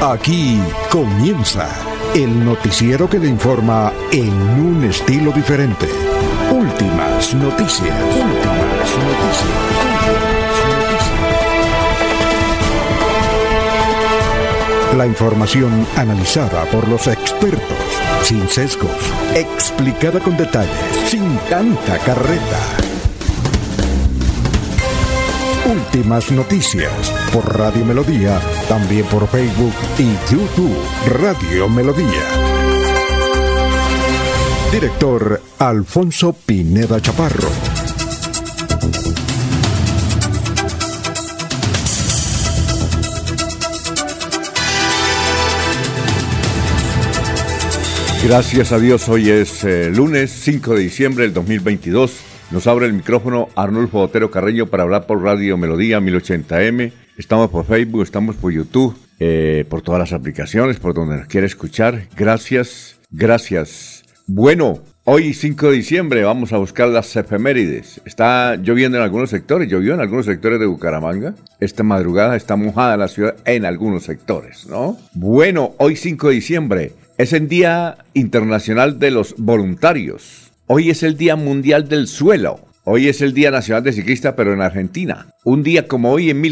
Aquí comienza el noticiero que le informa en un estilo diferente. Últimas noticias. La información analizada por los expertos, sin sesgos, explicada con detalles, sin tanta carreta. Últimas noticias por Radio Melodía, también por Facebook y YouTube Radio Melodía. Director Alfonso Pineda Chaparro. Gracias a Dios, hoy es lunes 5 de diciembre del 2022. Nos abre el micrófono Arnulfo Otero Carreño para hablar por Radio Melodía 1080M. Estamos por Facebook, estamos por YouTube, por todas las aplicaciones, por donde nos quiera escuchar. Gracias. Bueno, hoy 5 de diciembre vamos a buscar las efemérides. Está lloviendo en algunos sectores, llovió en algunos sectores de Bucaramanga. Esta madrugada está mojada la ciudad en algunos sectores, ¿no? Bueno, hoy 5 de diciembre es el Día Internacional de los Voluntarios. Hoy es el Día Mundial del Suelo. Hoy es el Día Nacional de Ciclista, pero en Argentina. Un día como hoy, en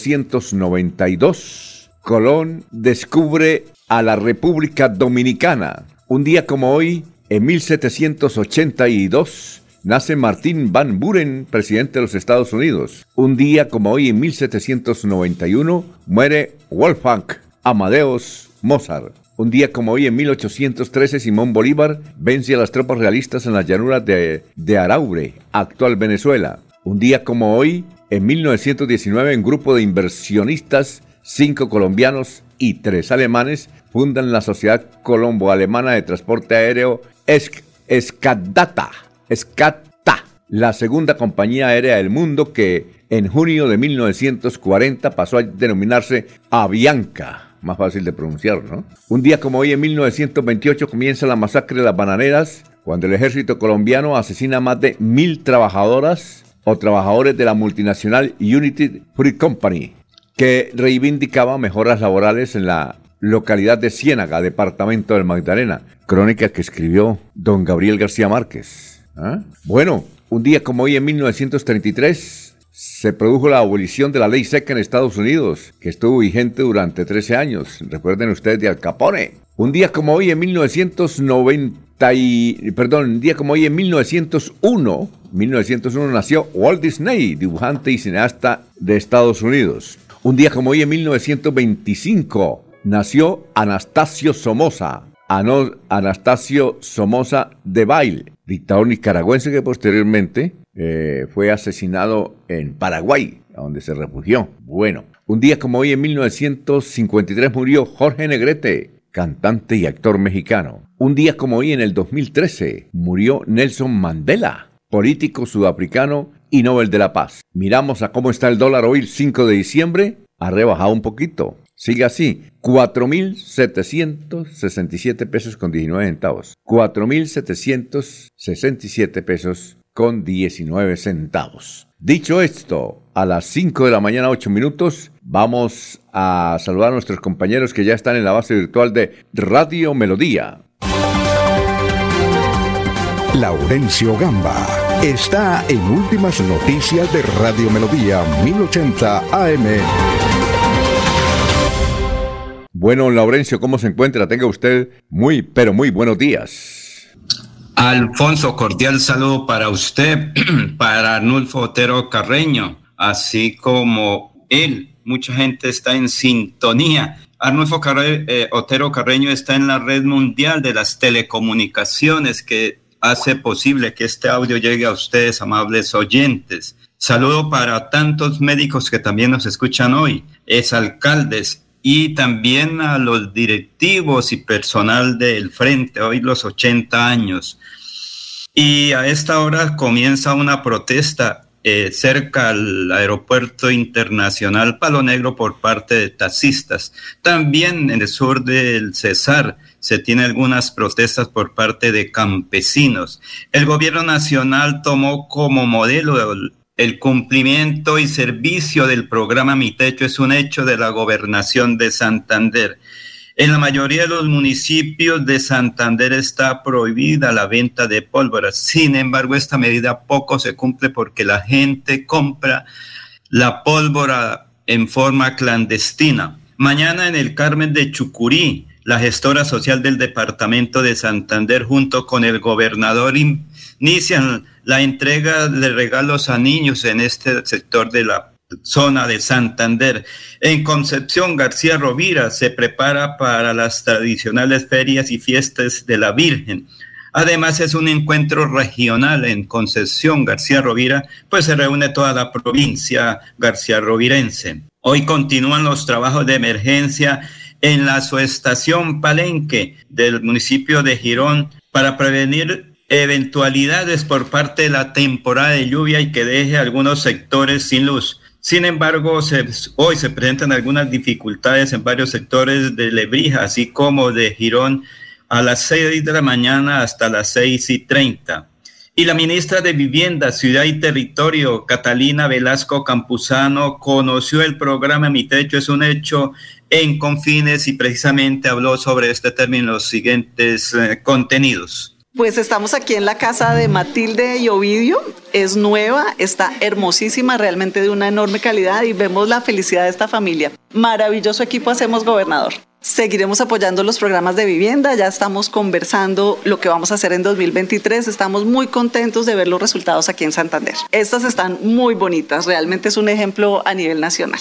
1492, Colón descubre a la República Dominicana. Un día como hoy, en 1782, nace Martin Van Buren, presidente de los Estados Unidos. Un día como hoy, en 1791, muere Wolfgang Amadeus Mozart. Un día como hoy, en 1813, Simón Bolívar vence a las tropas realistas en las llanuras de Araure, actual Venezuela. Un día como hoy, en 1919, un grupo de inversionistas, 5 colombianos y 3 alemanes, fundan la Sociedad Colombo-Alemana de Transporte Aéreo SCADATA, la segunda compañía aérea del mundo que en junio de 1940 pasó a denominarse Avianca. Más fácil de pronunciar, ¿no? Un día como hoy, en 1928, comienza la masacre de las bananeras, cuando el ejército colombiano asesina a más de 1,000 trabajadoras o trabajadores de la multinacional United Fruit Company, que reivindicaba mejoras laborales en la localidad de Ciénaga, departamento del Magdalena. Crónica que escribió don Gabriel García Márquez. Bueno, un día como hoy, en 1933... se produjo la abolición de la ley seca en Estados Unidos, que estuvo vigente durante 13 años. Recuerden ustedes de Al Capone. Un día como hoy, en 1901 nació Walt Disney, dibujante y cineasta de Estados Unidos. Un día como hoy, en 1925, nació Anastasio Somoza. Anastasio Somoza Debayle, dictador nicaragüense que posteriormente fue asesinado en Paraguay, a donde se refugió. Bueno, un día como hoy, en 1953, murió Jorge Negrete, cantante y actor mexicano. Un día como hoy, en el 2013, murió Nelson Mandela, político sudafricano y Nobel de la Paz. Miramos a cómo está el dólar hoy, 5 de diciembre, ha rebajado un poquito. Sigue así, 4,767 pesos con 19 centavos. 4,767 pesos con 19 centavos. Dicho esto, a las 5 de la mañana, 8 minutos, vamos a saludar a nuestros compañeros que ya están en la base virtual de Radio Melodía. Laurencio Gamba está en Últimas Noticias de Radio Melodía 1080 AM. Bueno, Laurencio, ¿cómo se encuentra? Tenga usted muy buenos días. Alfonso, cordial saludo para usted, para Arnulfo Otero Carreño, así como él. Mucha gente está en sintonía. Arnulfo Otero Carreño está en la red mundial de las telecomunicaciones que hace posible que este audio llegue a ustedes, amables oyentes. Saludo para tantos médicos que también nos escuchan hoy, exalcaldes, y también a los directivos y personal del Frente, hoy los 80 años. Y a esta hora comienza una protesta cerca al Aeropuerto Internacional Palo Negro por parte de taxistas. También en el sur del Cesar se tienen algunas protestas por parte de campesinos. El gobierno nacional tomó como modelo El cumplimiento y servicio del programa Mi Techo es un hecho de la Gobernación de Santander. En la mayoría de los municipios de Santander está prohibida la venta de pólvora. Sin embargo, esta medida poco se cumple porque la gente compra la pólvora en forma clandestina. Mañana en el Carmen de Chucurí, la gestora social del departamento de Santander junto con el gobernador inician la entrega de regalos a niños en este sector de la zona de Santander. En Concepción García Rovira se prepara para las tradicionales ferias y fiestas de la Virgen. Además es un encuentro regional en Concepción García Rovira, pues se reúne toda la provincia garciarrovirense. Hoy continúan los trabajos de emergencia en la subestación Palenque del municipio de Girón para prevenir eventualidades por parte de la temporada de lluvia y que deje algunos sectores sin luz. Sin embargo, hoy se presentan algunas dificultades en varios sectores de Lebrija, así como de Girón, a las 6 de la mañana hasta las 6:30. Y la ministra de Vivienda, Ciudad y Territorio, Catalina Velasco Campuzano, conoció el programa Mi Techo es un hecho en Confines y precisamente habló sobre este término en los siguientes contenidos. Pues estamos aquí en la casa de Matilde y Ovidio, es nueva, está hermosísima, realmente de una enorme calidad y vemos la felicidad de esta familia. Maravilloso equipo hacemos, gobernador. Seguiremos apoyando los programas de vivienda, ya estamos conversando lo que vamos a hacer en 2023, estamos muy contentos de ver los resultados aquí en Santander. Estas están muy bonitas, realmente es un ejemplo a nivel nacional.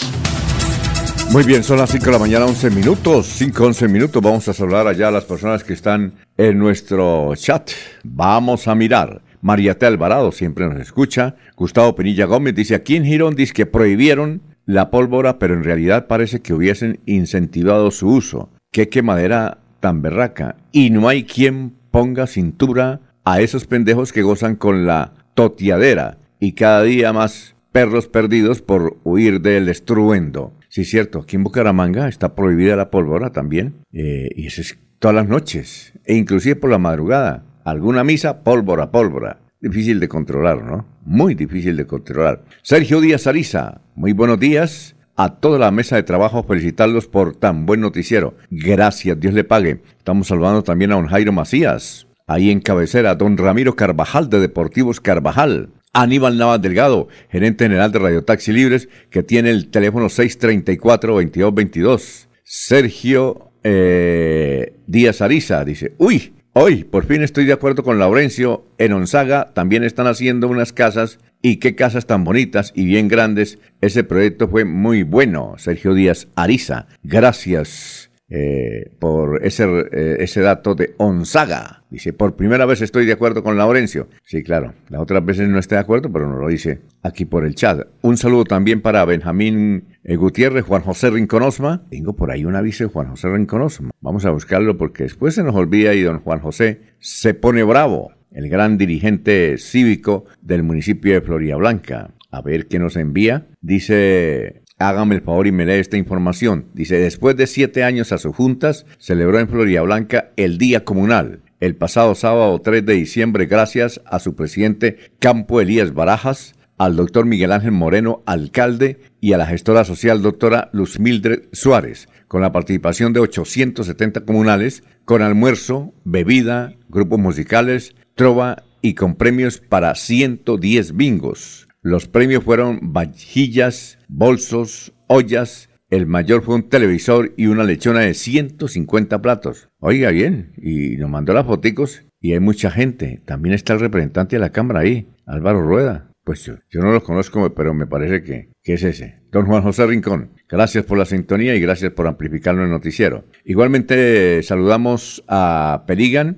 Muy bien, son las 5 de la mañana, 11 minutos, 5:11 minutos. Vamos a saludar allá a las personas que están en nuestro chat. Vamos a mirar. Mariate Alvarado siempre nos escucha. Gustavo Pinilla Gómez dice, aquí en Girón dice que prohibieron la pólvora, pero en realidad parece que hubiesen incentivado su uso. Qué quemadera tan berraca. Y no hay quien ponga cintura a esos pendejos que gozan con la toteadera. Y cada día más perros perdidos por huir del estruendo. Sí, cierto, aquí en Bucaramanga está prohibida la pólvora también, y eso es todas las noches, e inclusive por la madrugada. Alguna misa, pólvora. Difícil de controlar, ¿no? Muy difícil de controlar. Sergio Díaz Ariza, muy buenos días a toda la mesa de trabajo, felicitarlos por tan buen noticiero. Gracias, Dios le pague. Estamos saludando también a don Jairo Macías, ahí en cabecera, don Ramiro Carvajal de Deportivos Carvajal. Aníbal Navas Delgado, gerente general de Radio Taxi Libres, que tiene el teléfono 634-2222. Sergio Díaz Ariza dice, uy, hoy por fin estoy de acuerdo con Laurencio, en Onzaga también están haciendo unas casas, y qué casas tan bonitas y bien grandes, ese proyecto fue muy bueno. Sergio Díaz Ariza, gracias por ese dato de Onzaga. Dice, por primera vez estoy de acuerdo con Laurencio. Sí, claro, las otras veces no estoy de acuerdo, pero nos lo dice aquí por el chat. Un saludo también para Benjamín Gutiérrez, Juan José Rinconosma. Tengo por ahí un aviso de Juan José Rinconosma. Vamos a buscarlo porque después se nos olvida y don Juan José se pone bravo, el gran dirigente cívico del municipio de Floridablanca. A ver qué nos envía. Dice, hágame el favor y me lee esta información. Dice, después de 7 años a sus juntas, celebró en Floridablanca el Día Comunal. El pasado sábado 3 de diciembre, gracias a su presidente Campo Elías Barajas, al doctor Miguel Ángel Moreno, alcalde, y a la gestora social doctora Luz Mildred Suárez, con la participación de 870 comunales, con almuerzo, bebida, grupos musicales, trova y con premios para 110 bingos. Los premios fueron vajillas, bolsos, ollas. El mayor fue un televisor y una lechona de 150 platos. Oiga bien, y nos mandó las foticos y hay mucha gente. También está el representante de la Cámara ahí, Álvaro Rueda. Pues yo no los conozco, pero me parece que es ese. Don Juan José Rincón, gracias por la sintonía y gracias por amplificarlo en el noticiero. Igualmente saludamos a Perigan,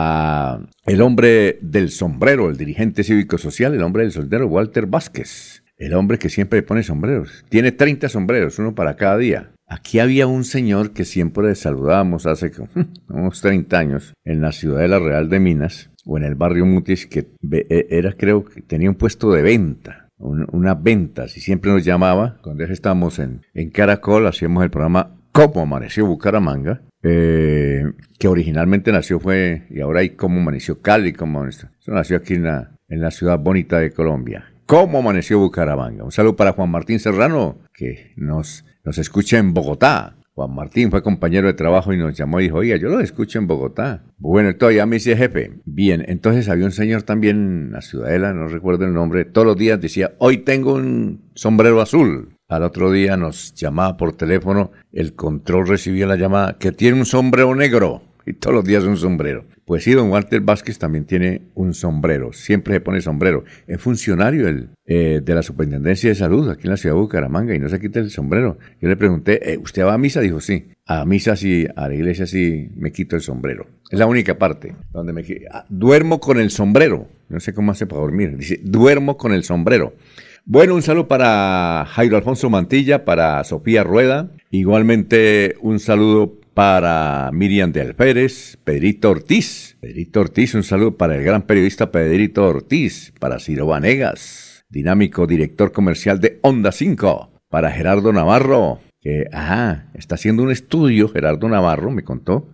a el hombre del sombrero, el dirigente cívico-social, el hombre del sombrero, Walter Vázquez. El hombre que siempre pone sombreros. Tiene 30 sombreros, uno para cada día. Aquí había un señor que siempre saludábamos hace unos 30 años en la Ciudadela Real de Minas, o en el barrio Mutis, que era, creo que tenía un puesto de venta, unas ventas, y siempre nos llamaba, cuando estábamos en Caracol, hacíamos el programa Cómo Amaneció Bucaramanga, que originalmente nació y ahora hay Cómo Amaneció Cali, eso nació aquí en la ciudad bonita de Colombia. ¿Cómo amaneció Bucaramanga? Un saludo para Juan Martín Serrano, que nos escucha en Bogotá. Juan Martín fue compañero de trabajo y nos llamó y dijo, oiga, yo lo escucho en Bogotá. Bueno, todavía me dice jefe. Bien, entonces había un señor también en la Ciudadela, no recuerdo el nombre, todos los días decía, hoy tengo un sombrero azul. Al otro día nos llamaba por teléfono, el control recibía la llamada, que tiene un sombrero negro. Y todos los días un sombrero. Pues sí, don Walter Vázquez también tiene un sombrero. Siempre se pone sombrero. Es funcionario de la Superintendencia de Salud aquí en la ciudad de Bucaramanga y no se quita el sombrero. Yo le pregunté, ¿usted va a misa? Dijo, sí. A misa sí, a la iglesia sí me quito el sombrero. Es la única parte donde duermo con el sombrero. No sé cómo hace para dormir. Dice, duermo con el sombrero. Bueno, un saludo para Jairo Alfonso Mantilla, para Sofía Rueda. Igualmente un saludo para Miriam de Alférez, Pedrito Ortiz. Pedrito Ortiz, un saludo para el gran periodista Pedrito Ortiz, para Ciro Vanegas, dinámico director comercial de Onda 5, para Gerardo Navarro, que, está haciendo un estudio, Gerardo Navarro me contó,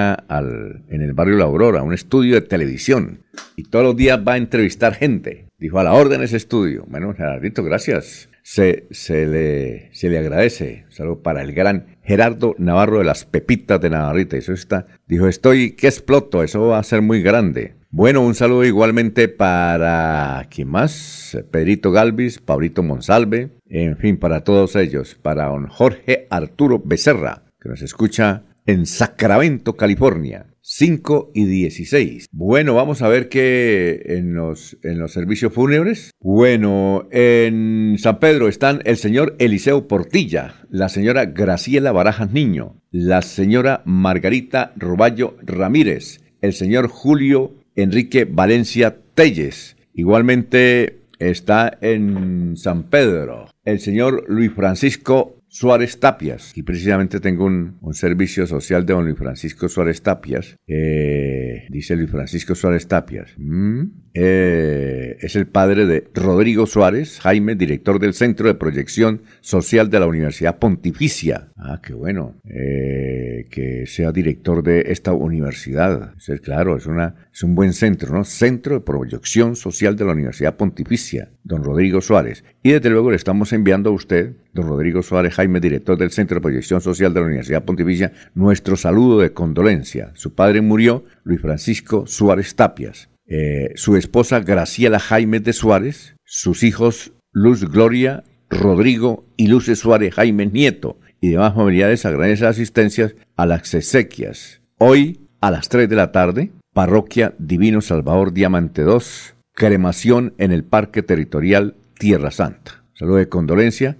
en el barrio La Aurora, un estudio de televisión, y todos los días va a entrevistar gente. Dijo, a la orden ese estudio. Bueno, Gerardito, gracias. Se le agradece. Un saludo para el gran Gerardo Navarro de las Pepitas de Navarrita. Eso está. Dijo, que exploto, eso va a ser muy grande. Bueno, un saludo igualmente para, ¿quién más? Pedrito Galvis, Pablito Monsalve, en fin, para todos ellos. Para don Jorge Arturo Becerra, que nos escucha en Sacramento, California. 5:16. Bueno, vamos a ver qué en los servicios fúnebres. Bueno, en San Pedro están el señor Eliseo Portilla, la señora Graciela Barajas Niño, la señora Margarita Roballo Ramírez, el señor Julio Enrique Valencia Telles. Igualmente está en San Pedro el señor Luis Francisco Suárez Tapias. Y precisamente tengo un servicio social de don Luis Francisco Suárez Tapias. Dice Luis Francisco Suárez Tapias. Es el padre de Rodrigo Suárez Jaime, director del Centro de Proyección Social de la Universidad Pontificia. Qué bueno. Que sea director de esta universidad. Claro, es un buen centro, ¿no? Centro de Proyección Social de la Universidad Pontificia, don Rodrigo Suárez. Y desde luego le estamos enviando a usted, don Rodrigo Suárez Jaime, director del Centro de Proyección Social de la Universidad Pontificia, nuestro saludo de condolencia. Su padre murió, Luis Francisco Suárez Tapias. Su esposa Graciela Jaime de Suárez, sus hijos Luz Gloria, Rodrigo y Luce Suárez Jaime Nieto y demás familiares agradecen asistencias a las exequias. Hoy, a las 3 de la tarde, Parroquia Divino Salvador Diamante 2, cremación en el Parque Territorial Tierra Santa. Saludo de condolencia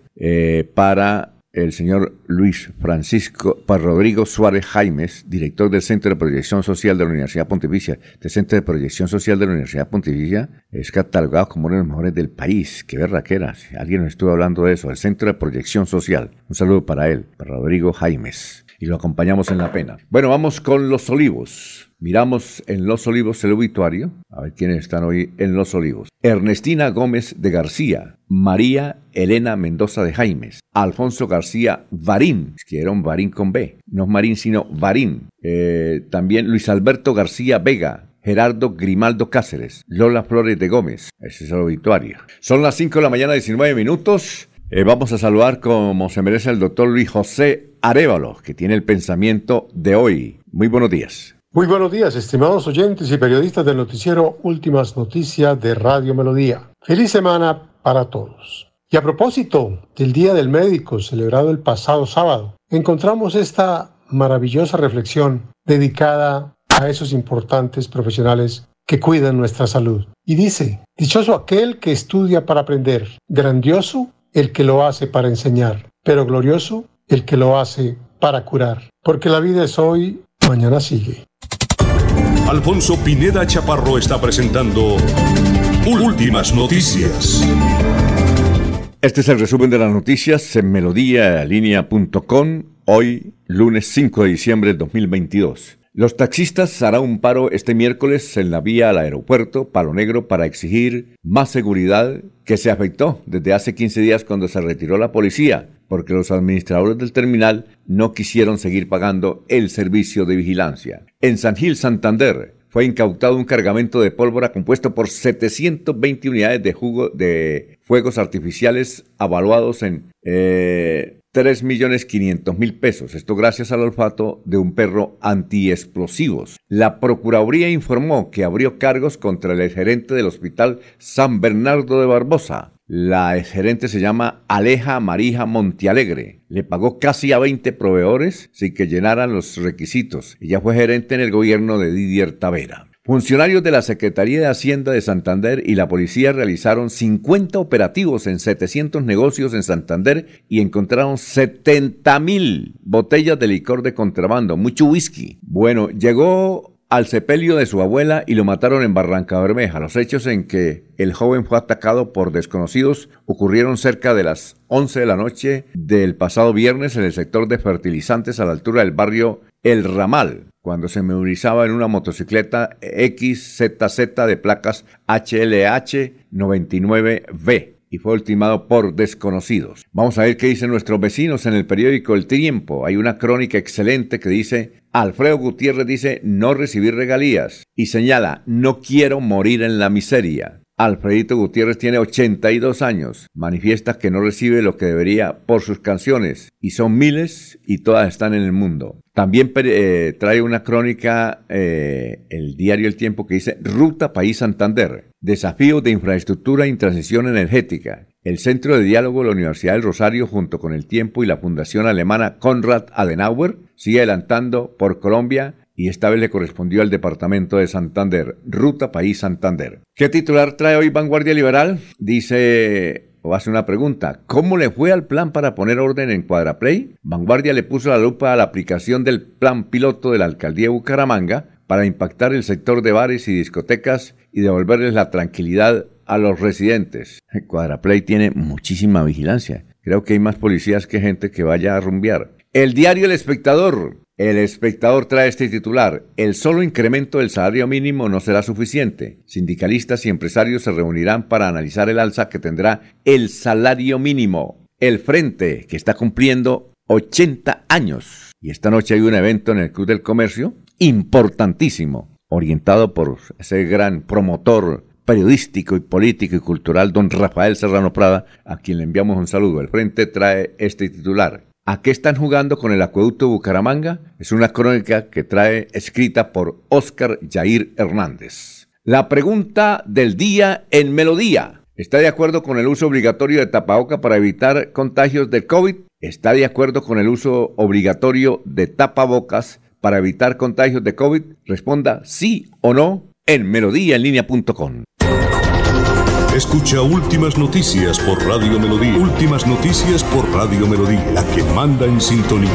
para el señor Luis Francisco, para Rodrigo Suárez Jaimes, director del Centro de Proyección Social de la Universidad Pontificia. Este Centro de Proyección Social de la Universidad Pontificia es catalogado como uno de los mejores del país. ¡Qué berraquera! Alguien nos estuvo hablando de eso, el Centro de Proyección Social. Un saludo para él, para Rodrigo Jaimes. Y lo acompañamos en la pena. Bueno, vamos con Los Olivos. Miramos en Los Olivos el obituario. A ver quiénes están hoy en Los Olivos. Ernestina Gómez de García. María Elena Mendoza de Jaimes. Alfonso García Varín. Es que era un Varín con B. No es Marín, sino Varín. También Luis Alberto García Vega. Gerardo Grimaldo Cáceres. Lola Flores de Gómez. Ese es el obituario. Son las 5 de la mañana, 19 minutos. Vamos a saludar como se merece el doctor Luis José Arévalo, que tiene el pensamiento de hoy. Muy buenos días. Muy buenos días, estimados oyentes y periodistas del noticiero Últimas Noticias de Radio Melodía. Feliz semana para todos. Y a propósito del Día del Médico celebrado el pasado sábado, encontramos esta maravillosa reflexión dedicada a esos importantes profesionales que cuidan nuestra salud. Y dice, dichoso aquel que estudia para aprender, grandioso el que lo hace para enseñar, pero glorioso el que lo hace para curar. Porque la vida es hoy, mañana sigue. Alfonso Pineda Chaparro está presentando Últimas Noticias. Este es el resumen de las noticias en melodíaenlínea.com, hoy lunes 5 de diciembre de 2022. Los taxistas harán un paro este miércoles en la vía al aeropuerto Palo Negro para exigir más seguridad que se afectó desde hace 15 días cuando se retiró la policía, porque los administradores del terminal no quisieron seguir pagando el servicio de vigilancia. En San Gil, Santander, fue incautado un cargamento de pólvora compuesto por 720 unidades de fuegos artificiales avaluados en 3.500.000 pesos. Esto gracias al olfato de un perro antiexplosivos. La Procuraduría informó que abrió cargos contra el exgerente del Hospital San Bernardo de Barbosa. La exgerente se llama Aleja Marija Montealegre. Le pagó casi a 20 proveedores sin que llenaran los requisitos. Ella fue gerente en el gobierno de Didier Tavera. Funcionarios de la Secretaría de Hacienda de Santander y la policía realizaron 50 operativos en 700 negocios en Santander y encontraron 70.000 botellas de licor de contrabando, mucho whisky. Bueno, llegó al sepelio de su abuela y lo mataron en Barranca Bermeja. Los hechos en que el joven fue atacado por desconocidos ocurrieron cerca de las 11 de la noche del pasado viernes en el sector de fertilizantes a la altura del barrio El Ramal, cuando se movilizaba en una motocicleta XZZ de placas HLH 99B y fue ultimado por desconocidos. Vamos a ver qué dicen nuestros vecinos en el periódico El Tiempo. Hay una crónica excelente que dice: Alfredo Gutiérrez dice no recibir regalías y señala: no quiero morir en la miseria. Alfredito Gutiérrez tiene 82 años, manifiesta que no recibe lo que debería por sus canciones, y son miles y todas están en el mundo. También trae una crónica el diario El Tiempo que dice: Ruta País Santander, desafíos de infraestructura y transición energética. El Centro de Diálogo de la Universidad del Rosario, junto con El Tiempo y la Fundación Alemana Konrad Adenauer, sigue adelantando por Colombia y esta vez le correspondió al departamento de Santander. Ruta País Santander. ¿Qué titular trae hoy Vanguardia Liberal? Dice, o hace una pregunta: ¿cómo le fue al plan para poner orden en Cuadraplay? Vanguardia le puso la lupa a la aplicación del plan piloto de la Alcaldía de Bucaramanga para impactar el sector de bares y discotecas y devolverles la tranquilidad a los residentes. Cuadraplay tiene muchísima vigilancia. Creo que hay más policías que gente que vaya a rumbear. El diario El Espectador. El Espectador trae este titular: el solo incremento del salario mínimo no será suficiente. Sindicalistas y empresarios se reunirán para analizar el alza que tendrá el salario mínimo. El Frente, que está cumpliendo 80 años. Y esta noche hay un evento en el Club del Comercio importantísimo, orientado por ese gran promotor periodístico y político y cultural, don Rafael Serrano Prada, a quien le enviamos un saludo. El Frente trae este titular: ¿a qué están jugando con el acueducto de Bucaramanga? Es una crónica que trae escrita por Óscar Yair Hernández. La pregunta del día en Melodía: ¿está de acuerdo con el uso obligatorio de tapaboca para evitar contagios del COVID? ¿Está de acuerdo con el uso obligatorio de tapabocas para evitar contagios de COVID? Responda sí o no en melodíaenlínea.com. Escucha Últimas Noticias por Radio Melodía. Últimas Noticias por Radio Melodía, la que manda en sintonía.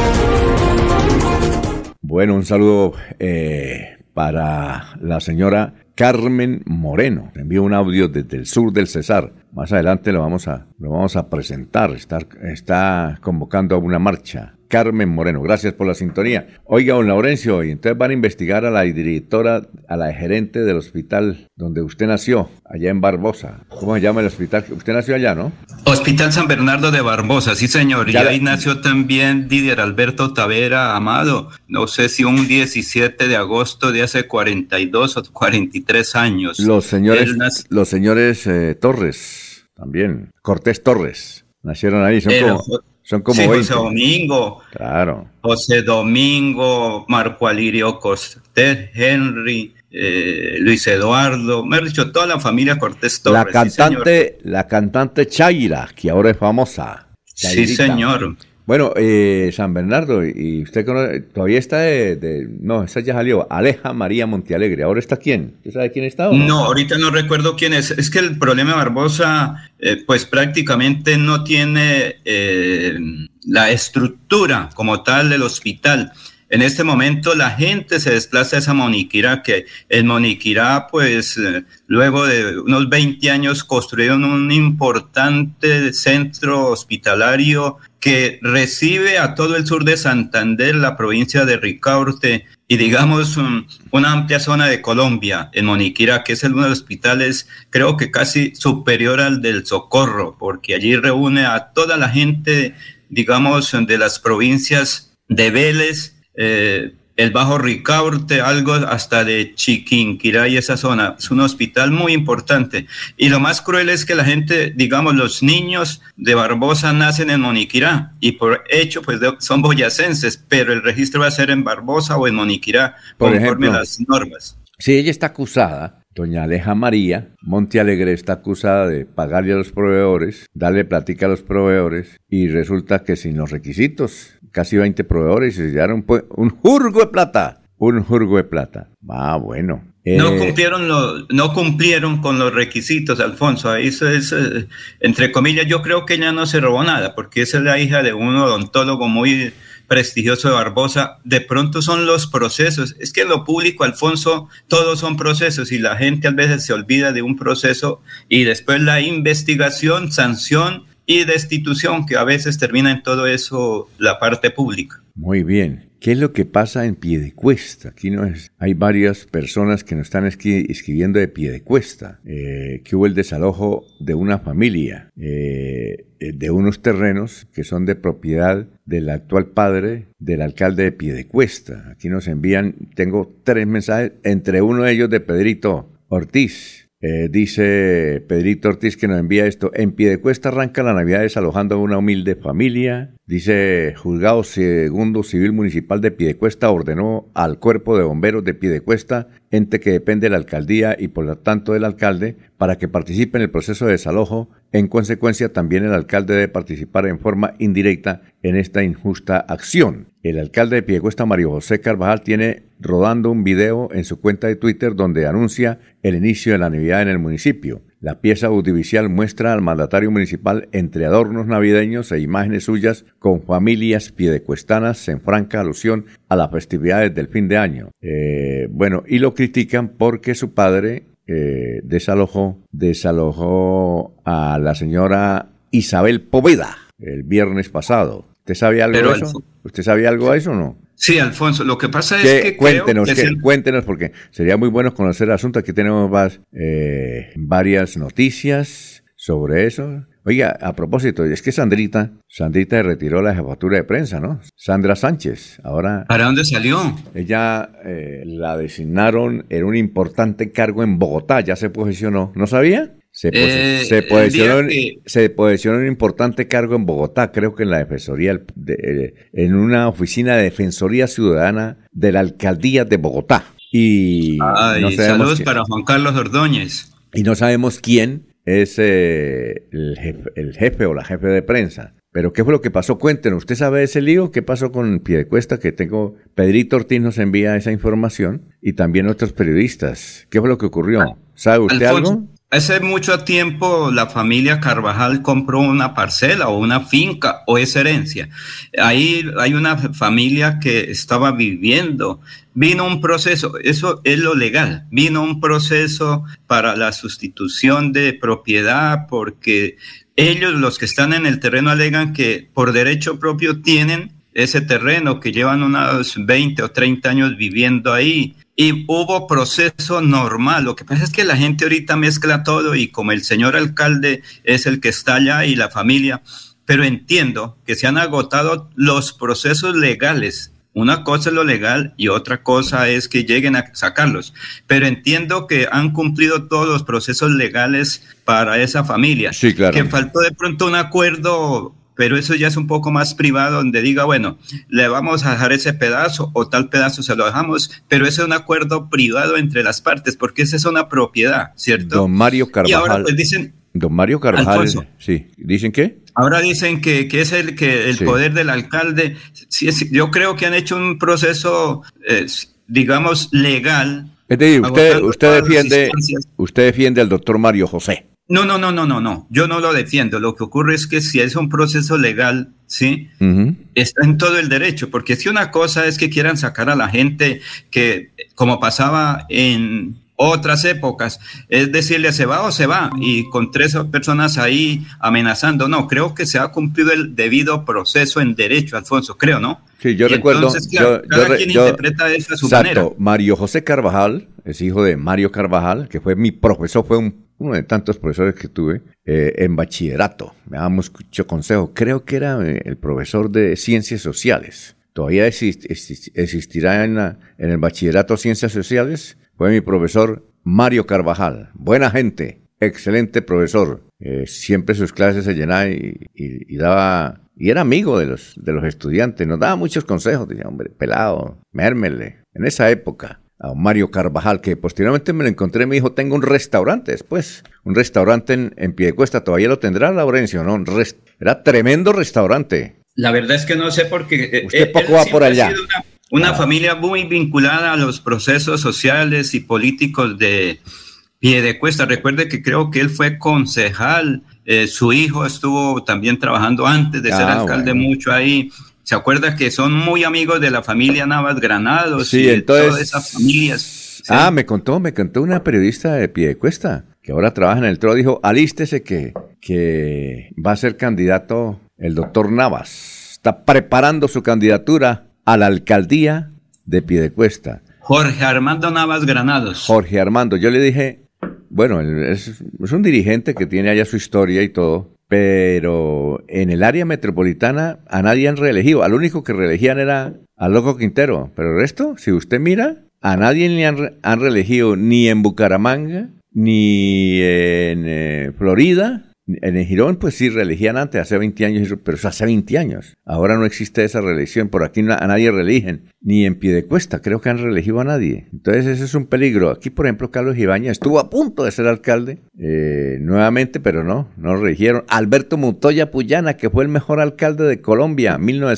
Bueno, un saludo para la señora Carmen Moreno. Le envío un audio desde el sur del Cesar. Más adelante lo vamos a presentar. Está convocando a una marcha. Carmen Moreno, gracias por la sintonía. Oiga, don Laurencio, y entonces van a investigar a la directora, a la gerente del hospital donde usted nació, allá en Barbosa. ¿Cómo se llama el hospital? Usted nació allá, ¿no? Hospital San Bernardo de Barbosa, sí señor. Y ahí nació también Didier Alberto Tavera Amado. No sé si un 17 de agosto de hace 42 o 43 años. Los señores Torres, también. Cortés Torres, nacieron ahí. Son como sí, 20. José Domingo. Claro. José Domingo, Marco Alirio Cortés, Henry, Luis Eduardo, me he dicho toda la familia Cortés Torres. La cantante Chaira, que ahora es famosa. Chairita. Sí, señor. Bueno, San Bernardo, y usted conoce, todavía está no, esa ya salió, Aleja María Montealegre. ¿Ahora está quién? ¿Usted sabe quién está? No, ahorita no recuerdo quién es. Es que el problema de Barbosa, pues prácticamente no tiene la estructura como tal del hospital. En este momento la gente se desplaza a esa Moniquirá, que en Moniquirá, pues luego de unos 20 años construyeron un importante centro hospitalario que recibe a todo el sur de Santander, la provincia de Ricaurte y digamos una amplia zona de Colombia en Moniquirá, que es uno de los hospitales creo que casi superior al del Socorro, porque allí reúne a toda la gente, digamos, de las provincias de Vélez, el Bajo Ricaurte, algo hasta de Chiquinquirá y esa zona. Es un hospital muy importante. Y lo más cruel es que la gente, digamos, los niños de Barbosa nacen en Moniquirá y por hecho pues son boyacenses, pero el registro va a ser en Barbosa o en Moniquirá, conforme a las normas. Si ella está acusada, doña Aleja María Montealegre está acusada de pagarle a los proveedores, darle platica a los proveedores, y resulta que sin los requisitos, casi 20 proveedores, se llevaron un jurgo de plata. Un jurgo de plata. Bueno. No cumplieron con los requisitos, Alfonso. Ahí eso es, entre comillas, yo creo que ella no se robó nada, porque esa es la hija de un odontólogo muy prestigioso de Barbosa. De pronto son los procesos. Es que en lo público, Alfonso, todos son procesos y la gente a veces se olvida de un proceso y después la investigación, sanción y destitución, que a veces termina en todo eso la parte pública. Muy bien. ¿Qué es lo que pasa en Piedecuesta? Aquí hay varias personas que nos están escribiendo de Piedecuesta, que hubo el desalojo de una familia, de unos terrenos que son de propiedad del actual padre del alcalde de Piedecuesta. Aquí nos envían, tengo 3 mensajes, entre uno de ellos de Pedrito Ortiz. Dice Pedrito Ortiz que nos envía esto: en Piedecuesta arranca la Navidad desalojando a una humilde familia. Dice: Juzgado Segundo Civil Municipal de Piedecuesta ordenó al Cuerpo de Bomberos de Piedecuesta, ente que depende de la alcaldía y por lo tanto del alcalde, para que participe en el proceso de desalojo. En consecuencia, también el alcalde debe participar en forma indirecta en esta injusta acción. El alcalde de Piedecuesta, Mario José Carvajal, tiene rodando un video en su cuenta de Twitter donde anuncia el inicio de la Navidad en el municipio. La pieza audiovisual muestra al mandatario municipal entre adornos navideños e imágenes suyas con familias piedecuestanas en franca alusión a las festividades del fin de año. Y lo critican porque su padre desalojó a la señora Isabel Poveda el viernes pasado. ¿Usted sabe algo de eso? ¿Usted sabía algo de eso o no? Sí, Alfonso, lo que pasa es que cuéntenos, cuéntenos, porque sería muy bueno conocer el asunto. Aquí tenemos varias noticias sobre eso. Oiga, a propósito, es que Sandrita retiró la jefatura de prensa, ¿no? Sandra Sánchez, ahora... ¿Para dónde salió? Ella la designaron en un importante cargo en Bogotá, ya se posicionó, ¿no sabía? Se posicionó en un importante cargo en Bogotá, creo que en la defensoría, en una oficina de Defensoría Ciudadana de la Alcaldía de Bogotá. Y saludos para Juan Carlos Ordóñez. Y no sabemos quién es el jefe o la jefe de prensa. Pero ¿qué fue lo que pasó? Cuéntenos, ¿usted sabe ese lío? ¿Qué pasó con Piedecuesta? Que Pedrito Ortiz nos envía esa información y también otros periodistas. ¿Qué fue lo que ocurrió? ¿Sabe usted algo? Hace mucho tiempo la familia Carvajal compró una parcela o una finca o es herencia. Ahí hay una familia que estaba viviendo. Vino un proceso, eso es lo legal, vino un proceso para la sustitución de propiedad porque ellos, los que están en el terreno, alegan que por derecho propio tienen ese terreno, que llevan unos 20 o 30 años viviendo ahí. Y hubo proceso normal. Lo que pasa es que la gente ahorita mezcla todo y como el señor alcalde es el que está allá y la familia, pero entiendo que se han agotado los procesos legales. Una cosa es lo legal y otra cosa es que lleguen a sacarlos. Pero entiendo que han cumplido todos los procesos legales para esa familia. Sí, claro. Que faltó de pronto un acuerdo, pero eso ya es un poco más privado, donde diga, bueno, le vamos a dejar ese pedazo o tal pedazo se lo dejamos, pero ese es un acuerdo privado entre las partes, porque esa es una propiedad, ¿cierto? Don Mario Carvajal. Y ahora pues dicen... Don Mario Carvajal, Alfonso, sí. ¿Dicen qué? Ahora dicen que es el sí. poder del alcalde. Sí, yo creo que han hecho un proceso, digamos, legal. Es decir, usted defiende al doctor Mario José. No. Yo no lo defiendo. Lo que ocurre es que si es un proceso legal, ¿sí? Uh-huh. Está en todo el derecho. Porque si una cosa es que quieran sacar a la gente que, como pasaba en otras épocas, es decirle se va o se va, y con 3 personas ahí amenazando. No, creo que se ha cumplido el debido proceso en derecho, Alfonso, creo, ¿no? Sí, yo recuerdo. Entonces, cada quien interpreta eso a su manera. Mario José Carvajal es hijo de Mario Carvajal, que fue mi profesor, fue uno de tantos profesores que tuve en bachillerato. Me daba mucho consejo. Creo que era el profesor de Ciencias Sociales. todavía existirá en el Bachillerato Ciencias Sociales, fue mi profesor Mario Carvajal. Buena gente, excelente profesor. Siempre sus clases se llenaban y daba... Y era amigo de los estudiantes, nos daba muchos consejos. Decía, hombre, pelado, mérmele. En esa época, a Mario Carvajal, que posteriormente me lo encontré, me dijo, tengo un restaurante después. Un restaurante en Piedecuesta, todavía lo tendrá, Laurencio, ¿no? Era tremendo restaurante. La verdad es que no sé porque... Usted poco va por allá. Una familia muy vinculada a los procesos sociales y políticos de Piedecuesta. Recuerde que creo que él fue concejal. Su hijo estuvo también trabajando antes de ser alcalde mucho ahí. ¿Se acuerda que son muy amigos de la familia Navas Granados? Sí, y entonces... todas esas familias. ¿Sí? Me contó una periodista de Piedecuesta, que ahora trabaja en el TRO, dijo, alístese que va a ser candidato el doctor Navas. Está preparando su candidatura a la alcaldía de Piedecuesta. Jorge Armando Navas Granados. Jorge Armando, yo le dije... Bueno, es un dirigente que tiene allá su historia y todo, pero en el área metropolitana a nadie han reelegido. Al único que reelegían era a Loco Quintero. Pero el resto, si usted mira, a nadie le han reelegido ni en Bucaramanga, ni en Florida. En el Girón, pues sí, reelegían antes, hace 20 años, pero eso hace 20 años. Ahora no existe esa reelección, por aquí a nadie reeligen, ni en Piedecuesta creo que han reelegido a nadie. Entonces ese es un peligro. Aquí, por ejemplo, Carlos Ibáñez estuvo a punto de ser alcalde nuevamente, pero no lo reeligieron. Alberto Montoya Puyana, que fue el mejor alcalde de Colombia,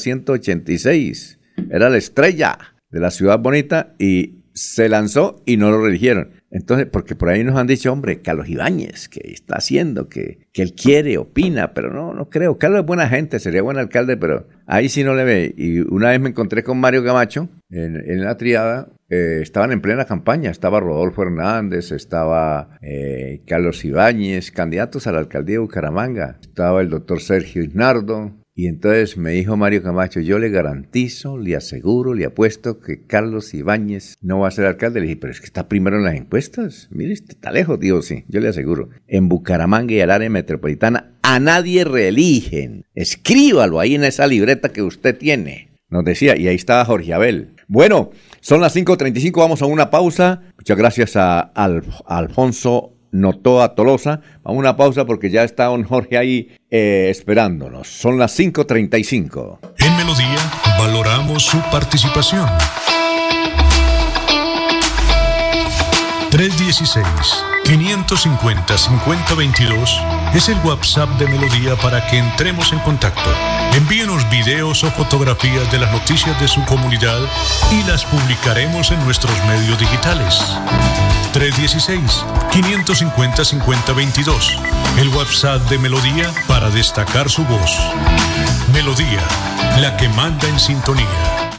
1986. Era la estrella de la ciudad bonita y se lanzó y no lo reeligieron. Entonces, porque por ahí nos han dicho, hombre, Carlos Ibáñez, que está haciendo, que él quiere, opina, pero no creo. Carlos es buena gente, sería buen alcalde, pero ahí sí no le ve. Y una vez me encontré con Mario Camacho en la triada, estaban en plena campaña, estaba Rodolfo Hernández, estaba Carlos Ibáñez, candidatos a la alcaldía de Bucaramanga, estaba el doctor Sergio Isnardo. Y entonces me dijo Mario Camacho, yo le garantizo, le aseguro, le apuesto que Carlos Ibáñez no va a ser alcalde. Le dije, pero es que está primero en las encuestas. Mire, está lejos. Digo, sí, yo le aseguro. En Bucaramanga y el área metropolitana a nadie reeligen. Escríbalo ahí en esa libreta que usted tiene. Nos decía, y ahí estaba Jorge Abel. Bueno, son las 5:35, vamos a una pausa. Muchas gracias a Alfonso Notoa Tolosa. Vamos a una pausa porque ya está don Jorge ahí esperándonos. Son las 5:35. En Melodía valoramos su participación. 316-550-5022 es el WhatsApp de Melodía para que entremos en contacto. Envíenos videos o fotografías de las noticias de su comunidad y las publicaremos en nuestros medios digitales. 316-550-5022, el WhatsApp de Melodía para destacar su voz. Melodía, la que manda en sintonía.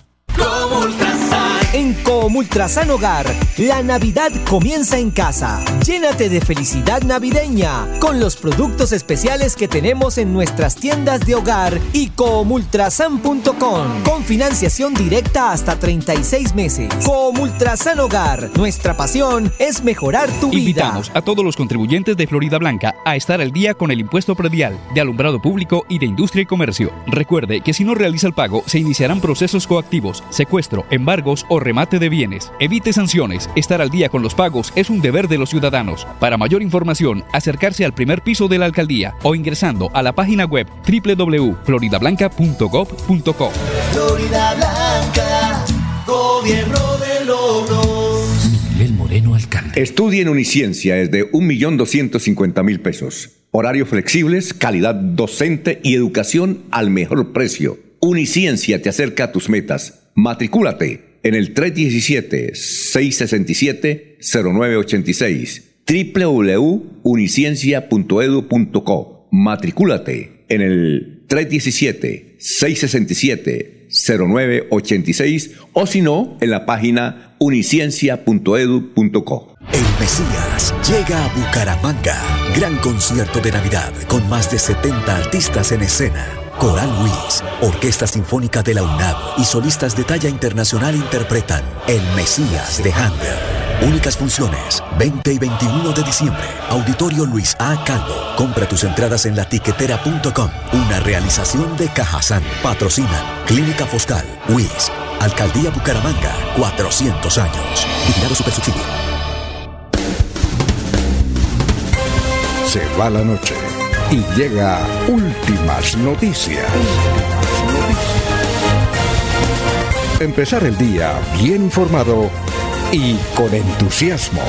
En Comultrasan Hogar, la Navidad comienza en casa. Llénate de felicidad navideña con los productos especiales que tenemos en nuestras tiendas de hogar y comultrasan.com, con financiación directa hasta 36 meses. Comultrasan Hogar, nuestra pasión es mejorar tu vida. Invitamos a todos los contribuyentes de Florida Blanca a estar al día con el impuesto predial, de alumbrado público y de industria y comercio. Recuerde que si no realiza el pago, se iniciarán procesos coactivos, secuestro, embargos o remate de bienes. Evite sanciones. Estar al día con los pagos es un deber de los ciudadanos. Para mayor información, acercarse al primer piso de la alcaldía o ingresando a la página web www.floridablanca.gov.co. Florida Blanca, gobierno de logros. Miguel Moreno, alcalde. Estudie en Uniciencia desde 1.250.000 pesos. Horarios flexibles, calidad docente y educación al mejor precio. Uniciencia te acerca a tus metas. Matricúlate en el 317-667-0986, www.uniciencia.edu.co. Matricúlate en el 317-667-0986 o si no, en la página uniciencia.edu.co. El Mesías llega a Bucaramanga. Gran concierto de Navidad con más de 70 artistas en escena. Coral Luis, Orquesta Sinfónica de la UNAV y solistas de talla internacional interpretan El Mesías de Handel. Únicas funciones, 20 y 21 de diciembre, Auditorio Luis A. Calvo. Compra tus entradas en latiquetera.com. Una realización de Cajazán. Patrocinan Clínica Foscal, WIS, Alcaldía Bucaramanga, 400 años. Vigilado Supersubsidio. Se va la noche y llega Últimas Noticias. Empezar el día bien informado y con entusiasmo.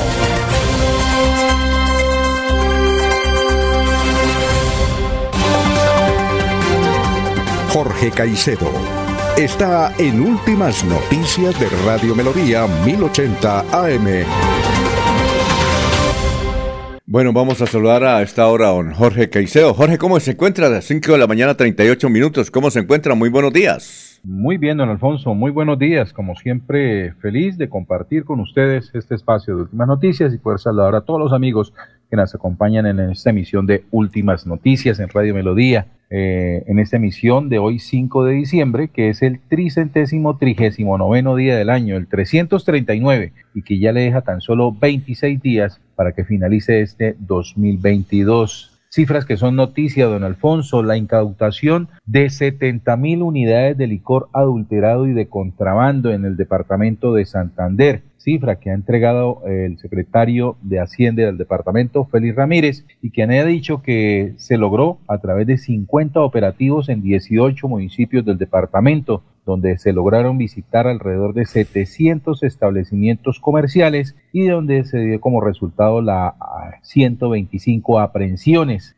Jorge Caicedo está en Últimas Noticias de Radio Melodía 1080 AM. Bueno, vamos a saludar a esta hora a don Jorge Caicedo. Jorge, ¿cómo se encuentra? A las 5 de la mañana, 38 minutos. ¿Cómo se encuentra? Muy buenos días. Muy bien, don Alfonso. Muy buenos días. Como siempre, feliz de compartir con ustedes este espacio de Últimas Noticias y poder saludar a todos los amigos que nos acompañan en esta emisión de Últimas Noticias en Radio Melodía. En esta emisión de hoy 5 de diciembre, que es el 339º día del año, el 339, y que ya le deja tan solo 26 días para que finalice este 2022. Cifras que son noticia, don Alfonso: la incautación de 70.000 unidades de licor adulterado y de contrabando en el departamento de Santander. Cifra que ha entregado el secretario de Hacienda del departamento, Félix Ramírez, y quien ha dicho que se logró a través de 50 operativos en 18 municipios del departamento, donde se lograron visitar alrededor de 700 establecimientos comerciales y donde se dio como resultado 125 aprehensiones.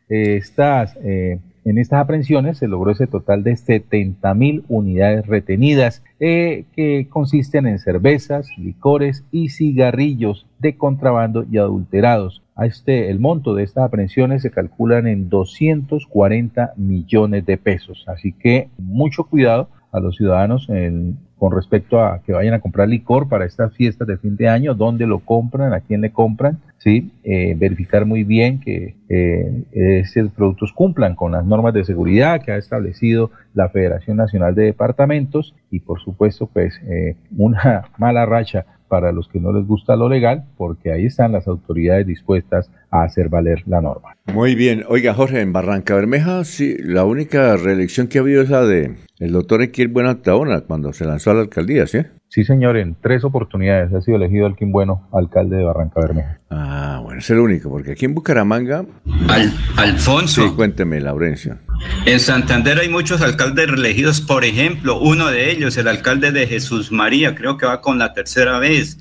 En estas aprehensiones se logró ese total de 70.000 unidades retenidas, que consisten en cervezas, licores y cigarrillos de contrabando y adulterados. El monto de estas aprehensiones se calculan en 240 millones de pesos. Así que mucho cuidado a los ciudadanos con respecto a que vayan a comprar licor para estas fiestas de fin de año, dónde lo compran, a quién le compran, ¿sí? Verificar muy bien que estos productos cumplan con las normas de seguridad que ha establecido la Federación Nacional de Departamentos y, por supuesto, pues una mala racha para los que no les gusta lo legal, porque ahí están las autoridades dispuestas a hacer valer la norma. Muy bien. Oiga, Jorge, en Barranca Bermeja, sí, la única reelección que ha habido es la de el doctor Elkin Bueno Octaona, cuando se lanzó a la alcaldía, ¿sí? Sí, señor, en 3 oportunidades ha sido elegido Elkin Bueno alcalde de Barranca Bermeja. Ah, bueno, es el único, porque aquí en Bucaramanga... Alfonso. Sí, cuénteme, Laurencio. En Santander hay muchos alcaldes reelegidos, por ejemplo, uno de ellos, el alcalde de Jesús María, creo que va con la 3ª vez.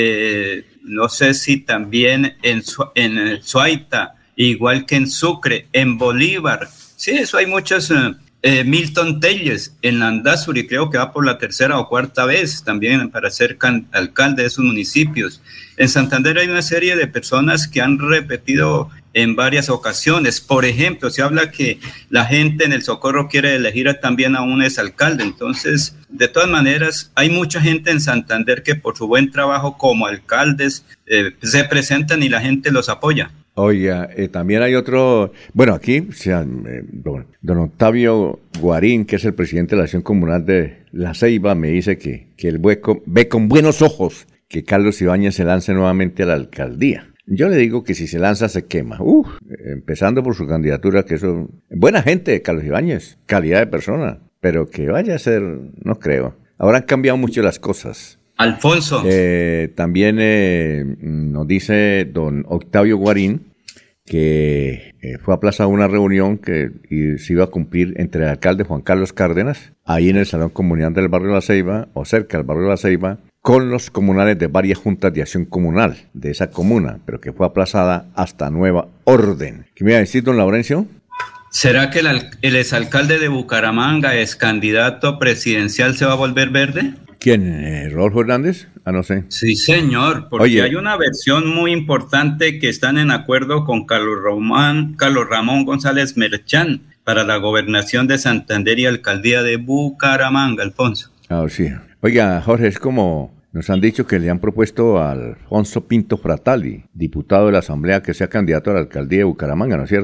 No sé si también en Suaita, igual que en Sucre, en Bolívar. Sí, eso hay muchos. Milton Telles en Landazuri, creo que va por la 3ª o 4ª vez también para ser alcalde de esos municipios. En Santander hay una serie de personas que han repetido en varias ocasiones. Por ejemplo, se habla que la gente en el Socorro quiere elegir también a un exalcalde. Entonces, de todas maneras, hay mucha gente en Santander que por su buen trabajo como alcaldes se presentan y la gente los apoya. Oiga, también hay otro, bueno, aquí, don Octavio Guarín, que es el presidente de la Acción Comunal de La Ceiba, me dice que él ve con buenos ojos que Carlos Ibáñez se lance nuevamente a la alcaldía. Yo le digo que si se lanza se quema, empezando por su candidatura, que eso, buena gente, Carlos Ibáñez, calidad de persona, pero que vaya a ser, no creo. Ahora han cambiado mucho las cosas. Alfonso. También nos dice don Octavio Guarín que fue aplazada una reunión que se iba a cumplir entre el alcalde Juan Carlos Cárdenas, ahí en el Salón Comunal del barrio La Ceiba, o cerca del barrio La Ceiba, con los comunales de varias juntas de acción comunal de esa comuna, pero que fue aplazada hasta nueva orden. ¿Qué me iba a decir, don Laurencio? ¿Será que el exalcalde de Bucaramanga, ex candidato presidencial, se va a volver verde? ¿Quién? ¿Rodolfo Hernández? No sé. Sí, señor, porque hay una versión muy importante que están en acuerdo con Carlos Ramón González Merchán para la gobernación de Santander y alcaldía de Bucaramanga, Alfonso. Ah, sí. Oiga, Jorge, es como nos han dicho que le han propuesto a Alfonso Pinto Fratali, diputado de la Asamblea, que sea candidato a la alcaldía de Bucaramanga, ¿no es cierto?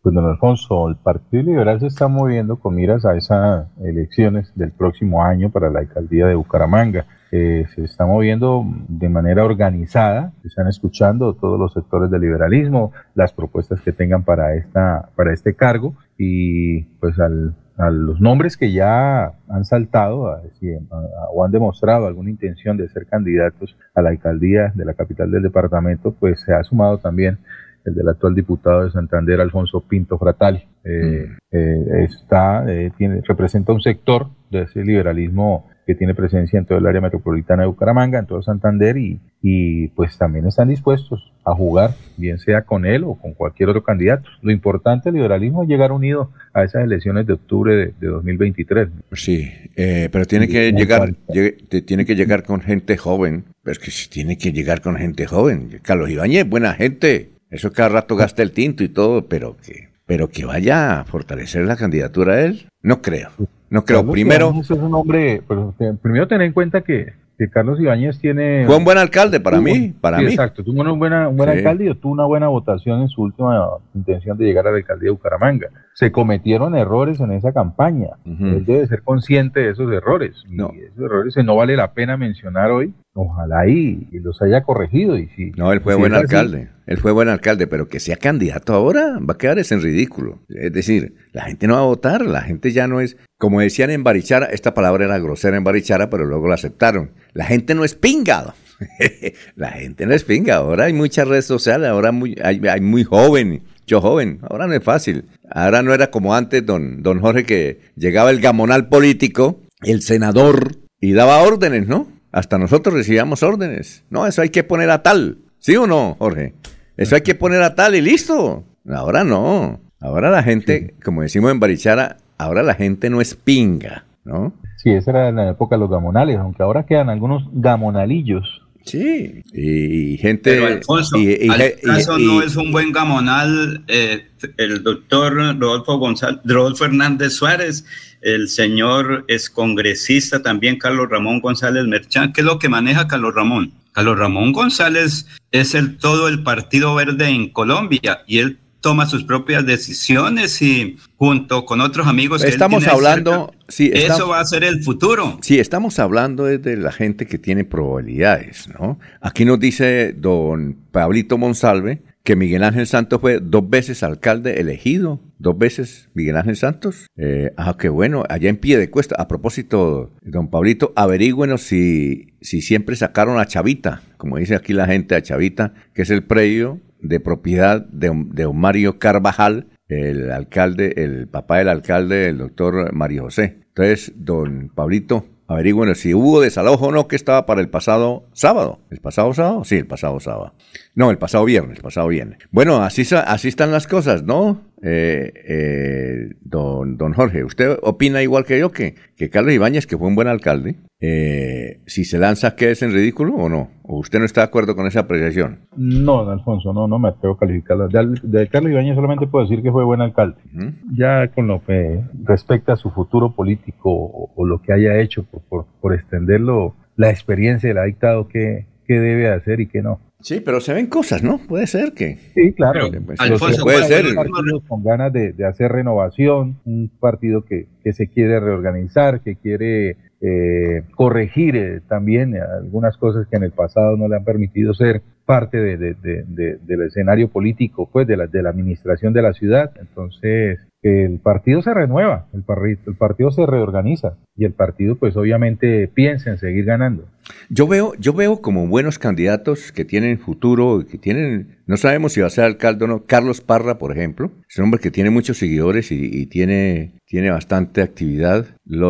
Pues don Alfonso, el Partido Liberal se está moviendo con miras a esas elecciones del próximo año para la alcaldía de Bucaramanga. Se está moviendo de manera organizada, se están escuchando todos los sectores del liberalismo, las propuestas que tengan para este cargo, y pues a los nombres que ya han saltado o han demostrado alguna intención de ser candidatos a la alcaldía de la capital del departamento, pues se ha sumado también el del actual diputado de Santander, Alfonso Pinto Fratali. Representa un sector de ese liberalismo que tiene presencia en todo el área metropolitana de Bucaramanga, en todo Santander, y pues también están dispuestos a jugar, bien sea con él o con cualquier otro candidato. Lo importante del liberalismo es llegar unido a esas elecciones de octubre de 2023. Sí, pero tiene que llegar con gente joven, pero es que tiene que llegar con gente joven. Carlos Ibáñez, buena gente, eso cada rato gasta el tinto y todo, pero que vaya a fortalecer la candidatura a él, no creo. Primero, es un hombre, pero primero tener en cuenta que Carlos Ibáñez fue un buen alcalde para mí. Exacto, tuvo un buen alcalde y tuvo una buena votación en su última intención de llegar a la alcaldía de Bucaramanga. Se cometieron errores en esa campaña. Él debe ser consciente de esos errores. Y esos errores no vale la pena mencionar hoy. Ojalá y los haya corregido. Él fue buen alcalde. Él fue buen alcalde, pero que sea candidato ahora va a quedar en ridículo. Es decir, la gente no va a votar, la gente ya no es, como decían en Barichara, esta palabra era grosera en Barichara, pero luego la aceptaron. La gente no es pinga. La gente no es pinga. Ahora hay muchas redes sociales, ahora hay muy joven. Yo joven, ahora no es fácil. Ahora no era como antes, don Jorge, que llegaba el gamonal político, el senador, y daba órdenes, ¿no? Hasta nosotros recibíamos órdenes. No, eso hay que poner a tal. ¿Sí o no, Jorge? Eso hay que poner a tal y listo. Ahora no. Ahora la gente, como decimos en Barichara, ahora la gente no es pinga, ¿no? Sí, esa era la época de los gamonales, aunque ahora quedan algunos gamonalillos. Sí, y gente... Pero Alfonso, ¿acaso no es un buen gamonal el doctor Rodolfo Hernández Suárez, el señor excongresista también Carlos Ramón González Merchán? ¿Qué es lo que maneja Carlos Ramón? Carlos Ramón González es todo el Partido Verde en Colombia, y él toma sus propias decisiones y junto con otros amigos que estamos él tiene hablando cerca, eso va a ser el futuro. Sí, estamos hablando de la gente que tiene probabilidades, ¿no? Aquí nos dice don Pablito Monsalve que Miguel Ángel Santos fue 2 veces alcalde elegido, 2 veces Miguel Ángel Santos. Qué bueno, allá en Piedecuesta. A propósito, don Pablito, averígüenos si siempre sacaron a Chavita, como dice aquí la gente, a Chavita, que es el predio de propiedad de Mario Carvajal, el alcalde, el papá del alcalde, el doctor Mario José. Entonces, don Pablito, averígüenos si hubo desalojo o no, que estaba para el pasado sábado. ¿El pasado sábado? Sí, el pasado sábado. No, el pasado viernes. Bueno, así están las cosas, ¿no? Don Jorge, ¿usted opina igual que yo que Carlos Ibáñez, que fue un buen alcalde, si se lanza, ¿qué es en ridículo o no? ¿O usted no está de acuerdo con esa apreciación? No, Alfonso, no me atrevo a calificarlo. De Carlos Ibáñez solamente puedo decir que fue buen alcalde. Ya con lo que respecta a su futuro político o lo que haya hecho por extenderlo, la experiencia le ha dictado qué debe hacer y qué no. Sí, pero se ven cosas, ¿no? Puede ser que... Sí, claro. Pues, Alfonso, puede ser. Un partido con ganas de hacer renovación, un partido que se quiere reorganizar, que quiere corregir también algunas cosas que en el pasado no le han permitido ser parte del escenario político, pues de la administración de la ciudad. Entonces, el partido se renueva, el partido se reorganiza y el partido pues obviamente piensa en seguir ganando. Yo veo como buenos candidatos que tienen futuro, no sabemos si va a ser alcalde o no. Carlos Parra, por ejemplo, es un hombre que tiene muchos seguidores y tiene bastante actividad.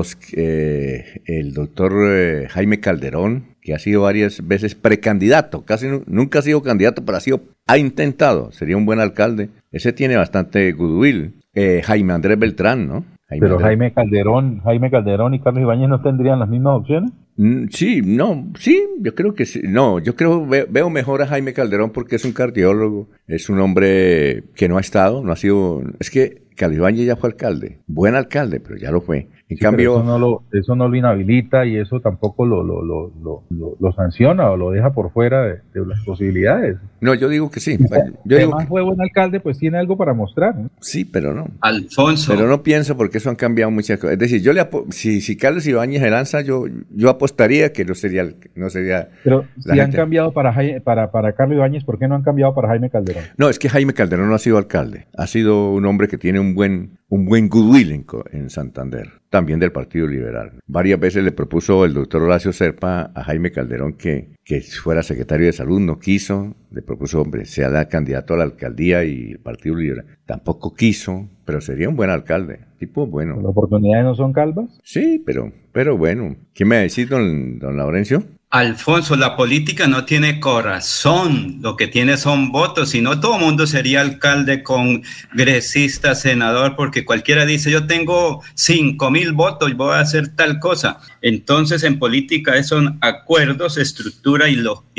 El doctor Jaime Calderón, que ha sido varias veces precandidato, nunca ha sido candidato, pero ha intentado, sería un buen alcalde. Ese tiene bastante goodwill. Jaime Andrés Beltrán, ¿no? Jaime Calderón y Carlos Ibáñez no tendrían las mismas opciones. Sí, yo creo que sí. No, veo mejor a Jaime Calderón porque es un cardiólogo, es un hombre que no ha sido. Es que Carlos Ibáñez ya fue alcalde, buen alcalde, pero ya lo fue. En cambio, eso no lo inhabilita y eso tampoco lo sanciona o lo deja por fuera de las posibilidades. No, yo digo que sí. Además fue buen alcalde, pues tiene algo para mostrar, ¿no? Sí, pero no. Alfonso. Pero no pienso porque eso han cambiado muchas cosas. Es decir, si Carlos Ibáñez se lanza, yo apostaría que no sería. Pero si han cambiado para Carlos Ibáñez, ¿por qué no han cambiado para Jaime Calderón? No, es que Jaime Calderón no ha sido alcalde. Ha sido un hombre que tiene un buen goodwill en Santander, también del Partido Liberal. Varias veces le propuso el doctor Horacio Serpa a Jaime Calderón que fuera secretario de Salud, no quiso. Le propuso, hombre, sea candidato a la alcaldía y el Partido Liberal. Tampoco quiso, pero sería un buen alcalde. Tipo bueno. ¿Las oportunidades no son calvas? Sí, pero bueno. ¿Qué me decís, don Laurencio? Alfonso, la política no tiene corazón, lo que tiene son votos, si no todo el mundo sería alcalde, congresista, senador, porque cualquiera dice yo tengo 5,000 votos y voy a hacer tal cosa. Entonces en política son acuerdos, estructura y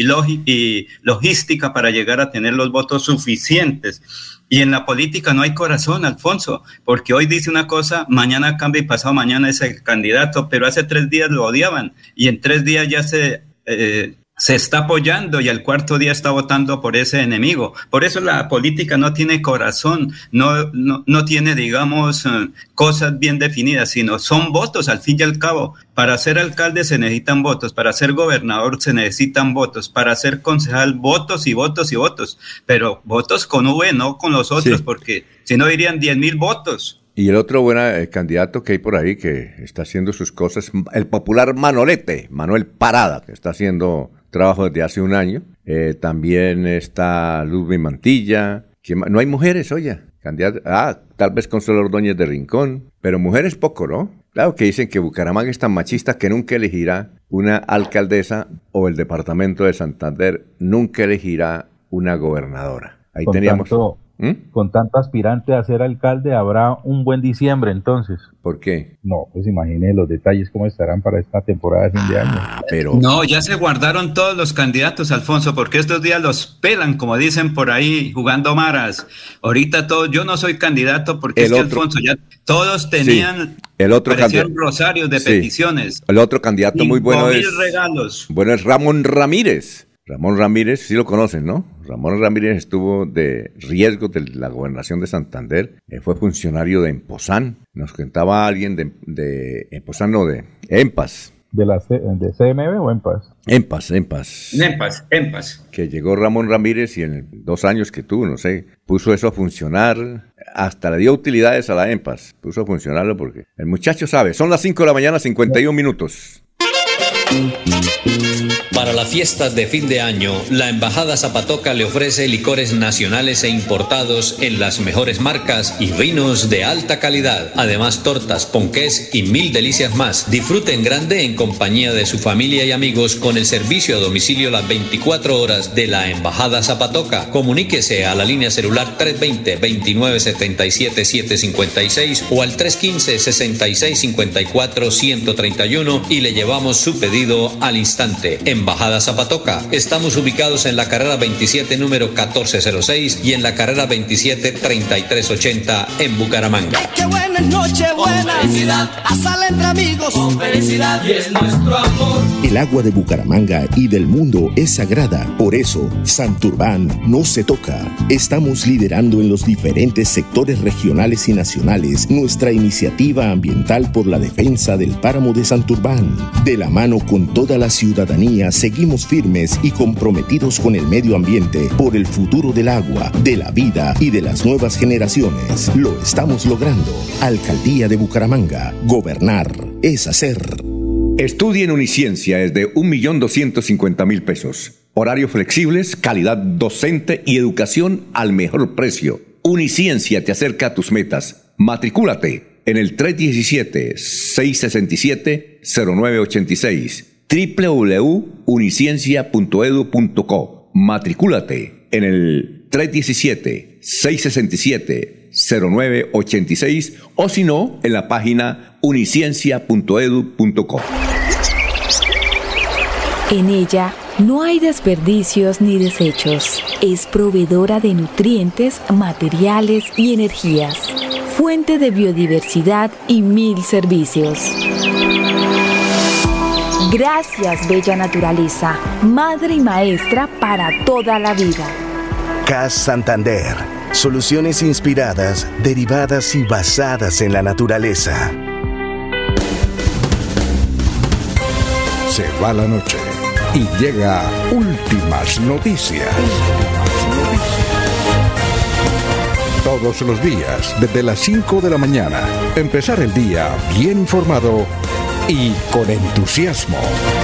logística para llegar a tener los votos suficientes. Y en la política no hay corazón, Alfonso, porque hoy dice una cosa, mañana cambia y pasado mañana es el candidato, pero hace 3 días lo odiaban y en 3 días ya se está apoyando y al 4º día está votando por ese enemigo. Por eso la política no tiene corazón, no tiene, digamos, cosas bien definidas, sino son votos al fin y al cabo. Para ser alcalde se necesitan votos, para ser gobernador se necesitan votos, para ser concejal votos y votos y votos, pero votos con V, no con los otros, sí. Porque si no irían 10,000 votos. Y el otro buen candidato que hay por ahí que está haciendo sus cosas, el popular Manolete, Manuel Parada, que está haciendo trabajo desde hace un año. También está Ludwig Mantilla. No hay mujeres, oye. Tal vez Consuelo Ordóñez de Rincón, pero mujeres poco, ¿no? Claro que dicen que Bucaramanga es tan machista que nunca elegirá una alcaldesa o el departamento de Santander nunca elegirá una gobernadora. Ahí teníamos... Con tanto aspirante a ser alcalde, habrá un buen diciembre entonces. ¿Por qué? No, pues imagine los detalles cómo estarán para esta temporada de fin de año. Pero... No, ya se guardaron todos los candidatos, Alfonso, porque estos días los pelan, como dicen por ahí, jugando maras. Ahorita todos, yo no soy candidato porque es que Alfonso, ya todos tenían... Sí. El otro candidato rosarios de peticiones. El otro candidato muy bueno es... regalos. Bueno, es Ramón Ramírez. Ramón Ramírez, sí lo conocen, ¿no? Ramón Ramírez estuvo de riesgo de la gobernación de Santander, fue funcionario de Empozán, nos contaba alguien de Empozán, no, de EMPAS. ¿De CMB o EMPAS? EMPAS. Que llegó Ramón Ramírez y en 2 años que tuvo, no sé, puso eso a funcionar, hasta le dio utilidades a la EMPAS, puso a funcionarlo porque el muchacho sabe, son las 5 de la mañana, 51 minutos. Para las fiestas de fin de año, la Embajada Zapatoca le ofrece licores nacionales e importados en las mejores marcas y vinos de alta calidad. Además, tortas, ponqués y 1000 delicias más. Disfrute en grande en compañía de su familia y amigos con el servicio a domicilio las 24 horas de la Embajada Zapatoca. Comuníquese a la línea celular 320-2977-756 o al 315-6654-131 y le llevamos su pedido al instante. Embajada Zapatoca. Estamos ubicados en la carrera 27 número 1406 y en la carrera 27 3380 en Bucaramanga. Qué buena noche, buena felicidad. A sala entre amigos con felicidad y es nuestro amor. El agua de Bucaramanga y del mundo es sagrada. Por eso, Santurbán no se toca. Estamos liderando en los diferentes sectores regionales y nacionales nuestra iniciativa ambiental por la defensa del páramo de Santurbán. De la mano con toda la ciudadanía, seguimos firmes y comprometidos con el medio ambiente por el futuro del agua, de la vida y de las nuevas generaciones. Lo estamos logrando. Alcaldía de Bucaramanga. Gobernar es hacer. Estudie en Uniciencia es de 1.250.000 pesos. Horarios flexibles, calidad docente y educación al mejor precio. Uniciencia te acerca a tus metas. Matricúlate en el 317-667-0986. www.uniciencia.edu.co. Matricúlate en el 317-667-0986 o si no, en la página uniciencia.edu.co. En ella no hay desperdicios ni desechos. Es proveedora de nutrientes, materiales y energías. fuente de biodiversidad y 1000 servicios. Gracias, bella naturaleza, madre y maestra para toda la vida. CAS Santander. Soluciones inspiradas, derivadas y basadas en la naturaleza. Se va la noche y llega Últimas Noticias. Todos los días, desde las 5 de la mañana, empezar el día bien informado y con entusiasmo.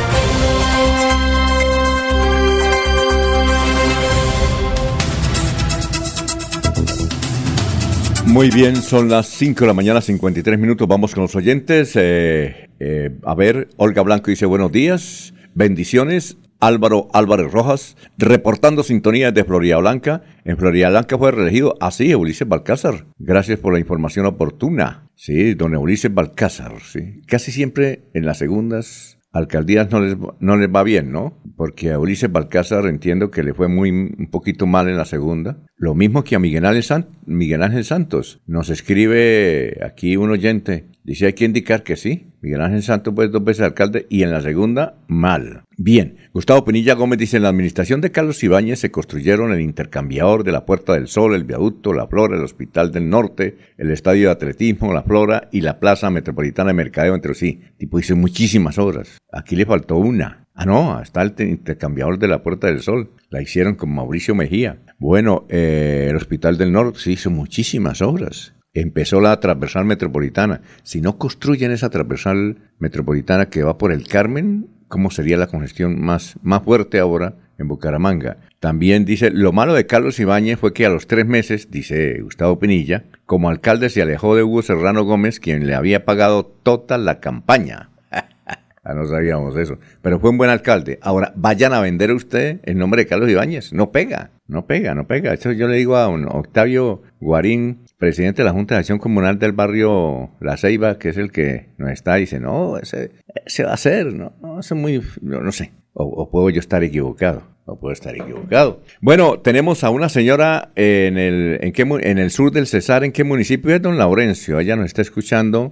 Muy bien, son las 5 de la mañana, 53 minutos. Vamos con los oyentes. A ver, Olga Blanco dice buenos días, bendiciones. Álvaro Álvarez Rojas, reportando sintonía desde Florida Blanca. En Florida Blanca fue reelegido así Ulises Balcázar. Gracias por la información oportuna. Sí, don Ulises Balcázar, sí. Casi siempre en las segundas alcaldías no les va bien, ¿no? Porque a Ulises Balcázar entiendo que le fue un poquito mal en la segunda. Lo mismo que a Miguel Ángel Santos. Nos escribe aquí un oyente. Dice, hay que indicar que sí. Miguel Ángel Santos fue 2 veces alcalde y en la segunda, mal. Bien. Gustavo Pinilla Gómez dice, en la administración de Carlos Ibáñez se construyeron el intercambiador de la Puerta del Sol, el viaducto, la Flora, el Hospital del Norte, el Estadio de Atletismo, la Flora y la Plaza Metropolitana de Mercadeo, entre sí. Tipo, hizo muchísimas obras. Aquí le faltó una. Ah, no, está el intercambiador de la Puerta del Sol. La hicieron con Mauricio Mejía. Bueno, el Hospital del Norte se hizo muchísimas obras. Empezó la transversal metropolitana. Si no construyen esa transversal metropolitana que va por el Carmen, ¿cómo sería la congestión más fuerte ahora en Bucaramanga? También dice, lo malo de Carlos Ibáñez fue que a los 3 meses, dice Gustavo Pinilla, como alcalde se alejó de Hugo Serrano Gómez, quien le había pagado toda la campaña. No sabíamos eso, pero fue un buen alcalde. Ahora, vayan a vender a usted el nombre de Carlos Ibáñez. No pega. Eso yo le digo a un Octavio Guarín, presidente de la Junta de Acción Comunal del barrio La Ceiba, que es el que nos está, dice, no, ese va a ser, no, eso es muy, no sé, o puedo yo estar equivocado. Bueno, tenemos a una señora en el sur del Cesar. ¿En qué municipio es, don Laurencio? Ella nos está escuchando.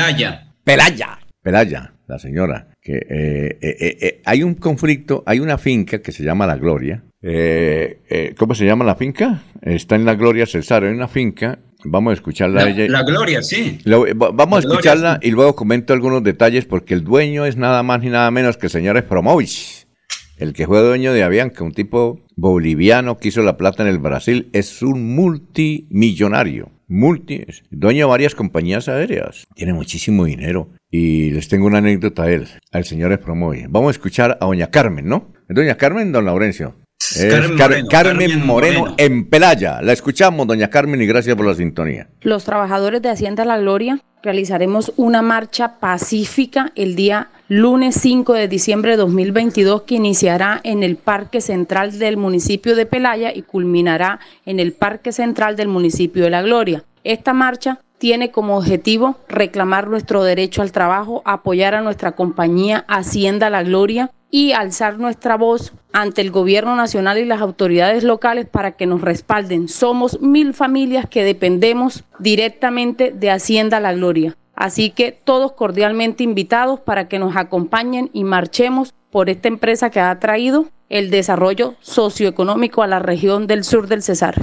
Pelaya, la señora, que hay un conflicto, hay una finca que se llama La Gloria. ¿Cómo se llama la finca? Está en La Gloria, Cesar, hay una finca. Vamos a escucharla a ella. La Gloria, sí. Vamos a escucharla y luego comento algunos detalles, porque el dueño es nada más ni nada menos que el señor Efromovich, el que fue dueño de Avianca, un tipo boliviano que hizo la plata en el Brasil. Es un multimillonario. Dueño de varias compañías aéreas. Tiene muchísimo dinero. Y les tengo una anécdota a él, al señor Efromovich. Vamos a escuchar a doña Carmen, ¿no? ¿Es doña Carmen, don Laurencio? Carmen Moreno en Pelaya. La escuchamos, doña Carmen, y gracias por la sintonía. Los trabajadores de Hacienda La Gloria realizaremos una marcha pacífica el día lunes 5 de diciembre de 2022 que iniciará en el Parque Central del municipio de Pelaya y culminará en el Parque Central del municipio de La Gloria. Esta marcha tiene como objetivo reclamar nuestro derecho al trabajo, apoyar a nuestra compañía Hacienda La Gloria y alzar nuestra voz ante el gobierno nacional y las autoridades locales para que nos respalden. Somos 1000 familias que dependemos directamente de Hacienda La Gloria. Así que todos cordialmente invitados para que nos acompañen y marchemos por esta empresa que ha traído el desarrollo socioeconómico a la región del sur del Cesar.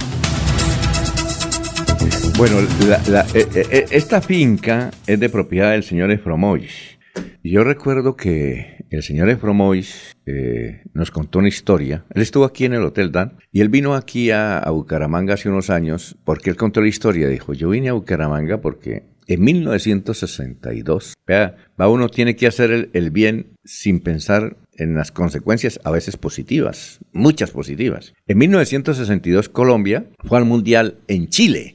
Bueno, esta finca es de propiedad del señor Efromovich. Yo recuerdo que el señor Efromovich nos contó una historia. Él estuvo aquí en el Hotel Dan y él vino aquí a Bucaramanga hace unos años porque él contó la historia. Dijo, yo vine a Bucaramanga porque en 1962, uno tiene que hacer el bien sin pensar en las consecuencias, a veces positivas, muchas positivas. En 1962 Colombia fue al Mundial en Chile.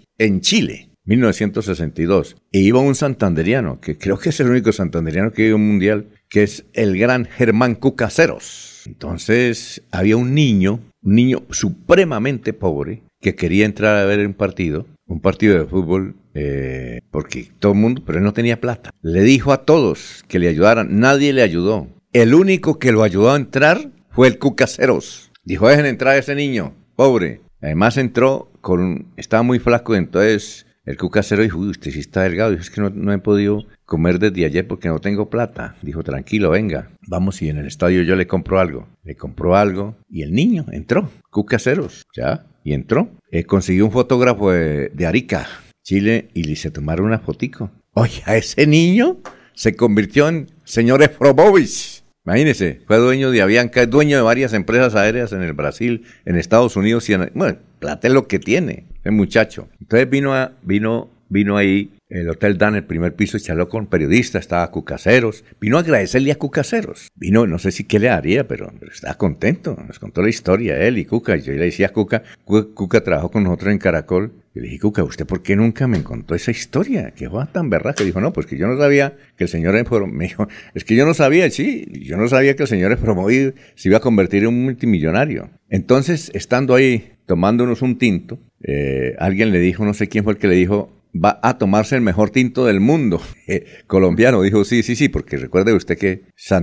1962, e iba un santanderiano, que creo que es el único santanderiano que iba a un mundial, que es el gran Germán Cucaseros. Entonces, había un niño supremamente pobre, que quería entrar a ver un partido de fútbol, porque todo el mundo, pero él no tenía plata. Le dijo a todos que le ayudaran, nadie le ayudó. El único que lo ayudó a entrar fue el Cucaseros. Dijo, dejen entrar a ese niño, pobre. Además estaba muy flaco, entonces El Cuca Acero dijo, uy, usted sí está delgado. Dijo, es que no he podido comer desde ayer porque no tengo plata. Dijo, tranquilo, venga, vamos y en el estadio yo le compro algo. Le compró algo y el niño entró, Cuca Aceros, ya, y entró. Consiguió un fotógrafo de Arica, Chile, y se tomaron una fotico. Oye, a ese niño se convirtió en señor Efromovich. Imagínese, fue dueño de Avianca, es dueño de varias empresas aéreas en el Brasil, en Estados Unidos, bueno, plata es lo que tiene, el muchacho. Entonces vino ahí el Hotel Dan, el primer piso, y charló con periodistas, estaba Cuca Aceros, vino a agradecerle a Cuca Aceros. Vino, no sé si qué le haría, pero estaba contento, nos contó la historia, él y Cuca, y yo le decía a Cuca trabajó con nosotros en Caracol, y le dije, Cuca, ¿usted por qué nunca me contó esa historia? Que fue tan berraca. Dijo, no, pues que yo no sabía que el señor me dijo, es que yo no sabía, sí, yo no sabía que el señor Efromovich se iba a convertir en un multimillonario. Entonces, estando ahí, tomándonos un tinto, alguien le dijo, no sé quién fue el que le dijo, va a tomarse el mejor tinto del mundo. Colombiano, dijo, sí, porque recuerde usted que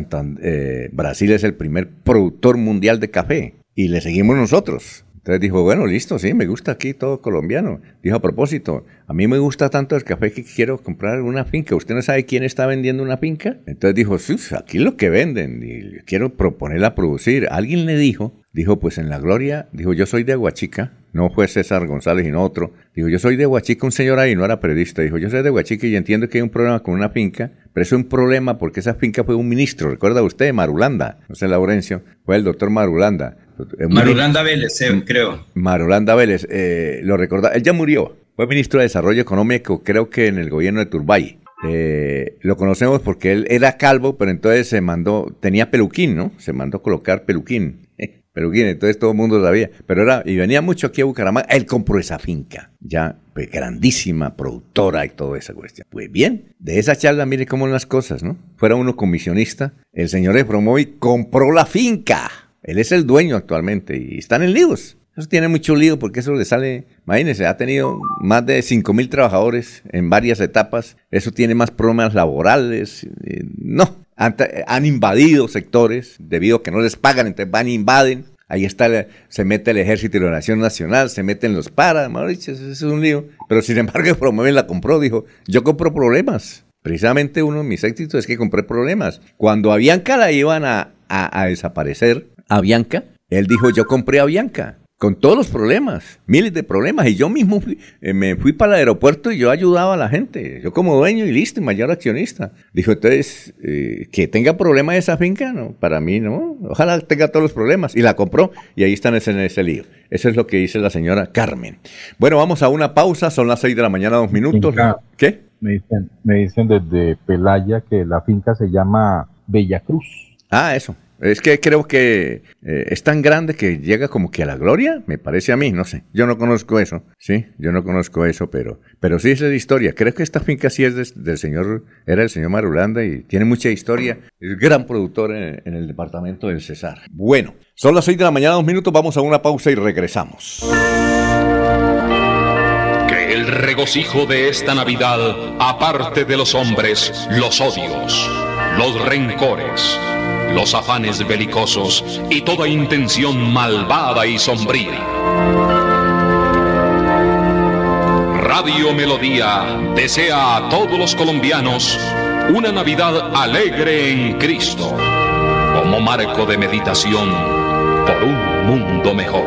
Brasil es el primer productor mundial de café, y le seguimos nosotros. Entonces dijo, bueno, listo, sí, me gusta aquí todo colombiano. Dijo, a propósito, a mí me gusta tanto el café que quiero comprar una finca. ¿Usted no sabe quién está vendiendo una finca? Entonces dijo, sí, aquí lo que venden, y quiero proponerla a producir. Alguien le dijo, pues en La Gloria, dijo, yo soy de Aguachica. No fue César González, sino otro. Dijo, yo soy de Aguachica, un señor ahí, no era periodista. Dijo, yo soy de Aguachica y entiendo que hay un problema con una finca, pero es un problema porque esa finca fue un ministro. ¿Recuerda usted? Marulanda, no sé, Laurencio, fue el doctor Marulanda. Marulanda Vélez, creo. Marulanda Vélez, lo recordaba, él ya murió. Fue ministro de Desarrollo Económico, creo que en el gobierno de Turbay. Lo conocemos porque él era calvo, pero entonces tenía peluquín, ¿no? Se mandó colocar peluquín, entonces todo el mundo sabía. Y venía mucho aquí a Bucaramanga, él compró esa finca, ya, pues grandísima, productora y toda esa cuestión. Pues bien, de esa charla, mire cómo son las cosas, ¿no? Fuera uno comisionista, el señor Efromovich compró la finca. Él es el dueño actualmente y están en líos. Eso tiene mucho lío porque eso le sale, imagínense, ha tenido más de 5,000 trabajadores en varias etapas. Eso tiene más problemas laborales. Han invadido sectores debido a que no les pagan, entonces van e invaden. Ahí se mete el Ejército de la Nación Nacional, se meten los paras, Mauricio, eso es un lío. Pero sin embargo, Promueve la compró, dijo, yo compro problemas. Precisamente uno de mis éxitos es que compré problemas. Cuando a Avianca la iban a desaparecer, Avianca, él dijo, yo compré a Avianca, con todos los problemas, miles de problemas, y yo mismo me fui para el aeropuerto y yo ayudaba a la gente, yo como dueño y listo, mayor accionista. Dijo, entonces, que tenga problema esa finca, no, para mí no, ojalá tenga todos los problemas, y la compró, y ahí están en ese lío. Eso es lo que dice la señora Carmen. Bueno, vamos a una pausa, son las 6 de la mañana, 2 minutos. Finca, ¿qué? Me dicen desde Pelaya que la finca se llama Bella Cruz. Ah, eso. Es que creo que es tan grande que llega como que a la gloria, me parece a mí, no sé. Yo no conozco eso, sí, pero sí esa es la historia. Creo que esta finca sí es era el señor Marulanda y tiene mucha historia. Es gran productor en el departamento del Cesar. Bueno, son las 6 de la mañana, 2 minutos, vamos a una pausa y regresamos. Que el regocijo de esta Navidad aparte de los hombres los odios, los rencores, los afanes belicosos y toda intención malvada y sombría. Radio Melodía desea a todos los colombianos una Navidad alegre en Cristo, como marco de meditación por un mundo mejor.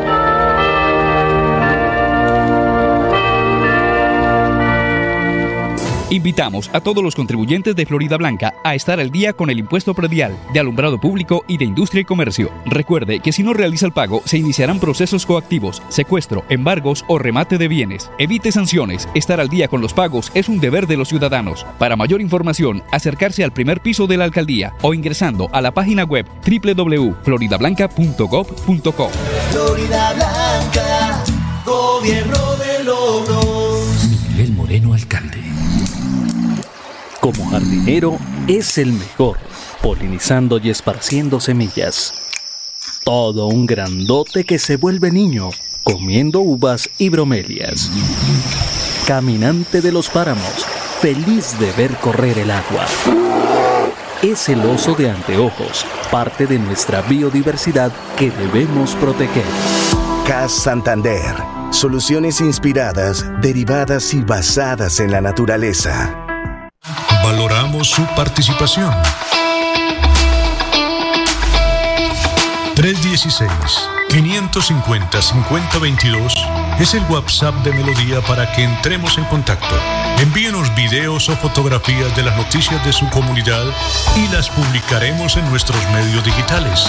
Invitamos a todos los contribuyentes de Florida Blanca a estar al día con el impuesto predial, de alumbrado público y de industria y comercio. Recuerde que si no realiza el pago, se iniciarán procesos coactivos, secuestro, embargos o remate de bienes. Evite sanciones. Estar al día con los pagos es un deber de los ciudadanos. Para mayor información, acercarse al primer piso de la alcaldía o ingresando a la página web www.floridablanca.gov.co. Florida Blanca, gobierno de logros. Miguel Moreno, alcalde. Como jardinero es el mejor, polinizando y esparciendo semillas. Todo un grandote que se vuelve niño, comiendo uvas y bromelias. Caminante de los páramos, feliz de ver correr el agua. Es el oso de anteojos, parte de nuestra biodiversidad que debemos proteger. CAS Santander. Soluciones inspiradas, derivadas y basadas en la naturaleza. Valoramos su participación. 316-550-5022 es el WhatsApp de Melodía para que entremos en contacto. Envíenos videos o fotografías de las noticias de su comunidad y las publicaremos en nuestros medios digitales.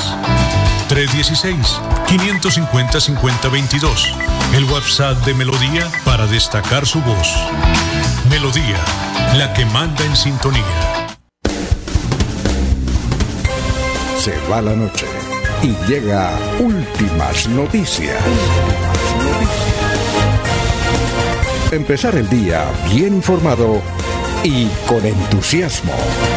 316-550-5022, el WhatsApp de Melodía para destacar su voz. Melodía, la que manda en sintonía. Se va la noche y llega Últimas Noticias. Empezar el día bien informado y con entusiasmo.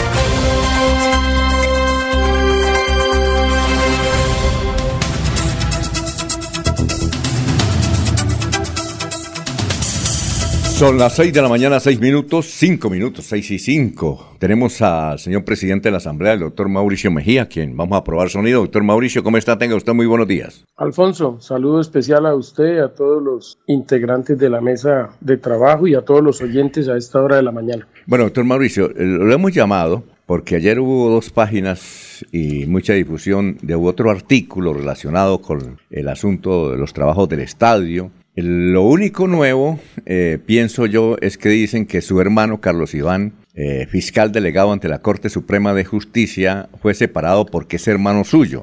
Son las 6 de la mañana, 6 minutos, 5 minutos, 6 y 5. Tenemos al señor presidente de la Asamblea, el doctor Mauricio Mejía, quien vamos a probar sonido. Doctor Mauricio, ¿cómo está? Tenga usted muy buenos días. Alfonso, saludo especial a usted, a todos los integrantes de la mesa de trabajo y a todos los oyentes a esta hora de la mañana. Bueno, doctor Mauricio, lo hemos llamado porque ayer hubo 2 páginas y mucha difusión de otro artículo relacionado con el asunto de los trabajos del estadio. Lo único nuevo, pienso yo, es que dicen que su hermano Carlos Iván, fiscal delegado ante la Corte Suprema de Justicia, fue separado porque es hermano suyo.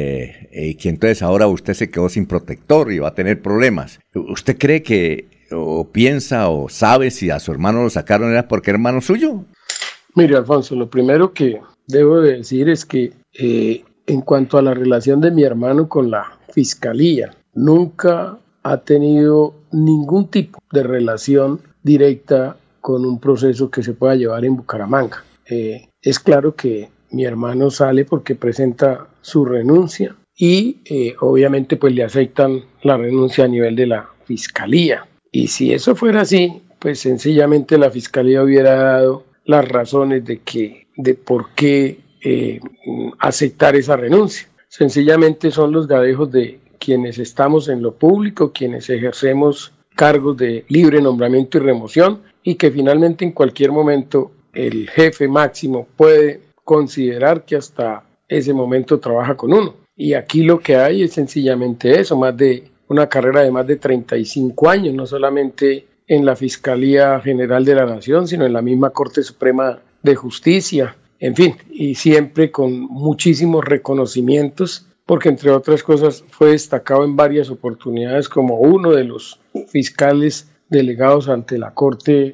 Y que entonces ahora usted se quedó sin protector y va a tener problemas. ¿Usted cree que, o piensa, o sabe si a su hermano lo sacaron era porque era hermano suyo? Mire, Alfonso, lo primero que debo de decir es que en cuanto a la relación de mi hermano con la fiscalía, nunca ha tenido ningún tipo de relación directa con un proceso que se pueda llevar en Bucaramanga. Es claro que mi hermano sale porque presenta su renuncia y obviamente pues le aceptan la renuncia a nivel de la fiscalía. Y si eso fuera así, pues sencillamente la fiscalía hubiera dado las razones de por qué aceptar esa renuncia. Sencillamente son los gadejos de quienes estamos en lo público, quienes ejercemos cargos de libre nombramiento y remoción, y que finalmente en cualquier momento el jefe máximo puede considerar que hasta ese momento trabaja con uno. Y aquí lo que hay es sencillamente eso, una carrera de más de 35 años, no solamente en la Fiscalía General de la Nación, sino en la misma Corte Suprema de Justicia, en fin, y siempre con muchísimos reconocimientos, porque entre otras cosas fue destacado en varias oportunidades como uno de los fiscales delegados ante la Corte,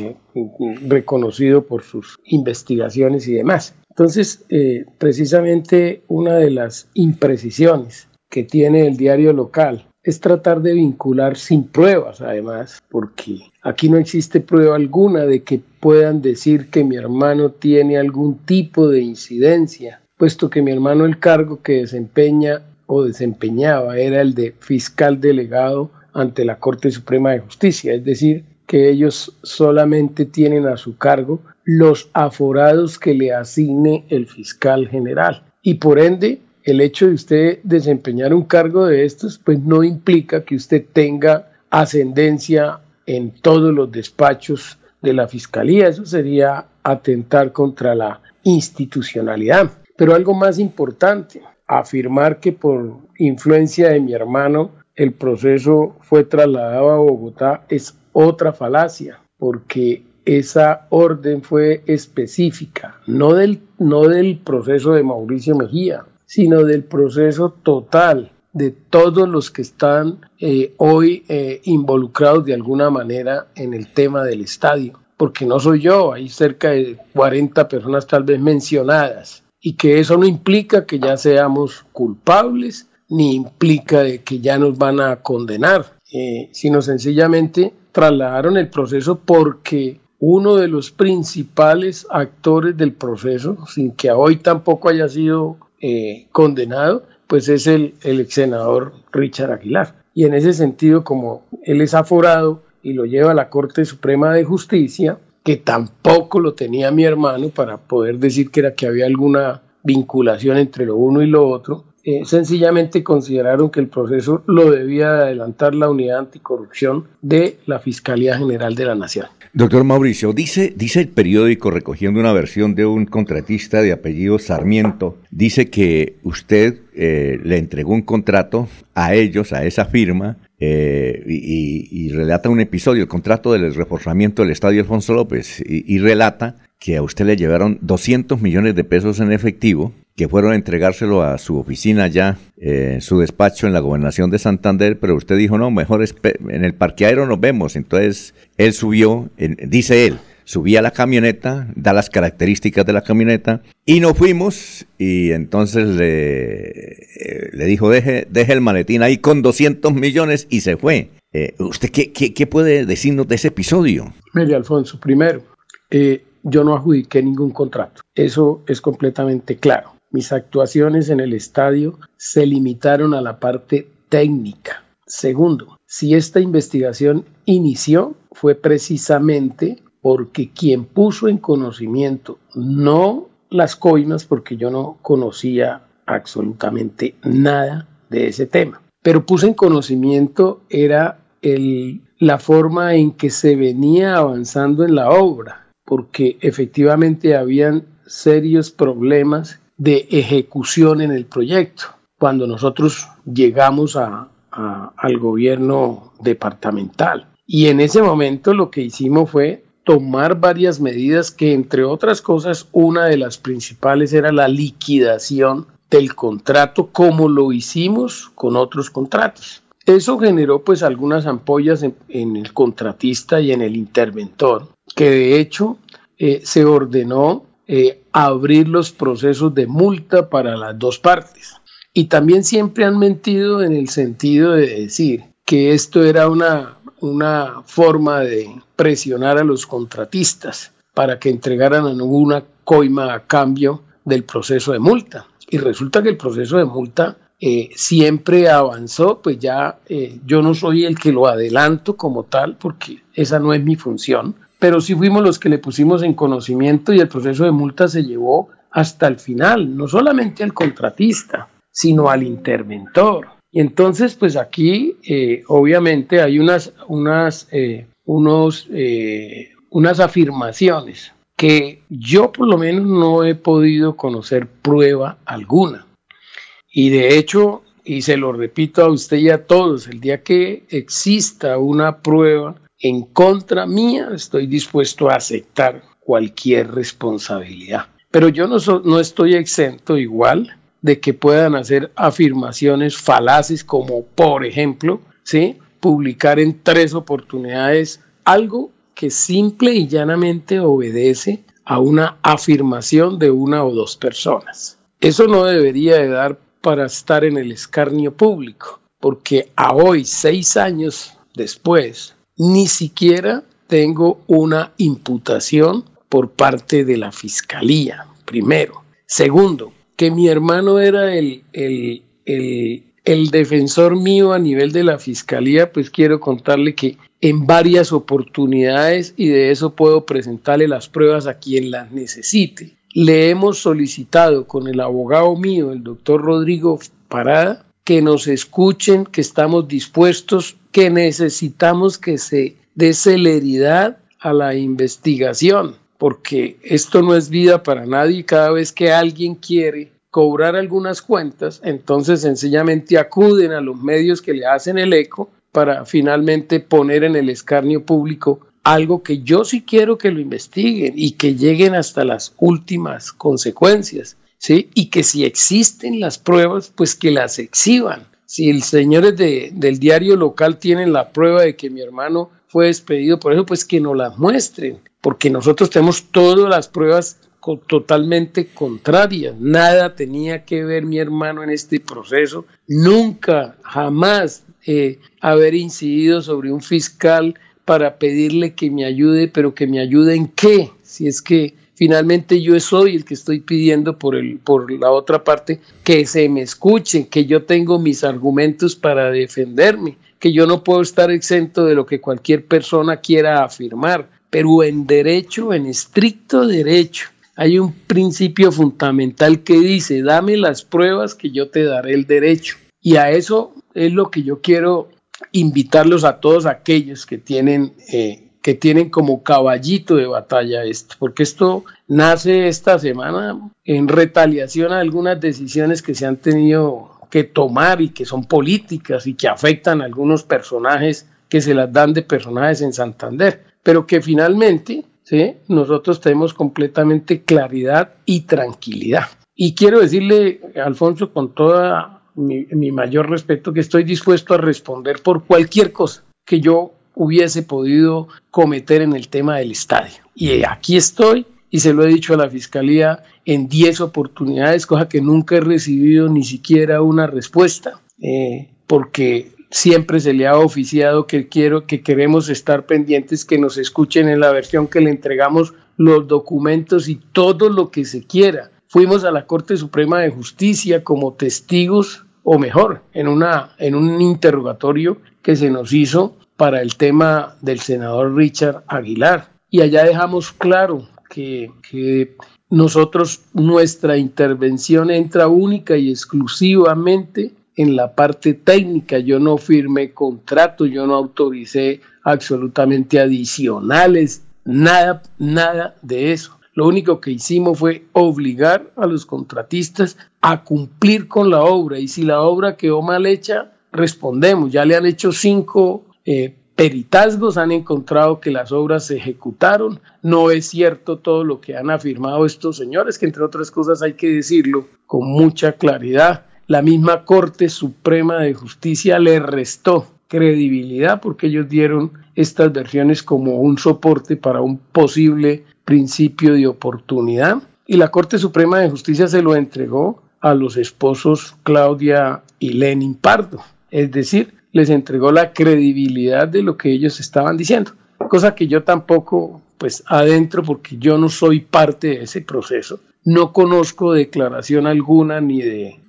reconocido por sus investigaciones y demás. Entonces, precisamente una de las imprecisiones que tiene el diario local es tratar de vincular sin pruebas, además, porque aquí no existe prueba alguna de que puedan decir que mi hermano tiene algún tipo de incidencia, puesto que mi hermano el cargo que desempeña o desempeñaba era el de fiscal delegado ante la Corte Suprema de Justicia, es decir, que ellos solamente tienen a su cargo los aforados que le asigne el fiscal general. Y por ende, el hecho de usted desempeñar un cargo de estos, pues no implica que usted tenga ascendencia en todos los despachos de la Fiscalía. Eso sería atentar contra la institucionalidad. Pero algo más importante, afirmar que por influencia de mi hermano el proceso fue trasladado a Bogotá es otra falacia, porque esa orden fue específica, no del proceso de Mauricio Mejía, sino del proceso total de todos los que están hoy involucrados de alguna manera en el tema del estadio, porque no soy yo, hay cerca de 40 personas tal vez mencionadas, y que eso no implica que ya seamos culpables, ni implica de que ya nos van a condenar, sino sencillamente trasladaron el proceso porque uno de los principales actores del proceso, sin que hoy tampoco haya sido condenado, pues es el ex senador Richard Aguilar. Y en ese sentido, como él es aforado y lo lleva a la Corte Suprema de Justicia, que tampoco lo tenía mi hermano para poder decir que había alguna vinculación entre lo uno y lo otro, sencillamente consideraron que el proceso lo debía adelantar la unidad anticorrupción de la Fiscalía General de la Nación. Doctor Mauricio, dice el periódico, recogiendo una versión de un contratista de apellido Sarmiento, dice que usted le entregó un contrato a ellos, a esa firma, y relata un episodio, el contrato del reforzamiento del Estadio Alfonso López, y relata que a usted le llevaron 200 millones de pesos en efectivo, que fueron a entregárselo a su oficina allá, su despacho en la Gobernación de Santander, pero usted dijo, no, mejor en el parqueadero nos vemos. Entonces él subió, dice él, subí a la camioneta, da las características de la camioneta, y nos fuimos, y entonces le dijo, deje el maletín ahí con 200 millones, y se fue. ¿Usted qué puede decirnos de ese episodio? Mire, Alfonso, primero, yo no adjudiqué ningún contrato, eso es completamente claro. Mis actuaciones en el estadio se limitaron a la parte técnica. Segundo, si esta investigación inició fue precisamente porque quien puso en conocimiento, no las coimas, porque yo no conocía absolutamente nada de ese tema, pero puse en conocimiento era la forma en que se venía avanzando en la obra, porque efectivamente habían serios problemas de ejecución en el proyecto. Cuando nosotros llegamos al gobierno departamental, y en ese momento lo que hicimos fue tomar varias medidas que, entre otras cosas, una de las principales era la liquidación del contrato, como lo hicimos con otros contratos. Eso generó pues algunas ampollas en el contratista y en el interventor, que de hecho se ordenó abrir los procesos de multa para las dos partes. Y también siempre han mentido en el sentido de decir que esto era una forma de presionar a los contratistas para que entregaran alguna coima a cambio del proceso de multa. Y resulta que el proceso de multa siempre avanzó, pues ya yo no soy el que lo adelanto como tal, porque esa no es mi función, pero sí fuimos los que le pusimos en conocimiento y el proceso de multa se llevó hasta el final, no solamente al contratista, sino al interventor. Y entonces, pues aquí obviamente hay unas afirmaciones que yo por lo menos no he podido conocer prueba alguna. Y de hecho, y se lo repito a usted y a todos, el día que exista una prueba en contra mía, estoy dispuesto a aceptar cualquier responsabilidad. Pero yo no estoy exento igual de que puedan hacer afirmaciones falaces como, por ejemplo, ¿sí?, publicar en 3 oportunidades algo que simple y llanamente obedece a una afirmación de 1 o 2 personas. Eso no debería de dar para estar en el escarnio público, porque a hoy, 6 años después, ni siquiera tengo una imputación por parte de la Fiscalía, primero. Segundo, que mi hermano era el defensor mío a nivel de la Fiscalía, pues quiero contarle que en varias oportunidades, y de eso puedo presentarle las pruebas a quien las necesite, le hemos solicitado con el abogado mío, el doctor Rodrigo Parada, que nos escuchen, que estamos dispuestos, que necesitamos que se dé celeridad a la investigación, porque esto no es vida para nadie. Cada vez que alguien quiere cobrar algunas cuentas, entonces sencillamente acuden a los medios que le hacen el eco para finalmente poner en el escarnio público algo que yo sí quiero que lo investiguen y que lleguen hasta las últimas consecuencias, ¿sí? Y que si existen las pruebas, pues que las exhiban. Si los señores del diario local tienen la prueba de que mi hermano fue despedido por eso, pues que nos las muestren, porque nosotros tenemos todas las pruebas totalmente contrarias. Nada tenía que ver mi hermano en este proceso, nunca, jamás haber incidido sobre un fiscal para pedirle que me ayude, pero que me ayude ¿en qué? Si es que finalmente yo soy el que estoy pidiendo por la otra parte que se me escuchen, que yo tengo mis argumentos para defenderme, que yo no puedo estar exento de lo que cualquier persona quiera afirmar, pero en derecho, en estricto derecho, hay un principio fundamental que dice, dame las pruebas que yo te daré el derecho. Y a eso es lo que yo quiero invitarlos a todos aquellos que tienen como caballito de batalla esto, porque esto nace esta semana en retaliación a algunas decisiones que se han tenido que tomar y que son políticas y que afectan a algunos personajes que se las dan de personajes en Santander, pero que finalmente, ¿sí?, nosotros tenemos completamente claridad y tranquilidad. Y quiero decirle, Alfonso, con toda mi mayor respeto, que estoy dispuesto a responder por cualquier cosa que yo hubiese podido cometer en el tema del estadio. Y aquí estoy, y se lo he dicho a la Fiscalía en 10 oportunidades, cosa que nunca he recibido ni siquiera una respuesta, porque siempre se le ha oficiado que queremos estar pendientes, que nos escuchen en la versión que le entregamos los documentos y todo lo que se quiera. Fuimos a la Corte Suprema de Justicia como testigos, o mejor, en un interrogatorio que se nos hizo para el tema del senador Richard Aguilar. Y allá dejamos claro que nosotros, nuestra intervención entra única y exclusivamente en la parte técnica. Yo no firmé contrato, yo no autoricé absolutamente adicionales, nada de eso. Lo único que hicimos fue obligar a los contratistas a cumplir con la obra, y si la obra quedó mal hecha, respondemos. Ya le han hecho 5 peritazgos, han encontrado que las obras se ejecutaron. No es cierto todo lo que han afirmado estos señores, que entre otras cosas hay que decirlo con mucha claridad. La misma Corte Suprema de Justicia le restó credibilidad porque ellos dieron estas versiones como un soporte para un posible principio de oportunidad, y la Corte Suprema de Justicia se lo entregó a los esposos Claudia y Lenin Pardo, es decir, les entregó la credibilidad de lo que ellos estaban diciendo, cosa que yo tampoco pues adentro, porque yo no soy parte de ese proceso, no conozco declaración alguna ni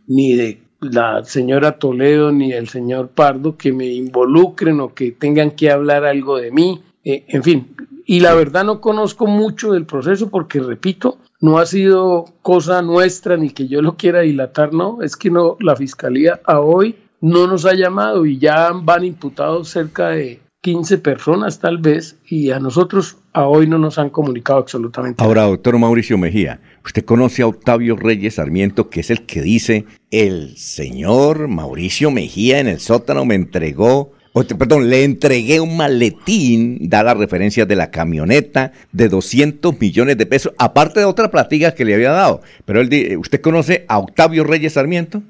de la señora Toledo ni del señor Pardo que me involucren o que tengan que hablar algo de mí, en fin. Y la verdad no conozco mucho del proceso porque, repito, no ha sido cosa nuestra ni que yo lo quiera dilatar, no, es que no, la Fiscalía a hoy no nos ha llamado y ya van imputados cerca de 15 personas tal vez, y a nosotros a hoy no nos han comunicado absolutamente nada. Ahora, doctor Mauricio Mejía, ¿usted conoce a Octavio Reyes Sarmiento, que es el que dice, el señor Mauricio Mejía en el sótano me entregó, le entregué un maletín, da las referencias de la camioneta de 200 millones de pesos, aparte de otra platica que le había dado? Pero ¿usted conoce a Octavio Reyes Sarmiento?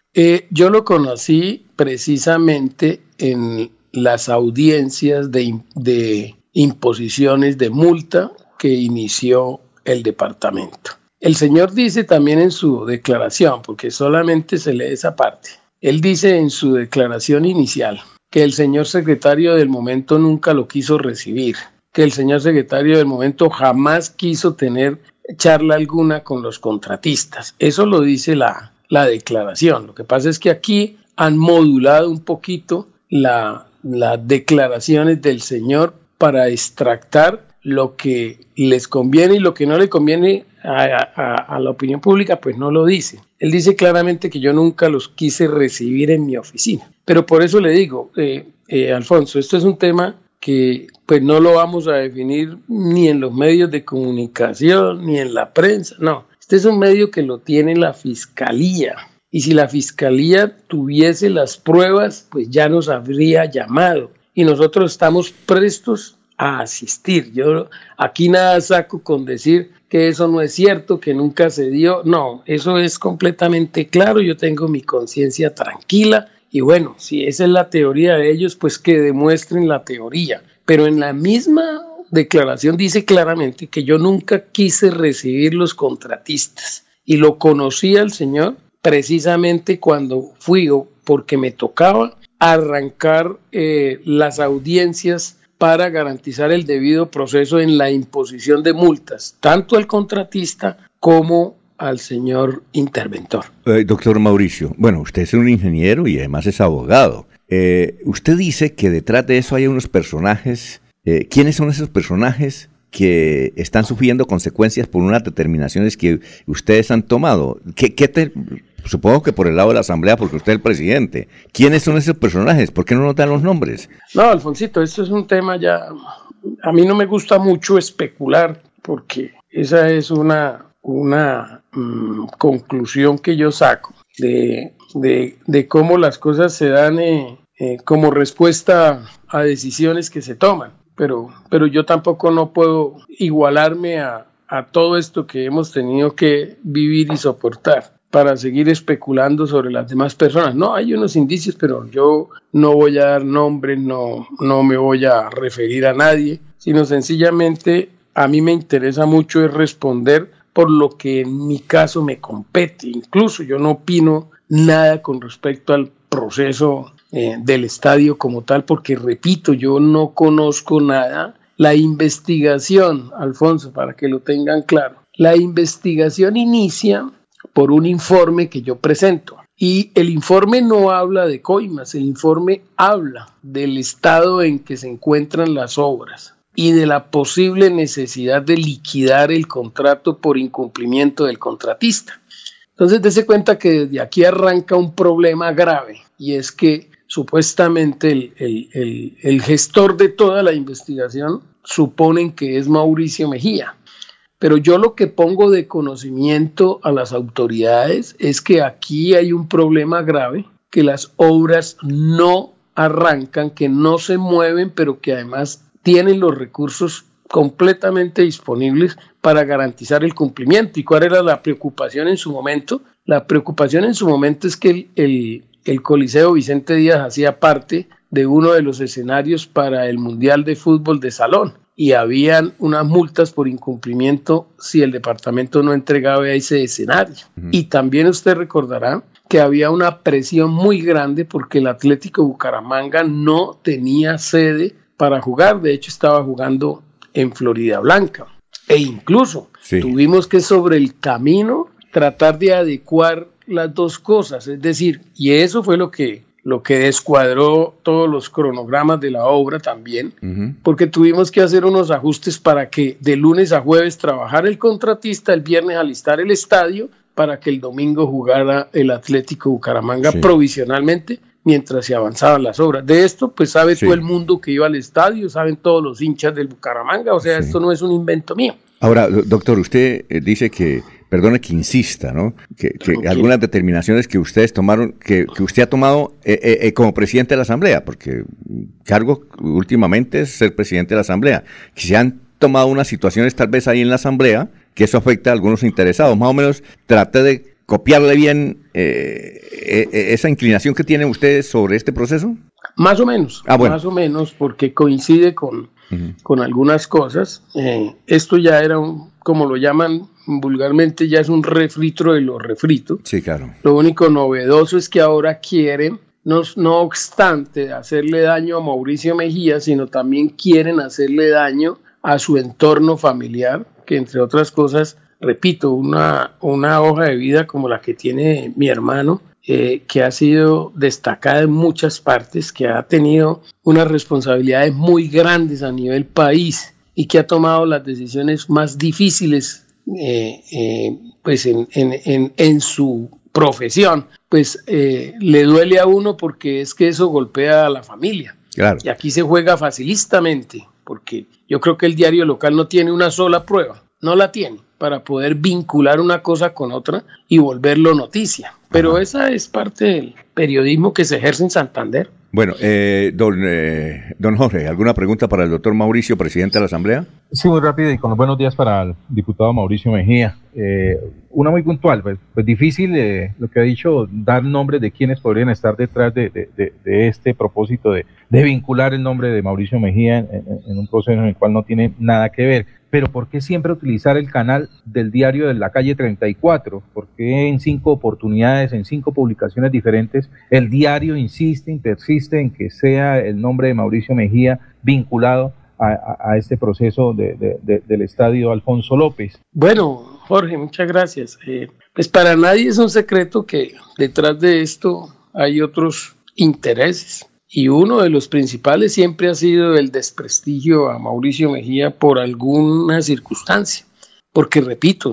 Yo lo conocí precisamente en las audiencias de imposiciones de multa que inició el departamento. El señor dice también en su declaración, porque solamente se lee esa parte, él dice en su declaración inicial que el señor secretario del momento nunca lo quiso recibir, que el señor secretario del momento jamás quiso tener charla alguna con los contratistas. Eso lo dice la declaración. Lo que pasa es que aquí han modulado un poquito las declaraciones del señor para extractar lo que les conviene, y lo que no le conviene a la opinión pública pues no lo dice. Él dice claramente que yo nunca los quise recibir en mi oficina, pero por eso le digo, Alfonso, esto es un tema que pues no lo vamos a definir ni en los medios de comunicación ni en la prensa, no, este es un medio que lo tiene la Fiscalía, y si la Fiscalía tuviese las pruebas pues ya nos habría llamado, y nosotros estamos prestos a asistir. Yo aquí nada saco con decir que eso no es cierto, que nunca se dio, no, eso es completamente claro, yo tengo mi conciencia tranquila, y bueno, si esa es la teoría de ellos, pues que demuestren la teoría, pero en la misma declaración dice claramente que yo nunca quise recibir los contratistas, y lo conocí al señor precisamente cuando fui, porque me tocaba arrancar las audiencias para garantizar el debido proceso en la imposición de multas, tanto al contratista como al señor interventor. Doctor Mauricio, bueno, usted es un ingeniero y además es abogado. Usted dice que detrás de eso hay unos personajes. ¿Quiénes son esos personajes que están sufriendo consecuencias por unas determinaciones que ustedes han tomado. Supongo que por el lado de la Asamblea, porque usted es el presidente. ¿Quiénes son esos personajes? ¿Por qué no nos dan los nombres? No, Alfonsito, esto es un tema ya... A mí no me gusta mucho especular, porque esa es una conclusión que yo saco de cómo las cosas se dan como respuesta a decisiones que se toman. Pero yo tampoco no puedo igualarme a todo esto que hemos tenido que vivir y soportar para seguir especulando sobre las demás personas. No, hay unos indicios, pero yo no voy a dar nombres, no me voy a referir a nadie, sino sencillamente a mí me interesa mucho es responder por lo que en mi caso me compete. Incluso yo no opino nada con respecto al proceso del estadio como tal, porque repito, yo no conozco nada. La investigación, Alfonso, para que lo tengan claro, la investigación inicia por un informe que yo presento. Y el informe no habla de coimas, el informe habla del estado en que se encuentran las obras y de la posible necesidad de liquidar el contrato por incumplimiento del contratista. Entonces, dése cuenta que desde aquí arranca un problema grave, y es que supuestamente el gestor de toda la investigación suponen que es Mauricio Mejía. Pero yo lo que pongo de conocimiento a las autoridades es que aquí hay un problema grave, que las obras no arrancan, que no se mueven, pero que además tienen los recursos completamente disponibles para garantizar el cumplimiento. ¿Y cuál era la preocupación en su momento? La preocupación en su momento es que el Coliseo Vicente Díaz hacía parte de uno de los escenarios para el Mundial de Fútbol de Salón, y habían unas multas por incumplimiento si el departamento no entregaba ese escenario. Y también usted recordará que había una presión muy grande porque el Atlético Bucaramanga no tenía sede para jugar. De hecho, estaba jugando en Florida Blanca. E incluso tuvimos que sobre el camino tratar de adecuar las dos cosas. Es decir, y eso fue lo que descuadró todos los cronogramas de la obra también, porque tuvimos que hacer unos ajustes para que de lunes a jueves trabajara el contratista, el viernes alistar el estadio, para que el domingo jugara el Atlético Bucaramanga provisionalmente, mientras se avanzaban las obras. De esto, pues sabe todo el mundo que iba al estadio, saben todos los hinchas del Bucaramanga, o sea, esto no es un invento mío. Ahora, doctor, usted dice que, perdone que insista, ¿no? Que algunas determinaciones que ustedes tomaron, que usted ha tomado como presidente de la Asamblea, porque cargo últimamente es ser presidente de la Asamblea, que se han tomado unas situaciones tal vez ahí en la Asamblea, que eso afecta a algunos interesados. Más o menos traté de copiarle bien esa inclinación que tienen ustedes sobre este proceso. Más o menos, más o menos, porque coincide con algunas cosas. Esto ya era como lo llaman vulgarmente, ya es un refrito de lo refrito. Sí, claro. Lo único novedoso es que ahora quieren, no obstante hacerle daño a Mauricio Mejía, sino también quieren hacerle daño a su entorno familiar, que entre otras cosas, repito, una hoja de vida como la que tiene mi hermano, que ha sido destacada en muchas partes, que ha tenido unas responsabilidades muy grandes a nivel país y que ha tomado las decisiones más difíciles pues en su profesión, pues le duele a uno, porque es que eso golpea a la familia. Claro. Y aquí se juega facilistamente, porque yo creo que el diario local no tiene una sola prueba, no la tiene, para poder vincular una cosa con otra y volverlo noticia. Pero esa es parte del periodismo que se ejerce en Santander. Bueno, don Jorge, ¿alguna pregunta para el doctor Mauricio, presidente de la Asamblea? Sí, muy rápido y con los buenos días para el diputado Mauricio Mejía. Una muy puntual, pues difícil lo que ha dicho, dar nombres de quienes podrían estar detrás de este propósito de vincular el nombre de Mauricio Mejía en un proceso en el cual no tiene nada que ver. Pero ¿por qué siempre utilizar el canal del diario de la calle 34? ¿Por qué en 5 oportunidades, en 5 publicaciones diferentes, el diario persiste en que sea el nombre de Mauricio Mejía vinculado a este proceso del estadio Alfonso López? Bueno, Jorge, muchas gracias. Pues para nadie es un secreto que detrás de esto hay otros intereses. Y uno de los principales siempre ha sido el desprestigio a Mauricio Mejía por alguna circunstancia. Porque, repito,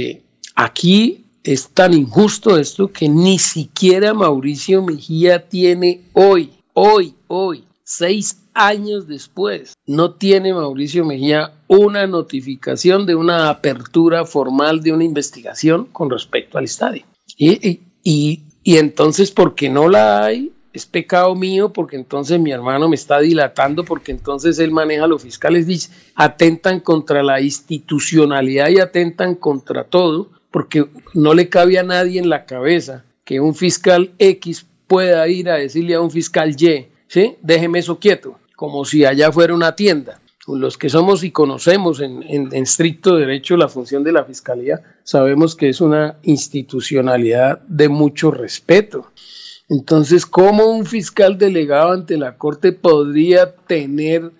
aquí es tan injusto esto que ni siquiera Mauricio Mejía tiene hoy, 6 años después, no tiene Mauricio Mejía una notificación de una apertura formal de una investigación con respecto al estadio. Y entonces, porque no la hay, es pecado mío, porque entonces mi hermano me está dilatando, porque entonces él maneja los fiscales, dice, atentan contra la institucionalidad y atentan contra todo, porque no le cabe a nadie en la cabeza que un fiscal X pueda ir a decirle a un fiscal Y, ¿sí? Déjeme eso quieto, como si allá fuera una tienda. Los que somos y conocemos en estricto derecho la función de la fiscalía, sabemos que es una institucionalidad de mucho respeto. Entonces, ¿cómo un fiscal delegado ante la Corte podría tener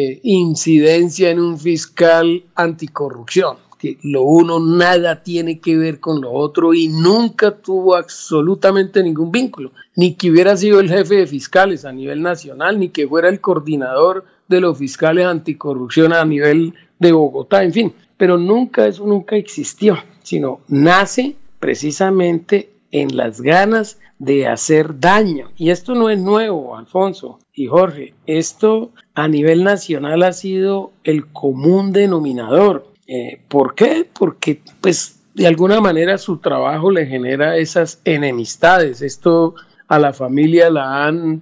incidencia en un fiscal anticorrupción? Que lo uno nada tiene que ver con lo otro y nunca tuvo absolutamente ningún vínculo, ni que hubiera sido el jefe de fiscales a nivel nacional, ni que fuera el coordinador de los fiscales anticorrupción a nivel de Bogotá, en fin, pero eso nunca existió, sino nace precisamente en las ganas de hacer daño. Y esto no es nuevo, Alfonso y Jorge, esto a nivel nacional ha sido el común denominador. ¿Por qué? Porque pues de alguna manera su trabajo le genera esas enemistades. Esto a la familia la han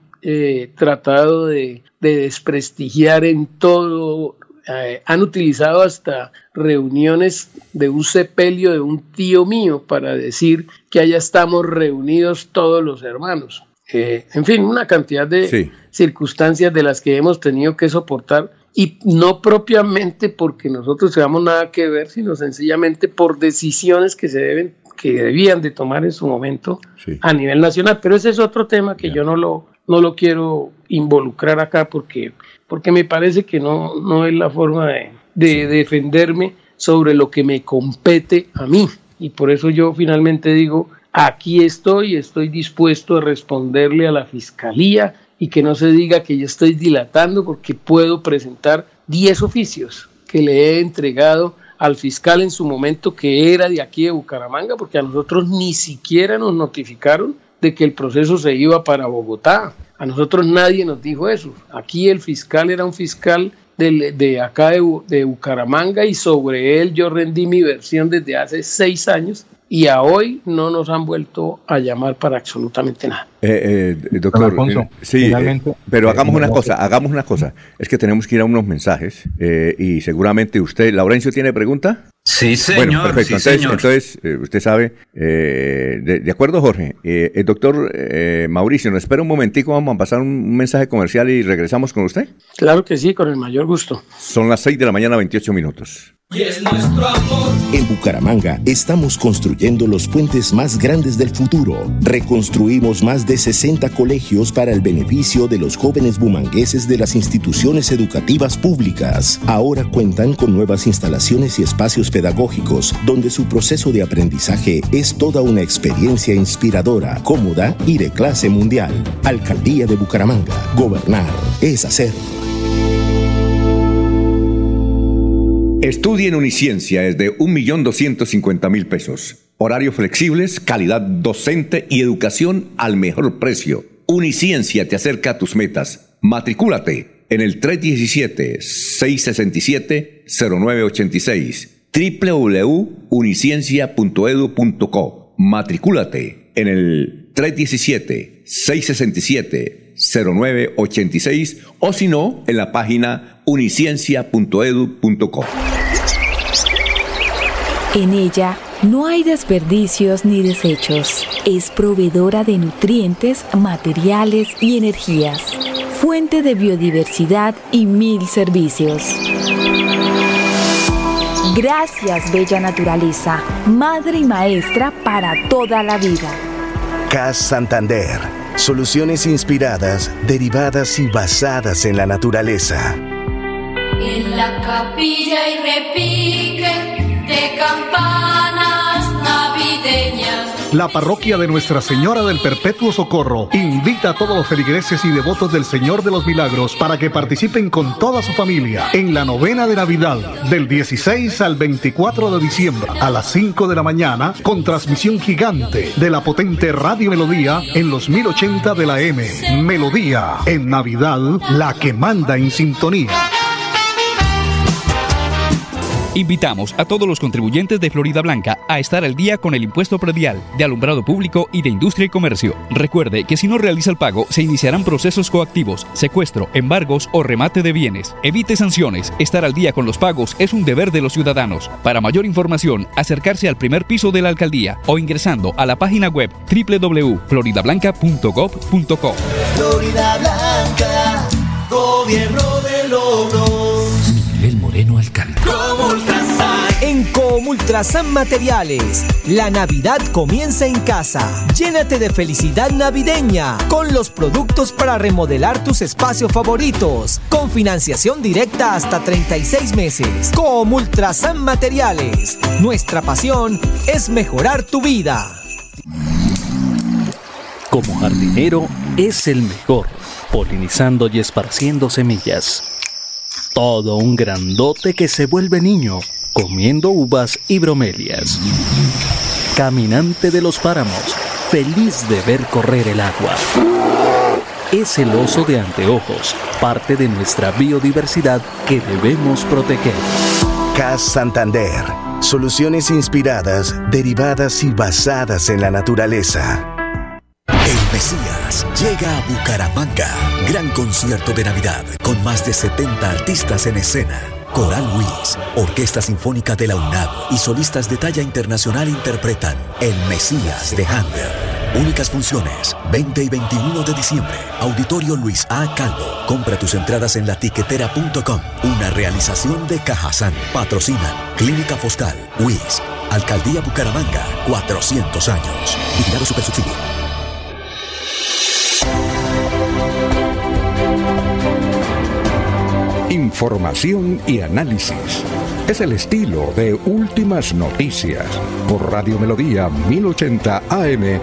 tratado de desprestigiar en todo. Han utilizado hasta reuniones de un sepelio de un tío mío para decir que allá estamos reunidos todos los hermanos. En fin, una cantidad de circunstancias de las que hemos tenido que soportar, y no propiamente porque nosotros tengamos nada que ver, sino sencillamente por decisiones que debían de tomar en su momento a nivel nacional. Pero ese es otro tema que yo no lo quiero involucrar acá porque me parece que no es la forma de defenderme sobre lo que me compete a mí. Y por eso yo finalmente digo, aquí estoy dispuesto a responderle a la Fiscalía, y que no se diga que yo estoy dilatando, porque puedo presentar 10 oficios que le he entregado al fiscal en su momento, que era de aquí de Bucaramanga, porque a nosotros ni siquiera nos notificaron de que el proceso se iba para Bogotá. A nosotros nadie nos dijo eso. Aquí el fiscal era un fiscal de acá de Bucaramanga, y sobre él yo rendí mi versión desde hace 6 años, y a hoy no nos han vuelto a llamar para absolutamente nada. Doctor, Alfonso, pero hagamos una cosa. Es que tenemos que ir a unos mensajes y seguramente usted, Laurencio, ¿tiene pregunta? Sí, señor. Bueno, perfecto. Sí, entonces usted sabe, de acuerdo, Jorge. El doctor Mauricio, nos espera un momentico, vamos a pasar un mensaje comercial y regresamos con usted. Claro que sí, con el mayor gusto. Son las 6 de la mañana, 28 minutos. Y es nuestro amor. En Bucaramanga estamos construyendo los puentes más grandes del futuro. Reconstruimos más de 60 colegios para el beneficio de los jóvenes bumangueses de las instituciones educativas públicas. Ahora cuentan con nuevas instalaciones y espacios pedagógicos, donde su proceso de aprendizaje es toda una experiencia inspiradora, cómoda y de clase mundial. Alcaldía de Bucaramanga. Gobernar es hacer. Estudie en Uniciencia desde 1.250.000 pesos. Horarios flexibles, calidad docente y educación al mejor precio. Uniciencia te acerca a tus metas. Matricúlate en el 317-667-0986. www.uniciencia.edu.co. Matricúlate en el 317-667-0986 o si no, en la página uniciencia.edu.co. En ella no hay desperdicios ni desechos. Es proveedora de nutrientes, materiales y energías. Fuente de biodiversidad y 1000 servicios. Gracias, bella naturaleza, madre y maestra para toda la vida. CAS Santander. Soluciones inspiradas, derivadas y basadas en la naturaleza. En la capilla y repique de campanas navideñas La parroquia de Nuestra Señora del Perpetuo Socorro invita a todos los feligreses y devotos del Señor de los Milagros para que participen con toda su familia en la novena de Navidad del 16 al 24 de diciembre a las 5 de la mañana con transmisión gigante de la potente Radio Melodía en los 1080 de la M. Melodía, en Navidad, la que manda en sintonía. Invitamos a todos los contribuyentes de Florida Blanca a estar al día con el impuesto predial, de alumbrado público y de industria y comercio. Recuerde que si no realiza el pago, se iniciarán procesos coactivos, secuestro, embargos o remate de bienes. Evite sanciones. Estar al día con los pagos es un deber de los ciudadanos. Para mayor información, acercarse al primer piso de la alcaldía o ingresando a la página web www.floridablanca.gov.co. Florida Blanca, gobierno de logros. Miguel Moreno, alcalde. En Comultrasan Materiales, la Navidad comienza en casa. Llénate de felicidad navideña con los productos para remodelar tus espacios favoritos, con financiación directa hasta 36 meses. Comultrasan Materiales, nuestra pasión es mejorar tu vida. Como jardinero es el mejor, polinizando y esparciendo semillas. Todo un grandote que se vuelve niño, comiendo uvas y bromelias. Caminante de los páramos, feliz de ver correr el agua. Es el oso de anteojos, parte de nuestra biodiversidad que debemos proteger. CAS Santander. Soluciones inspiradas, derivadas y basadas en la naturaleza. El Mesías llega a Bucaramanga. Gran concierto de Navidad con más de 70 artistas en escena. Coral Luis, Orquesta Sinfónica de la UNAM y solistas de talla internacional interpretan El Mesías de Handel. Únicas funciones, 20 y 21 de diciembre. Auditorio Luis A. Calvo. Compra tus entradas en latiquetera.com. Una realización de Cajazán. Patrocinan Clínica Foscal, WIS, Alcaldía Bucaramanga, 400 años. Vigilado Supersubsidio. Información y análisis. Es el estilo de Últimas Noticias por Radio Melodía 1080 AM.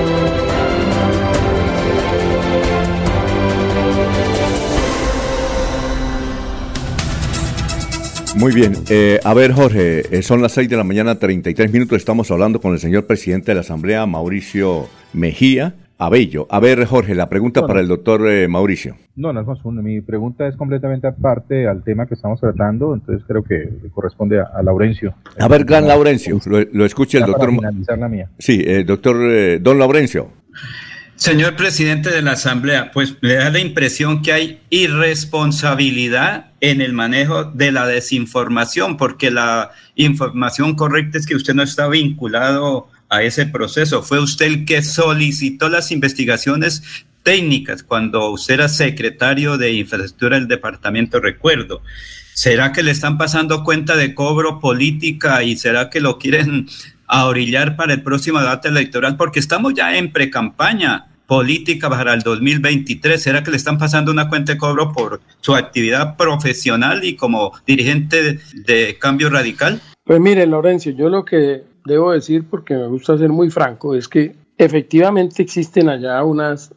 Muy bien, a ver Jorge, son las 6 de la mañana, 33 minutos, estamos hablando con el señor presidente de la Asamblea, Mauricio Mejía Abello. A ver Jorge, la pregunta para el doctor Mauricio. No, Alfonso, mi pregunta es completamente aparte al tema que estamos tratando, entonces creo que corresponde a Laurencio. A ver, gran Laurencio, lo escuche el doctor. Para finalizar la mía. Sí, don Laurencio. Señor presidente de la Asamblea, pues me da la impresión que hay irresponsabilidad en el manejo de la desinformación, porque la información correcta es que usted no está vinculado a ese proceso. Fue usted el que solicitó las investigaciones técnicas cuando usted era secretario de Infraestructura del departamento, recuerdo. ¿Será que le están pasando cuenta de cobro política y será que lo quieren ahorillar para el próximo debate electoral? Porque estamos ya en precampaña política para el 2023. ¿Será que le están pasando una cuenta de cobro por su actividad profesional y como dirigente de Cambio Radical? Pues mire, Laurencio, yo lo que debo decir, porque me gusta ser muy franco, es que efectivamente existen allá unas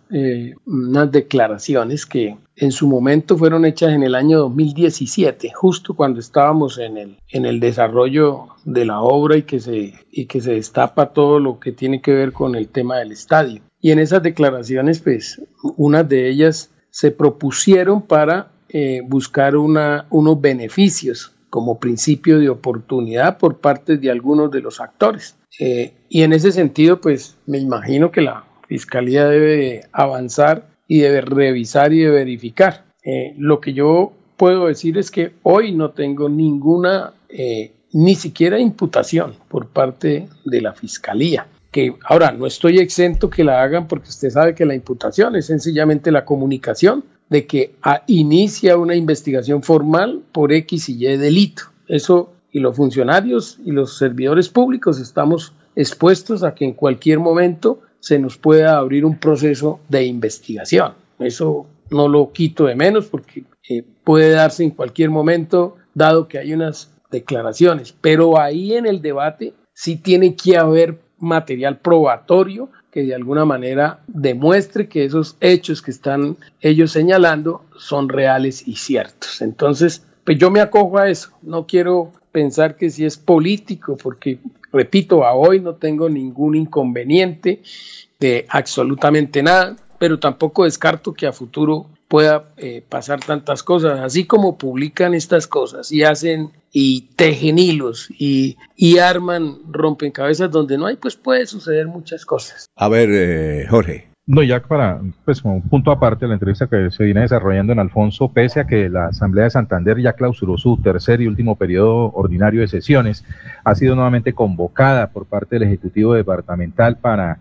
declaraciones que en su momento fueron hechas en el año 2017, justo cuando estábamos en el desarrollo de la obra y que se destapa todo lo que tiene que ver con el tema del estadio. Y en esas declaraciones, pues, unas de ellas se propusieron para buscar unos beneficios como principio de oportunidad por parte de algunos de los actores. Y en ese sentido, pues, me imagino que la Fiscalía debe avanzar y debe revisar y debe verificar. Lo que yo puedo decir es que hoy no tengo ninguna, ni siquiera imputación por parte de la Fiscalía. Que ahora no estoy exento que la hagan porque usted sabe que la imputación es sencillamente la comunicación de que inicia una investigación formal por X y Y delito. Eso, y los funcionarios y los servidores públicos estamos expuestos a que en cualquier momento se nos pueda abrir un proceso de investigación. Eso no lo quito de menos porque puede darse en cualquier momento, dado que hay unas declaraciones. Pero ahí en el debate sí tiene que haber material probatorio que de alguna manera demuestre que esos hechos que están ellos señalando son reales y ciertos. Entonces, pues yo me acojo a eso, no quiero pensar que si es político, porque, repito, a hoy no tengo ningún inconveniente de absolutamente nada, pero tampoco descarto que a futuro pueda pasar tantas cosas, así como publican estas cosas y hacen y tejen hilos y arman rompecabezas donde no hay, pues puede suceder muchas cosas. A ver, Jorge. No, ya para, pues como un punto aparte de la entrevista que se viene desarrollando en Alfonso, pese a que la Asamblea de Santander ya clausuró su tercer y último periodo ordinario de sesiones, ha sido nuevamente convocada por parte del Ejecutivo Departamental para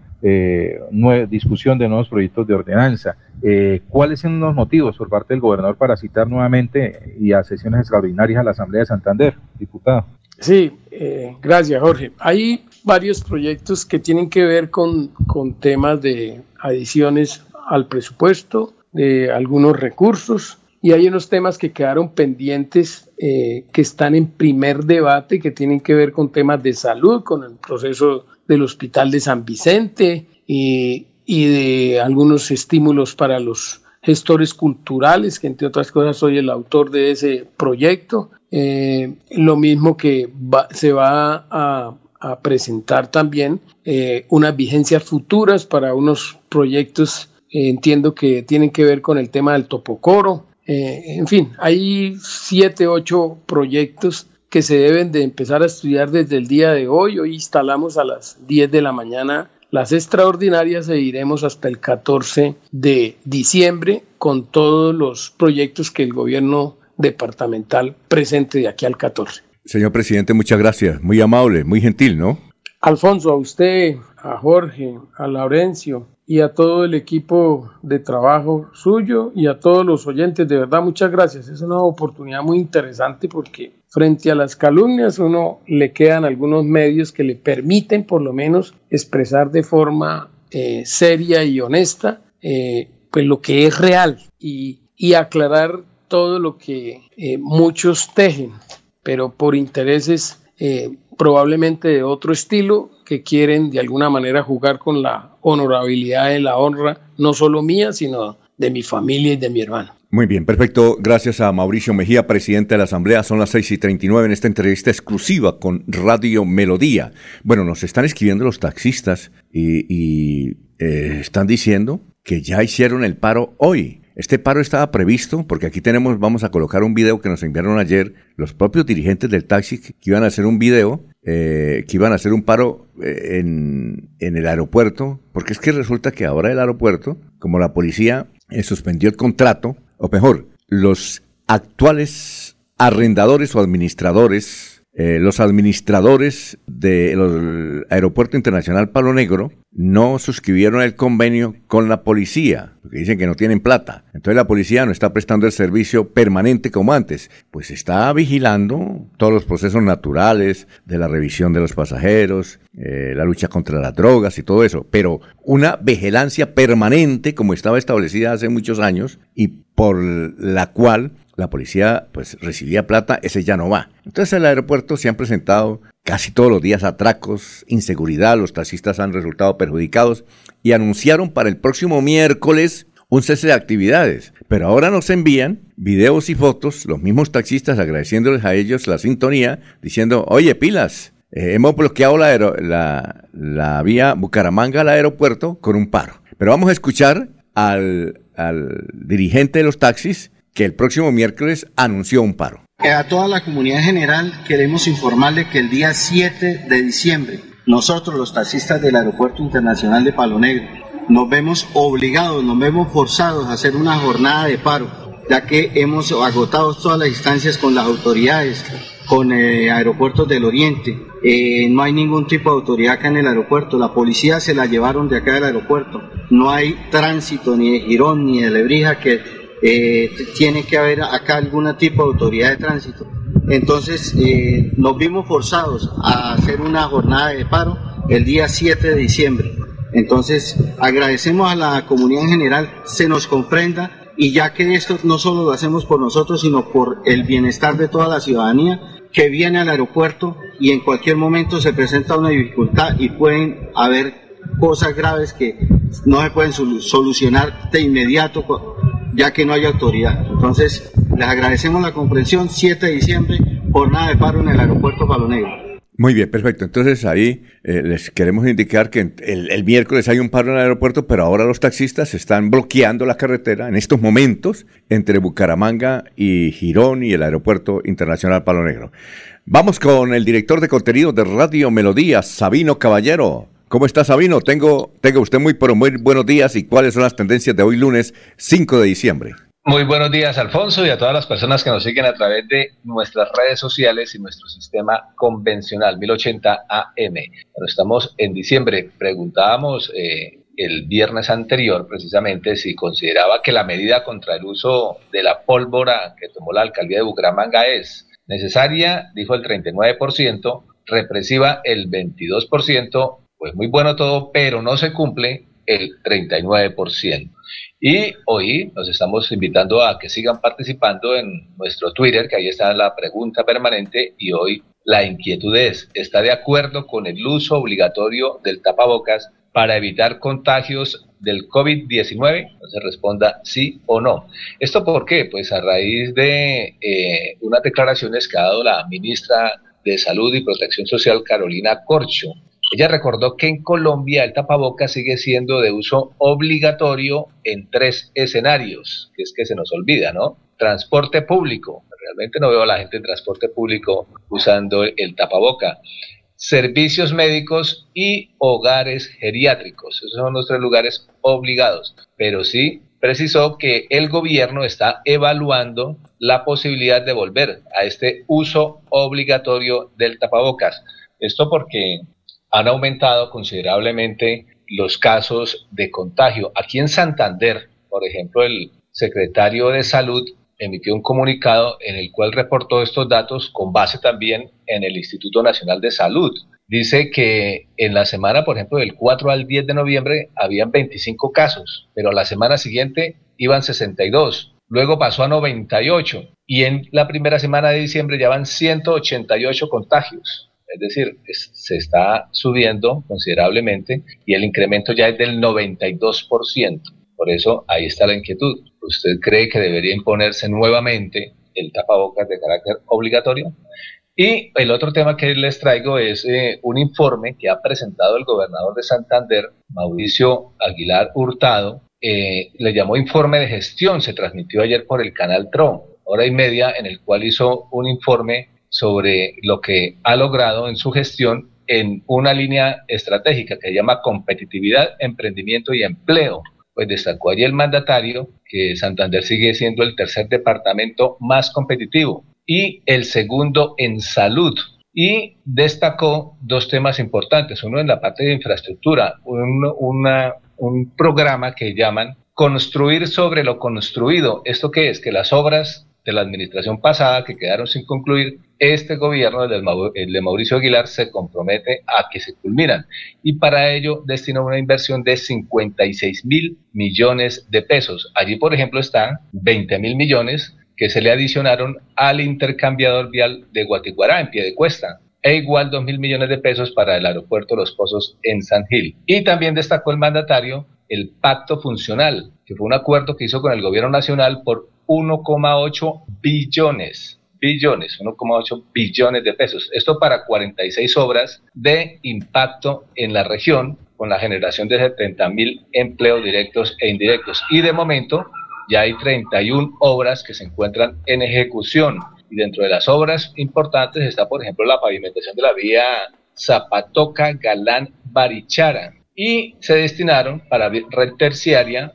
discusión de nuevos proyectos de ordenanza. ¿Cuáles son los motivos por parte del gobernador para citar nuevamente y a sesiones extraordinarias a la Asamblea de Santander, diputado? Sí, gracias, Jorge. Hay varios proyectos que tienen que ver con temas de adiciones al presupuesto, de algunos recursos, y hay unos temas que quedaron pendientes que están en primer debate, que tienen que ver con temas de salud, con el proceso del Hospital de San Vicente y de algunos estímulos para los gestores culturales, que entre otras cosas soy el autor de ese proyecto. Lo mismo que se va a presentar también unas vigencias futuras para unos proyectos, entiendo que tienen que ver con el tema del Topocoro. En fin, hay 7, 8 proyectos que se deben de empezar a estudiar desde el día de hoy. Hoy instalamos a las 10 de la mañana las extraordinarias e iremos hasta el 14 de diciembre con todos los proyectos que el gobierno departamental presente de aquí al 14. Señor presidente, muchas gracias. Muy amable, muy gentil, ¿no? Alfonso, a usted, a Jorge, a Laurencio y a todo el equipo de trabajo suyo y a todos los oyentes, de verdad, muchas gracias. Es una oportunidad muy interesante porque frente a las calumnias uno le quedan algunos medios que le permiten por lo menos expresar de forma seria y honesta pues lo que es real y aclarar todo lo que muchos tejen, pero por intereses probablemente de otro estilo, que quieren de alguna manera jugar con la honorabilidad de la honra, no solo mía, sino de mi familia y de mi hermano. Muy bien, perfecto. Gracias a Mauricio Mejía, presidente de la Asamblea. Son las 6:39 en esta entrevista exclusiva con Radio Melodía. Bueno, nos están escribiendo los taxistas y están diciendo que ya hicieron el paro hoy. Este paro estaba previsto porque aquí vamos a colocar un video que nos enviaron ayer los propios dirigentes del taxi que iban a hacer un video, que iban a hacer un paro en el aeropuerto, porque es que resulta que ahora el aeropuerto, como la policía suspendió el contrato, o mejor, los actuales arrendadores o administradores, los administradores del Aeropuerto Internacional Palo Negro no suscribieron el convenio con la policía, porque dicen que no tienen plata. Entonces la policía no está prestando el servicio permanente como antes, pues está vigilando todos los procesos naturales de la revisión de los pasajeros, la lucha contra las drogas y todo eso, pero una vigilancia permanente como estaba establecida hace muchos años y por la cual la policía pues recibía plata, ese ya no va. Entonces en el aeropuerto se han presentado casi todos los días atracos, inseguridad, los taxistas han resultado perjudicados y anunciaron para el próximo miércoles un cese de actividades. Pero ahora nos envían videos y fotos, los mismos taxistas agradeciéndoles a ellos la sintonía, diciendo, oye, pilas, hemos bloqueado la vía Bucaramanga al aeropuerto con un paro. Pero vamos a escuchar al dirigente de los taxis que el próximo miércoles anunció un paro. A toda la comunidad en general queremos informarle que el día 7 de diciembre nosotros los taxistas del Aeropuerto Internacional de Palo Negro nos vemos obligados, nos vemos forzados a hacer una jornada de paro, ya que hemos agotado todas las instancias con las autoridades, con Aeropuertos del Oriente. No hay ningún tipo de autoridad acá en el aeropuerto, la policía se la llevaron de acá del aeropuerto, no hay tránsito ni de Girón ni de Lebrija que tiene que haber acá algún tipo de autoridad de tránsito. Entonces nos vimos forzados a hacer una jornada de paro el día 7 de diciembre. Entonces agradecemos a la comunidad en general, se nos comprenda, y ya que esto no solo lo hacemos por nosotros, sino por el bienestar de toda la ciudadanía que viene al aeropuerto y en cualquier momento se presenta una dificultad y pueden haber cosas graves que no se pueden solucionar de inmediato ya que no hay autoridad. Entonces, les agradecemos la comprensión. 7 de diciembre, jornada de paro en el aeropuerto Palo Negro. Muy bien, perfecto. Entonces ahí les queremos indicar que el miércoles hay un paro en el aeropuerto, pero ahora los taxistas están bloqueando la carretera en estos momentos entre Bucaramanga y Girón y el aeropuerto internacional Palo Negro. Vamos con el director de contenido de Radio Melodía, Sabino Caballero. ¿Cómo está, Sabino? Tengo usted muy buenos días. ¿Y cuáles son las tendencias de hoy lunes 5 de diciembre? Muy buenos días, Alfonso, y a todas las personas que nos siguen a través de nuestras redes sociales y nuestro sistema convencional 1080 AM. Bueno, estamos en diciembre. Preguntábamos el viernes anterior precisamente si consideraba que la medida contra el uso de la pólvora que tomó la alcaldía de Bucaramanga es necesaria, dijo el 39%, represiva el 22%, pues muy bueno todo, pero no se cumple el 39%. Y hoy nos estamos invitando a que sigan participando en nuestro Twitter, que ahí está la pregunta permanente, y hoy la inquietud es, ¿está de acuerdo con el uso obligatorio del tapabocas para evitar contagios del COVID-19? Entonces responda sí o no. ¿Esto por qué? Pues a raíz de unas declaraciones que ha dado la ministra de Salud y Protección Social, Carolina Corcho. Ella recordó que en Colombia el tapabocas sigue siendo de uso obligatorio en 3 escenarios, que es que se nos olvida, ¿no? Transporte público, realmente no veo a la gente en transporte público usando el tapaboca. Servicios médicos y hogares geriátricos, esos son los 3 lugares obligados, pero sí precisó que el gobierno está evaluando la posibilidad de volver a este uso obligatorio del tapabocas. Esto porque han aumentado considerablemente los casos de contagio. Aquí en Santander, por ejemplo, el secretario de Salud emitió un comunicado en el cual reportó estos datos con base también en el Instituto Nacional de Salud. Dice que en la semana, por ejemplo, del 4 al 10 de noviembre, habían 25 casos, pero a la semana siguiente iban 62, luego pasó a 98, y en la primera semana de diciembre ya van 188 contagios. Es decir, se está subiendo considerablemente y el incremento ya es del 92%. Por eso ahí está la inquietud. ¿Usted cree que debería imponerse nuevamente el tapabocas de carácter obligatorio? Y el otro tema que les traigo es un informe que ha presentado el gobernador de Santander, Mauricio Aguilar Hurtado. Le llamó informe de gestión, se transmitió ayer por el canal TRO, 1:30, en el cual hizo un informe sobre lo que ha logrado en su gestión en una línea estratégica que se llama competitividad, emprendimiento y empleo. Pues destacó allí el mandatario que Santander sigue siendo el 3er departamento más competitivo y el 2º en salud. Y destacó 2 temas importantes, uno en la parte de infraestructura, un programa que llaman Construir sobre lo construido. ¿Esto qué es? Que las obras de la administración pasada que quedaron sin concluir, este gobierno, el de Mauricio Aguilar, se compromete a que se culminan. Y para ello destinó una inversión de 56.000 millones de pesos. Allí, por ejemplo, están 20.000 millones que se le adicionaron al intercambiador vial de Guatiguará, en Piedecuesta, e igual 2.000 millones de pesos para el aeropuerto Los Pozos en San Gil. Y también destacó el mandatario el pacto funcional, que fue un acuerdo que hizo con el gobierno nacional por 1,8 billones de pesos. Esto para 46 obras de impacto en la región, con la generación de 70.000 empleos directos e indirectos. Y de momento ya hay 31 obras que se encuentran en ejecución. Y dentro de las obras importantes está, por ejemplo, la pavimentación de la vía Zapatoca-Galán-Barichara. Y se destinaron para red terciaria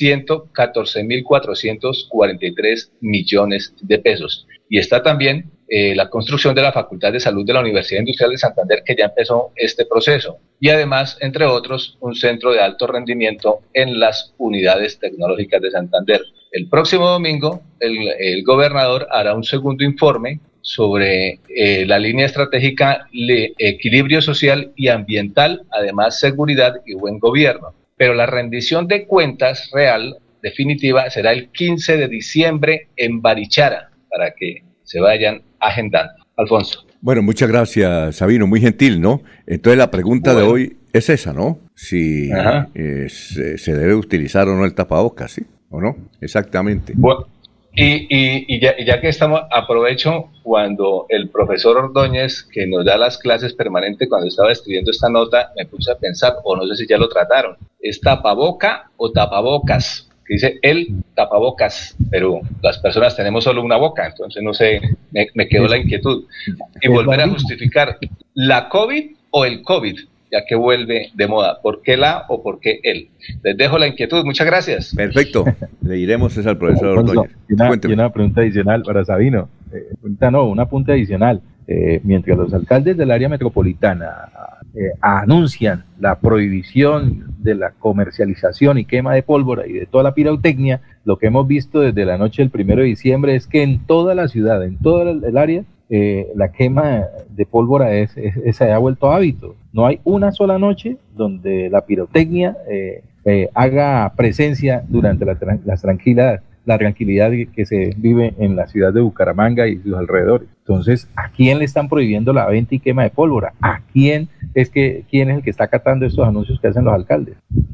114.443 millones de pesos. Y está también la construcción de la Facultad de Salud de la Universidad Industrial de Santander, que ya empezó este proceso. Y además, entre otros, un centro de alto rendimiento en las unidades tecnológicas de Santander. El próximo domingo, el gobernador hará un segundo informe sobre la línea estratégica equilibrio social y ambiental, además seguridad y buen gobierno. Pero la rendición de cuentas real, definitiva, será el 15 de diciembre en Barichara, para que se vayan agendando. Alfonso. Bueno, muchas gracias, Sabino, muy gentil, ¿no? Entonces la pregunta de hoy es esa, ¿no? Si se debe utilizar o no el tapabocas, ¿sí? ¿O no? Exactamente. Bueno, y ya que estamos, aprovecho cuando el profesor Ordóñez, que nos da las clases permanentes, cuando estaba escribiendo esta nota, me puse a pensar, o no sé si ya lo trataron, ¿es tapaboca o tapabocas? Dice el tapabocas, pero las personas tenemos solo una boca, entonces no sé, me quedó la inquietud. Y volver a justificar, ¿la COVID o el COVID? Ya que vuelve de moda. ¿Por qué la o por qué el? Les dejo la inquietud, muchas gracias. Perfecto, le diremos eso al profesor Ordóñez. Y una pregunta adicional para Sabino. Un apunte adicional. Mientras los alcaldes del área metropolitana anuncian la prohibición de la comercialización y quema de pólvora y de toda la pirotecnia, lo que hemos visto desde la noche del 1 de diciembre es que en toda la ciudad, en toda el área, la quema de pólvora se ha vuelto hábito. No hay una sola noche donde la pirotecnia haga presencia durante la tranquilidad que se vive en la ciudad de Bucaramanga y sus alrededores. Entonces, ¿a quién le están prohibiendo la venta y quema de pólvora? ¿A quién es el que está acatando estos anuncios que hacen los alcaldes?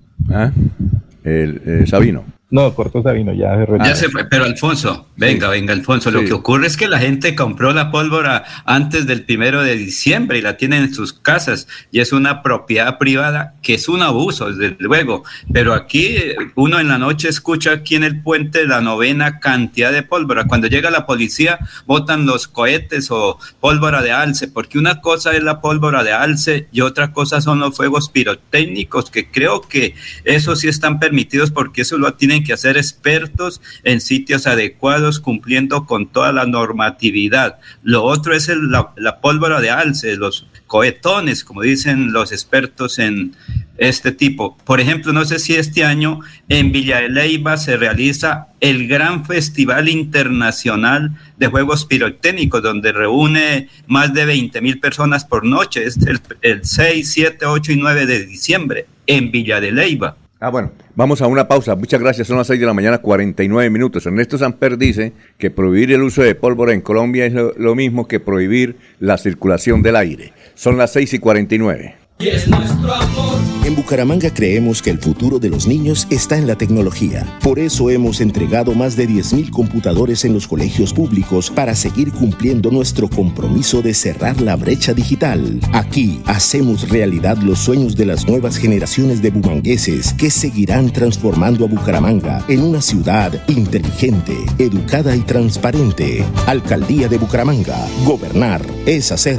Sabino. No, cortó Sabino, ya se Ya se fue, pero Alfonso, venga, Alfonso, lo que ocurre es que la gente compró la pólvora antes del 1 de diciembre y la tienen en sus casas y es una propiedad privada que es un abuso, desde luego, pero aquí uno en la noche escucha aquí en el puente la 9ª cantidad de pólvora. Cuando llega la policía botan los cohetes o pólvora de alce, porque una cosa es la pólvora de alce y otra cosa son los fuegos pirotécnicos, que creo que eso sí están permitidos porque eso lo tienen que hacer expertos en sitios adecuados, cumpliendo con toda la normatividad. Lo otro es la pólvora de alce, los cohetones, como dicen los expertos en este tipo. Por ejemplo, no sé si este año en Villa de Leyva se realiza el gran Festival Internacional de Juegos Pirotécnicos, donde reúne más de 20,000 personas por noche. Es el 6, 7, 8 y 9 de diciembre en Villa de Leyva. Bueno, vamos a una pausa. Muchas gracias. Son las 6 de la mañana, 49 minutos. Ernesto Samper dice que prohibir el uso de pólvora en Colombia es lo mismo que prohibir la circulación del aire. Son las 6:49. Y es nuestro amor. En Bucaramanga creemos que el futuro de los niños está en la tecnología. Por eso hemos entregado más de 10,000 computadores en los colegios públicos para seguir cumpliendo nuestro compromiso de cerrar la brecha digital. Aquí hacemos realidad los sueños de las nuevas generaciones de bumangueses que seguirán transformando a Bucaramanga en una ciudad inteligente, educada y transparente. Alcaldía de Bucaramanga. Gobernar es hacer.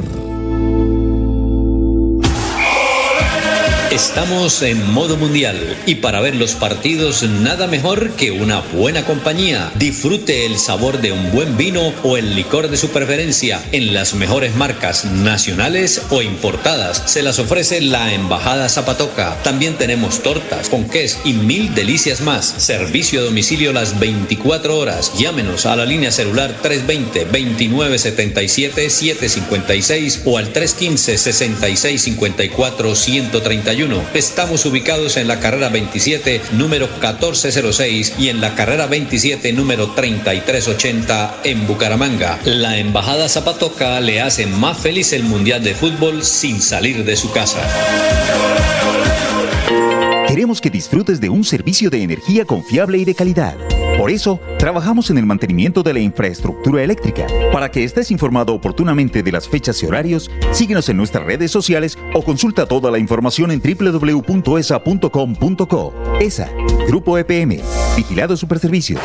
Estamos en modo mundial y para ver los partidos nada mejor que una buena compañía. Disfrute el sabor de un buen vino o el licor de su preferencia en las mejores marcas nacionales o importadas. Se las ofrece la Embajada Zapatoca. También tenemos tortas, ponqués y 1000 delicias más. Servicio a domicilio las 24 horas. Llámenos a la línea celular 320-2977-756 o al 315-6654-131. Estamos ubicados en la carrera 27, número 1406 y en la carrera 27, número 3380 en Bucaramanga. La Embajada Zapatoca le hace más feliz el Mundial de Fútbol sin salir de su casa. Queremos que disfrutes de un servicio de energía confiable y de calidad. Por eso, trabajamos en el mantenimiento de la infraestructura eléctrica. Para que estés informado oportunamente de las fechas y horarios, síguenos en nuestras redes sociales o consulta toda la información en www.esa.com.co. ESA, Grupo EPM, Vigilado Superservicios.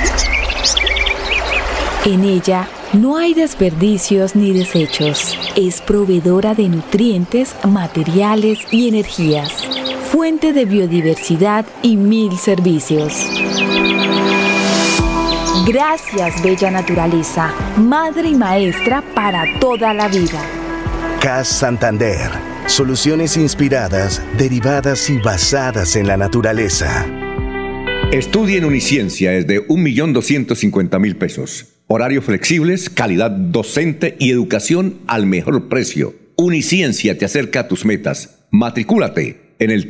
En ella no hay desperdicios ni desechos. Es proveedora de nutrientes, materiales y energías. Fuente de biodiversidad y 1000 servicios. Gracias, bella naturaleza, madre y maestra para toda la vida. CAS Santander. Soluciones inspiradas, derivadas y basadas en la naturaleza. Estudie en Uniciencia desde 1.250.000 pesos. Horarios flexibles, calidad docente y educación al mejor precio. Uniciencia te acerca a tus metas. Matricúlate en el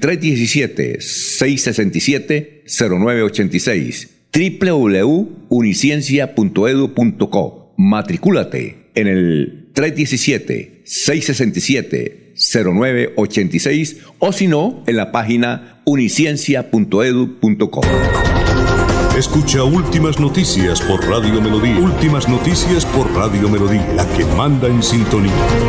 317-667-0986. www.uniciencia.edu.co. Matricúlate en el 317-667-0986 o si no, en la página uniciencia.edu.co. Escucha Últimas Noticias por Radio Melodía. Últimas Noticias por Radio Melodía, la que manda en sintonía.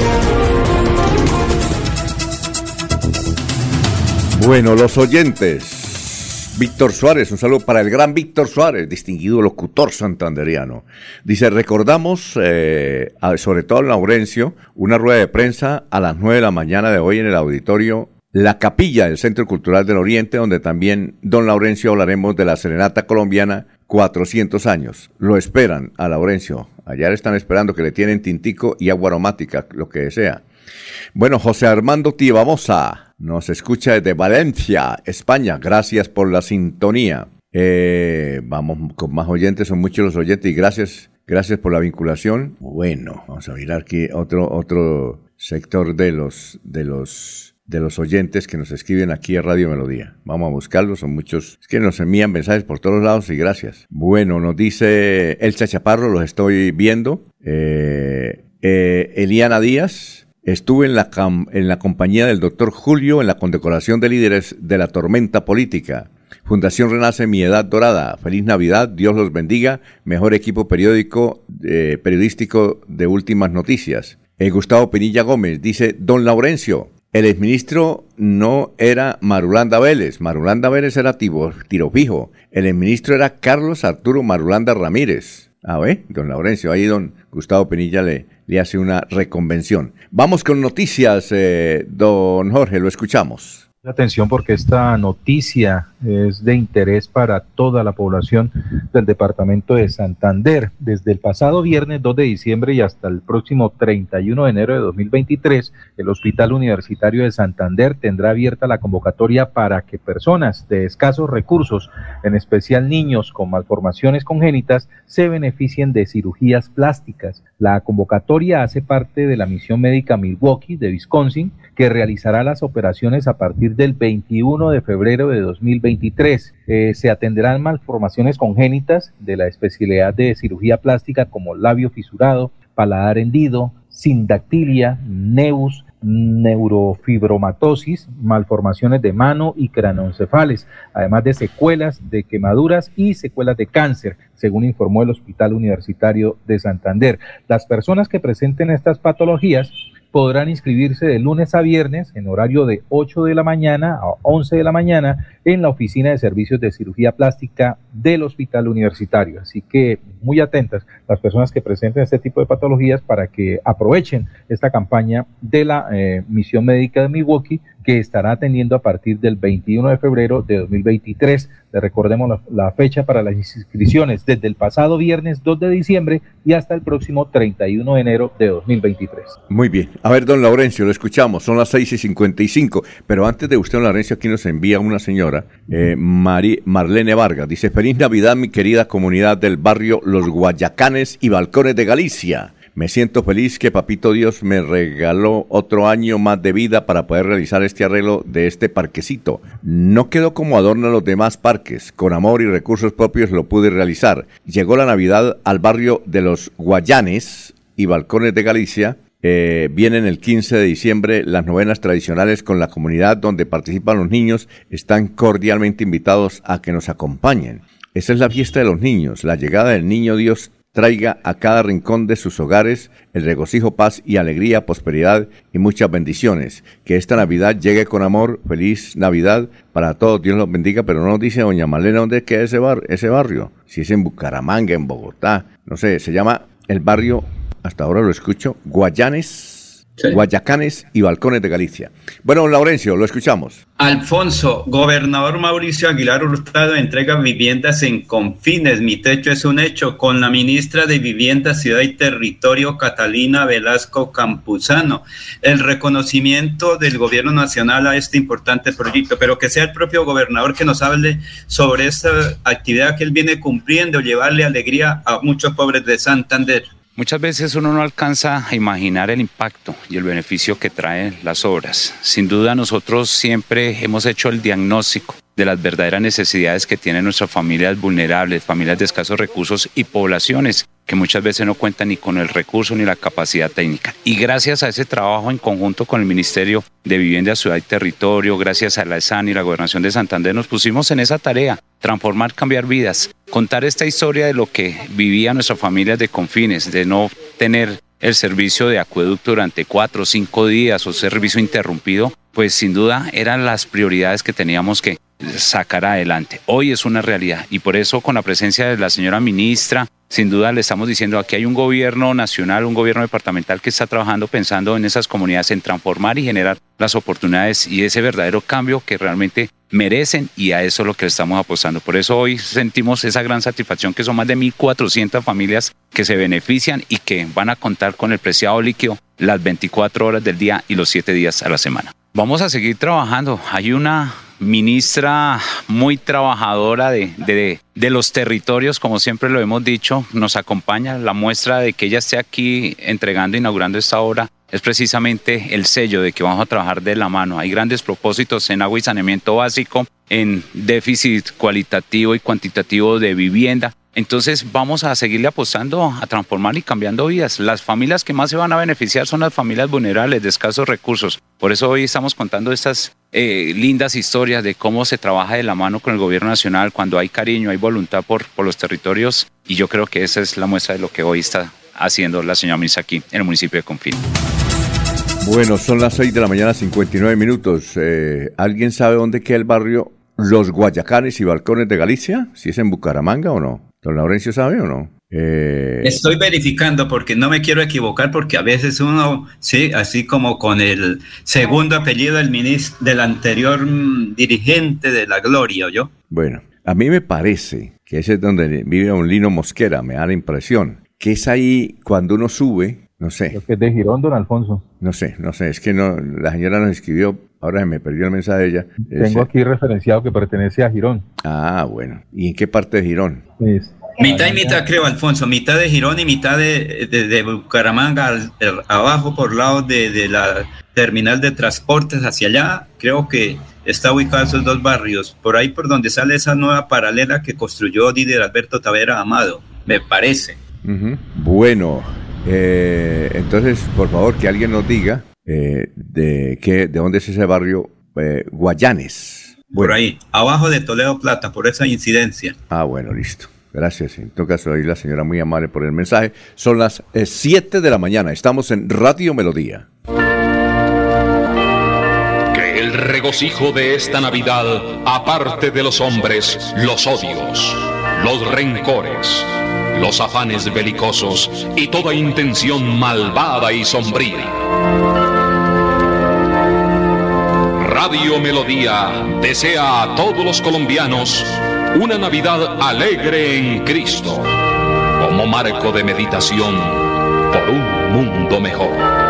Bueno, los oyentes. Víctor Suárez, un saludo para el gran Víctor Suárez, distinguido locutor santanderiano. Dice, recordamos, sobre todo en Laurencio, una rueda de prensa a las 9 de la mañana de hoy en el auditorio La Capilla del Centro Cultural del Oriente, donde también, don Laurencio, hablaremos de la Serenata Colombiana 400 años. Lo esperan a Laurencio. Allá le están esperando, que le tienen tintico y agua aromática, lo que desea. Bueno, José Armando Tibamosa nos escucha desde Valencia, España. Gracias por la sintonía. Vamos con más oyentes, son muchos los oyentes y gracias por la vinculación. Bueno, vamos a mirar aquí otro sector de los oyentes que nos escriben aquí a Radio Melodía. Vamos a buscarlos, son muchos. Es que nos envían mensajes por todos lados y gracias. Bueno, nos dice Elsa Chaparro, los estoy viendo. Eliana Díaz. Estuve en la compañía del doctor Julio en la condecoración de líderes de la tormenta política. Fundación Renace Mi Edad Dorada. Feliz Navidad, Dios los bendiga. Mejor equipo periodístico de Últimas Noticias. Gustavo Pinilla Gómez dice, don Laurencio, el exministro no era Marulanda Vélez. Marulanda Vélez era tiro fijo. El exministro era Carlos Arturo Marulanda Ramírez. Don Laurencio, ahí don Gustavo Pinilla le hace una reconvención. Vamos con noticias, don Jorge, lo escuchamos. Atención, porque esta noticia es de interés para toda la población del departamento de Santander. Desde el pasado viernes 2 de diciembre y hasta el próximo 31 de enero de 2023, el Hospital Universitario de Santander tendrá abierta la convocatoria para que personas de escasos recursos, en especial niños con malformaciones congénitas, se beneficien de cirugías plásticas. La convocatoria hace parte de la misión médica Milwaukee de Wisconsin, que realizará las operaciones a partir del 21 de febrero de 2023. Se atenderán malformaciones congénitas de la especialidad de cirugía plástica como labio fisurado, paladar hendido, sindactilia, nevus, neurofibromatosis, malformaciones de mano y craneoencefales, además de secuelas de quemaduras y secuelas de cáncer, según informó el Hospital Universitario de Santander. Las personas que presenten estas patologías podrán inscribirse de lunes a viernes en horario de 8 de la mañana a 11 de la mañana en la Oficina de Servicios de Cirugía Plástica del Hospital Universitario. Así que muy atentas las personas que presenten este tipo de patologías para que aprovechen esta campaña de la Misión Médica de Milwaukee, que estará atendiendo a partir del 21 de febrero de 2023. Le recordemos la fecha para las inscripciones desde el pasado viernes 2 de diciembre y hasta el próximo 31 de enero de 2023. Muy bien. A ver, don Laurencio, lo escuchamos. Son las 6:55. Pero antes de usted, don Laurencio, aquí nos envía una señora, Marlene Vargas. Dice, feliz Navidad, mi querida comunidad del barrio Los Guayacanes y Balcones de Galicia. Me siento feliz que Papito Dios me regaló otro año más de vida para poder realizar este arreglo de este parquecito. No quedó como adorno los demás parques. Con amor y recursos propios lo pude realizar. Llegó la Navidad al barrio de Los Guayanes y Balcones de Galicia. Vienen el 15 de diciembre las novenas tradicionales con la comunidad donde participan los niños. Están cordialmente invitados a que nos acompañen. Esa es la fiesta de los niños, la llegada del niño Dios traiga a cada rincón de sus hogares el regocijo, paz y alegría, prosperidad y muchas bendiciones. Que esta Navidad llegue con amor. Feliz Navidad para todos. Dios los bendiga. Pero no nos dice doña Marlene dónde queda ese barrio. Si es en Bucaramanga, en Bogotá. No sé, se llama el barrio, hasta ahora lo escucho, Guayanes. Sí. Guayacanes y Balcones de Galicia. Bueno, Laurencio, lo escuchamos. Alfonso, gobernador Mauricio Aguilar Hurtado entrega viviendas en Confines. Mi techo es un hecho, con la ministra de Vivienda, Ciudad y Territorio, Catalina Velasco Campuzano. El reconocimiento del gobierno nacional a este importante proyecto, pero que sea el propio gobernador que nos hable sobre esta actividad que él viene cumpliendo, llevarle alegría a muchos pobres de Santander. Muchas veces uno no alcanza a imaginar el impacto y el beneficio que traen las obras. Sin duda nosotros siempre hemos hecho el diagnóstico de las verdaderas necesidades que tienen nuestras familias vulnerables, familias de escasos recursos y poblaciones que muchas veces no cuentan ni con el recurso ni la capacidad técnica. Y gracias a ese trabajo en conjunto con el Ministerio de Vivienda, Ciudad y Territorio, gracias a la ESAN y la Gobernación de Santander, nos pusimos en esa tarea, transformar, cambiar vidas, contar esta historia de lo que vivían nuestras familias de confines, de no tener el servicio de acueducto durante 4 o 5 días o servicio interrumpido, pues sin duda eran las prioridades que teníamos que sacar adelante. Hoy es una realidad y por eso con la presencia de la señora ministra, sin duda le estamos diciendo aquí hay un gobierno nacional, un gobierno departamental que está trabajando pensando en esas comunidades, en transformar y generar las oportunidades y ese verdadero cambio que realmente merecen y a eso es lo que le estamos apostando. Por eso hoy sentimos esa gran satisfacción que son más de 1.400 familias que se benefician y que van a contar con el preciado líquido las 24 horas del día y los 7 días a la semana. Vamos a seguir trabajando. Hay una ministra muy trabajadora de los territorios, como siempre lo hemos dicho, nos acompaña. La muestra de que ella esté aquí entregando, inaugurando esta obra, es precisamente el sello de que vamos a trabajar de la mano. Hay grandes propósitos en agua y saneamiento básico, en déficit cualitativo y cuantitativo de vivienda. Entonces vamos a seguirle apostando a transformar y cambiando vidas. Las familias que más se van a beneficiar son las familias vulnerables de escasos recursos. Por eso hoy estamos contando estas lindas historias de cómo se trabaja de la mano con el gobierno nacional cuando hay cariño, hay voluntad por los territorios y yo creo que esa es la muestra de lo que hoy está haciendo la señora ministra aquí en el municipio de Confín. Bueno, son las 6 de la mañana, 59 minutos. ¿Alguien sabe dónde queda el barrio Los Guayacanes y Balcones de Galicia? ¿Si es en Bucaramanga o no? ¿Don Laurencio sabe o no? Estoy verificando porque no me quiero equivocar porque a veces uno, sí, así como con el segundo apellido del anterior dirigente de la Gloria, ¿oyó? Bueno, a mí me parece que ese es donde vive don Lino Mosquera, me da la impresión, que es ahí cuando uno sube, no sé. Creo que es de Girón, don Alfonso. No sé, es que no, la señora nos escribió, ahora se me perdió el mensaje de ella. Tengo aquí referenciado que pertenece a Girón. Ah, bueno. ¿Y en qué parte de Girón? Mitad y mitad, creo, Alfonso. Mitad de Girón y mitad de Bucaramanga, abajo por lado de la terminal de transportes hacia allá. Creo que está ubicado esos dos barrios. Por ahí por donde sale esa nueva paralela que construyó Didier Alberto Tavera Amado, me parece. Uh-huh. Bueno, entonces, por favor, que alguien nos diga de dónde es ese barrio Guayanes. Bueno. Por ahí, abajo de Toledo Plata, por esa incidencia. Ah, bueno, listo. Gracias. En todo caso, ahí la señora muy amable por el mensaje. Son las 7 de la mañana. Estamos en Radio Melodía. Que el regocijo de esta Navidad aparte de los hombres los odios, los rencores, los afanes belicosos y toda intención malvada y sombría. Radio Melodía desea a todos los colombianos una Navidad alegre en Cristo, como marco de meditación por un mundo mejor.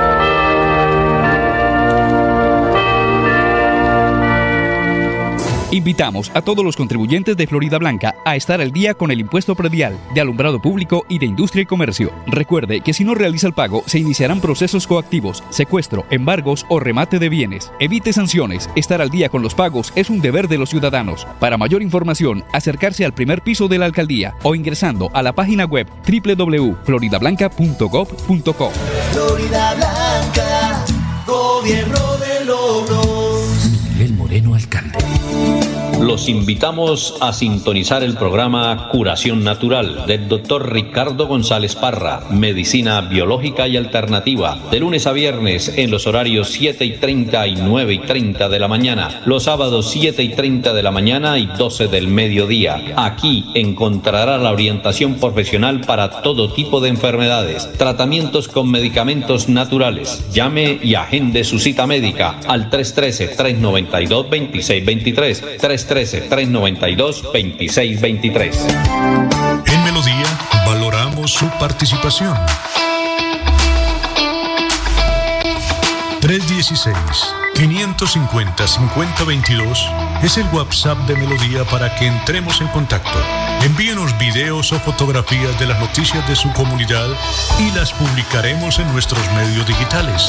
Invitamos a todos los contribuyentes de Florida Blanca a estar al día con el impuesto predial, de alumbrado público y de industria y comercio. Recuerde que si no realiza el pago, se iniciarán procesos coactivos, secuestro, embargos o remate de bienes. Evite sanciones. Estar al día con los pagos es un deber de los ciudadanos. Para mayor información, acercarse al primer piso de la alcaldía o ingresando a la página web www.floridablanca.gov.co. Florida Blanca, gobierno de logros. Miguel Moreno, alcalde. Los invitamos a sintonizar el programa Curación Natural del Dr. Ricardo González Parra, Medicina Biológica y Alternativa, de lunes a viernes en los horarios 7:30 y 9:30 de la mañana, los sábados 7:30 de la mañana y 12 del mediodía. Aquí encontrará la orientación profesional para todo tipo de enfermedades, tratamientos con medicamentos naturales. Llame y agende su cita médica al 313-392-2623, 313-392-2623. En Melodía valoramos su participación. 316 550-5022 es el WhatsApp de Melodía para que entremos en contacto. Envíenos videos o fotografías de las noticias de su comunidad y las publicaremos en nuestros medios digitales.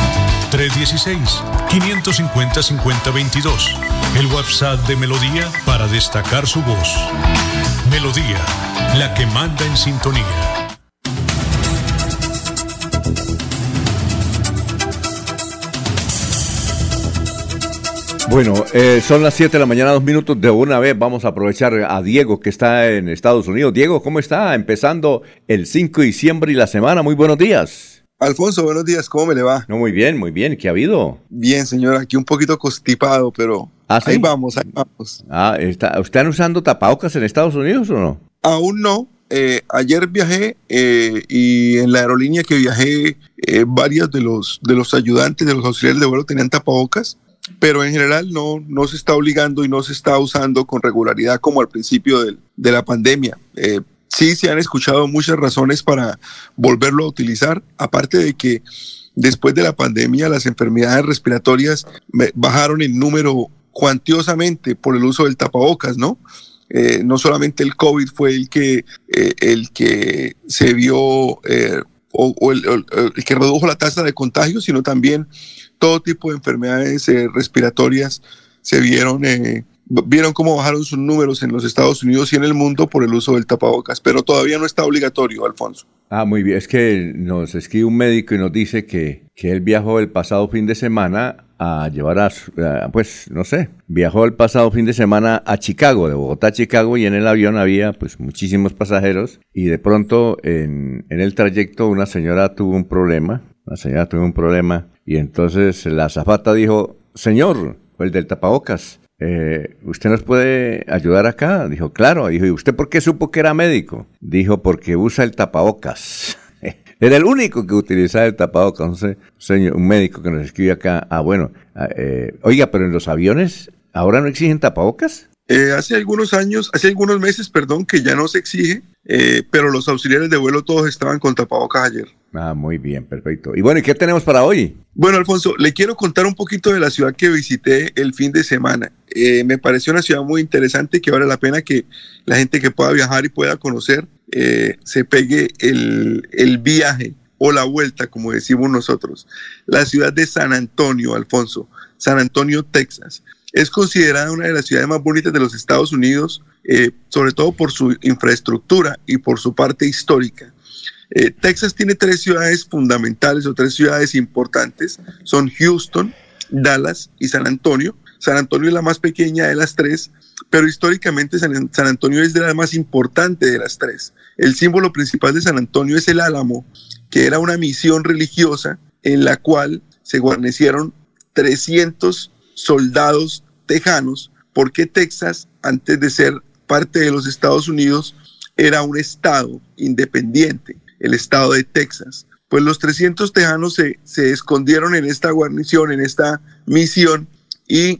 316-550-5022, el WhatsApp de Melodía para destacar su voz. Melodía, la que manda en sintonía. Bueno, son las 7 de la mañana, 2 minutos. De una vez vamos a aprovechar a Diego, que está en Estados Unidos. Diego, ¿cómo está? Empezando el 5 de diciembre y la semana. Muy buenos días. Alfonso, buenos días. ¿Cómo me le va? No, muy bien, muy bien. ¿Qué ha habido? Bien, señor. Aquí un poquito constipado, pero ¿sí? Ahí vamos, ahí vamos. ¿Están usando tapabocas en Estados Unidos o no? Aún no. Ayer viajé y en la aerolínea que viajé, varios de los ayudantes, de los auxiliares de vuelo tenían tapabocas. Pero en general no se está obligando y no se está usando con regularidad como al principio de la pandemia. Sí se han escuchado muchas razones para volverlo a utilizar, aparte de que después de la pandemia las enfermedades respiratorias bajaron en número cuantiosamente por el uso del tapabocas, ¿no? No solamente el COVID fue el que se vio el que redujo la tasa de contagio, sino también todo tipo de enfermedades respiratorias se vieron cómo bajaron sus números en los Estados Unidos y en el mundo por el uso del tapabocas, pero todavía no está obligatorio, Alfonso. Muy bien, es que nos escribe un médico y nos dice que él viajó el pasado fin de semana a llevar viajó el pasado fin de semana a Chicago, de Bogotá a Chicago, y en el avión había pues muchísimos pasajeros y de pronto en el trayecto una señora tuvo un problema y entonces la azafata dijo: señor, el del tapabocas, ¿usted nos puede ayudar acá? Dijo, claro. Dijo, ¿y usted por qué supo que era médico? Dijo, porque usa el tapabocas. Era el único que utilizaba el tapabocas. Entonces, un médico que nos escribe acá, oiga, pero en los aviones ahora no exigen tapabocas. Hace algunos meses, que ya no se exige, pero los auxiliares de vuelo todos estaban con tapabocas ayer. Muy bien, perfecto. Y bueno, ¿y qué tenemos para hoy? Bueno, Alfonso, le quiero contar un poquito de la ciudad que visité el fin de semana. Me pareció una ciudad muy interesante que vale la pena que la gente que pueda viajar y pueda conocer se pegue el viaje o la vuelta, como decimos nosotros. La ciudad de San Antonio, Alfonso, San Antonio, Texas. Es considerada una de las ciudades más bonitas de los Estados Unidos, sobre todo por su infraestructura y por su parte histórica. Texas tiene 3 ciudades fundamentales o 3 ciudades importantes. Son Houston, Dallas y San Antonio. San Antonio es la más pequeña de las 3, pero históricamente San Antonio es de la más importante de las 3. El símbolo principal de San Antonio es el álamo, que era una misión religiosa en la cual se guarnecieron 300 soldados tejanos, porque Texas, antes de ser parte de los Estados Unidos, era un estado independiente, el estado de Texas. Pues los 300 tejanos se escondieron en esta guarnición, en esta misión, y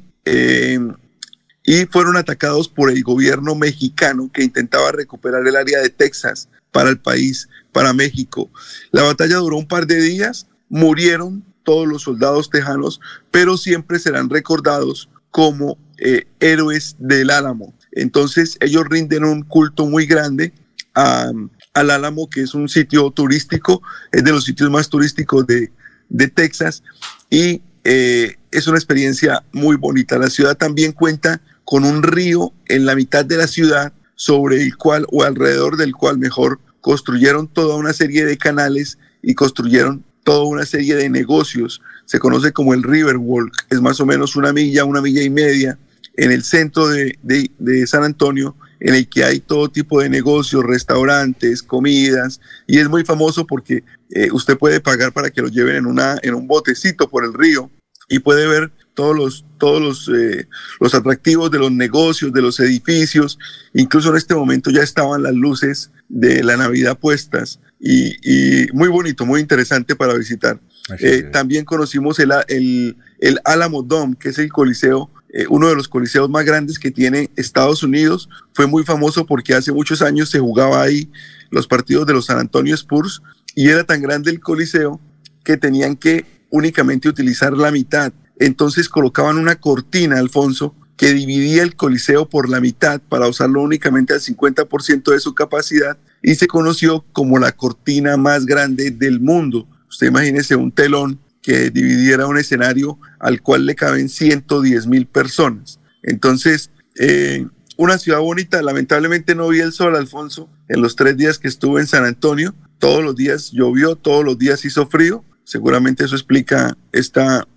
fueron atacados por el gobierno mexicano, que intentaba recuperar el área de Texas para el país, para México. La batalla duró un par de días, murieron todos los soldados tejanos, pero siempre serán recordados como héroes del Álamo. Entonces ellos rinden un culto muy grande al Álamo, que es un sitio turístico, es de los sitios más turísticos de Texas, y es una experiencia muy bonita. La ciudad también cuenta con un río en la mitad de la ciudad, sobre el cual, o alrededor del cual mejor, construyeron toda una serie de canales y construyeron toda una serie de negocios. Se conoce como el Riverwalk, es más o menos una milla y media en el centro de San Antonio, en el que hay todo tipo de negocios, restaurantes, comidas, y es muy famoso porque usted puede pagar para que lo lleven en un botecito por el río y puede ver todos los atractivos de los negocios, de los edificios. Incluso en este momento ya estaban las luces de la Navidad puestas, y muy bonito, muy interesante para visitar. También conocimos el Alamo Dome, que es el coliseo, uno de los coliseos más grandes que tiene Estados Unidos. Fue muy famoso porque hace muchos años se jugaba ahí los partidos de los San Antonio Spurs, y era tan grande el coliseo que tenían que únicamente utilizar la mitad. entonces colocaban una cortina, Alfonso, que dividía el Coliseo por la mitad para usarlo únicamente al 50% de su capacidad, y se conoció como la cortina más grande del mundo. Usted imagínese un telón que dividiera un escenario al cual le caben 110,000 personas. Entonces, una ciudad bonita. Lamentablemente no vi el sol, Alfonso, en los 3 días que estuve en San Antonio. Todos los días llovió, todos los días hizo frío. Seguramente eso explica esta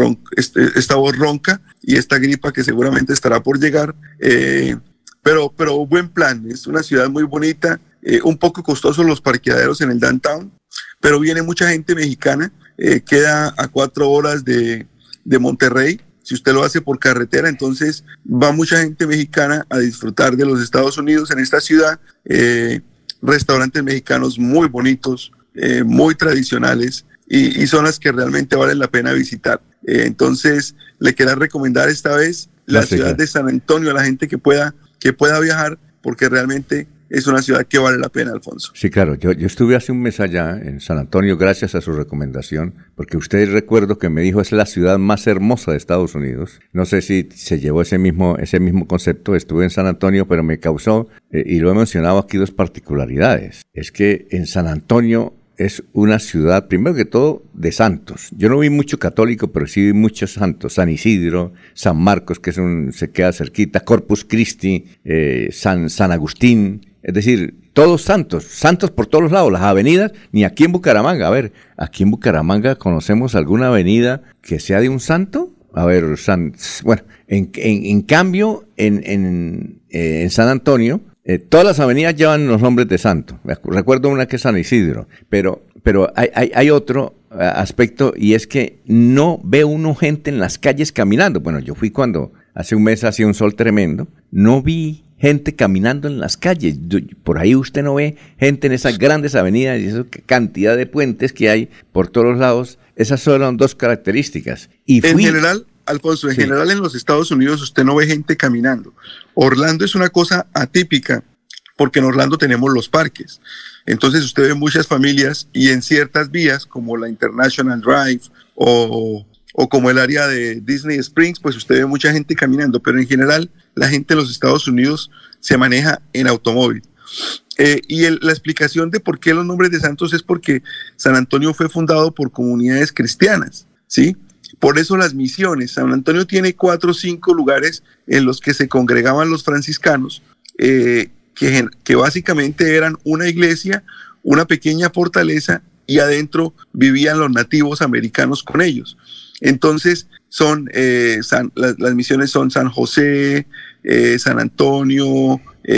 voz ronca y esta gripa que seguramente estará por llegar. Pero buen plan. Es una ciudad muy bonita. Un poco costosos los parqueaderos en el downtown, pero viene mucha gente mexicana. Queda a 4 horas de Monterrey. Si usted lo hace por carretera, entonces va mucha gente mexicana a disfrutar de los Estados Unidos en esta ciudad. Restaurantes mexicanos muy bonitos, muy tradicionales, y zonas que realmente valen la pena visitar. Entonces, le quiero recomendar esta vez la ciudad de San Antonio a la gente que pueda viajar, porque realmente es una ciudad que vale la pena, Alfonso. Sí, claro. Yo estuve hace un mes allá en San Antonio gracias a su recomendación, porque usted recuerdo que me dijo es la ciudad más hermosa de Estados Unidos. No sé si se llevó ese mismo concepto. Estuve en San Antonio, pero me causó, y lo he mencionado aquí, 2 particularidades. Es que en San Antonio es una ciudad, primero que todo, de santos. Yo no vi mucho católico, pero sí vi muchos santos. San Isidro, San Marcos, que se queda cerquita, Corpus Christi, San Agustín. Es decir, todos santos por todos los lados, las avenidas, ni aquí en Bucaramanga. A ver, aquí en Bucaramanga conocemos alguna avenida que sea de un santo. A ver, bueno, en cambio, en San Antonio, todas las avenidas llevan los nombres de santo. Recuerdo una que es San Isidro, pero hay otro aspecto, y es que no ve uno gente en las calles caminando. Bueno, yo fui cuando hace un mes hacía un sol tremendo, no vi gente caminando en las calles. Por ahí usted no ve gente en esas grandes avenidas y esa cantidad de puentes que hay por todos los lados. Esas son 2 características. En general, Alfonso, en general en los Estados Unidos usted no ve gente caminando. Orlando es una cosa atípica, porque en Orlando tenemos los parques. Entonces usted ve muchas familias, y en ciertas vías como la International Drive o como el área de Disney Springs, pues usted ve mucha gente caminando, pero en general la gente en los Estados Unidos se maneja en automóvil. La explicación de por qué los nombres de santos es porque San Antonio fue fundado por comunidades cristianas, ¿sí? Por eso las misiones. San Antonio tiene 4 o 5 lugares en los que se congregaban los franciscanos, que básicamente eran una iglesia, una pequeña fortaleza, y adentro vivían los nativos americanos con ellos. Entonces las misiones son San José, San Antonio,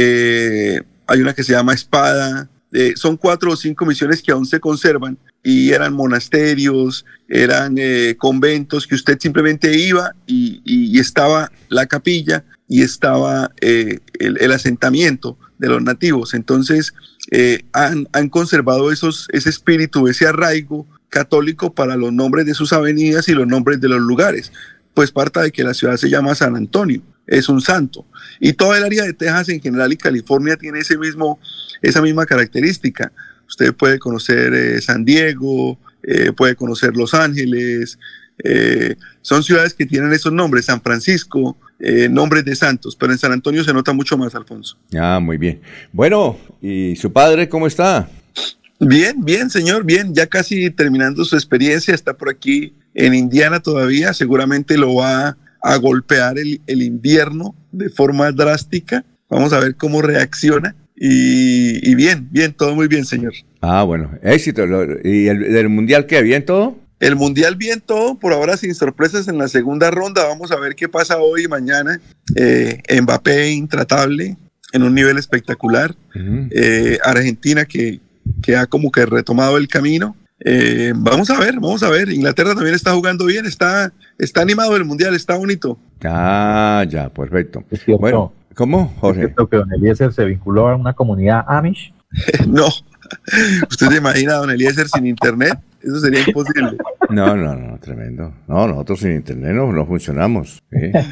hay una que se llama Espada. Son 4 o 5 misiones que aún se conservan, y eran monasterios, eran conventos que usted simplemente iba y estaba la capilla y estaba el asentamiento de los nativos. Entonces han conservado ese espíritu, ese arraigo católico para los nombres de sus avenidas y los nombres de los lugares. Pues parte de que la ciudad se llama San Antonio, es un santo. Y toda el área de Texas en general y California tiene esa misma característica. Usted puede conocer San Diego, puede conocer Los Ángeles, son ciudades que tienen esos nombres, San Francisco, nombres de santos, pero en San Antonio se nota mucho más, Alfonso. Ah, muy bien. Bueno, ¿y su padre cómo está? Bien, señor, bien, ya casi terminando su experiencia, está por aquí en Indiana todavía, seguramente lo va a golpear el invierno de forma drástica. Vamos a ver cómo reacciona. Y bien, todo muy bien, señor. Ah, bueno, éxito. ¿Y el Mundial qué? ¿Bien todo? El Mundial bien todo, por ahora sin sorpresas en la segunda ronda. Vamos a ver qué pasa hoy y mañana. Mbappé intratable, en un nivel espectacular. Uh-huh. Argentina que ha como que retomado el camino. Vamos a ver. Inglaterra también está jugando bien, está animado el Mundial, está bonito. Ah, ya, perfecto. Es cierto. Bueno, ¿cómo, Jorge? ¿Es cierto que don Eliezer se vinculó a una comunidad Amish? No. ¿Usted se imagina a don Eliezer sin internet? Eso sería imposible. No, tremendo. No, nosotros sin internet no funcionamos.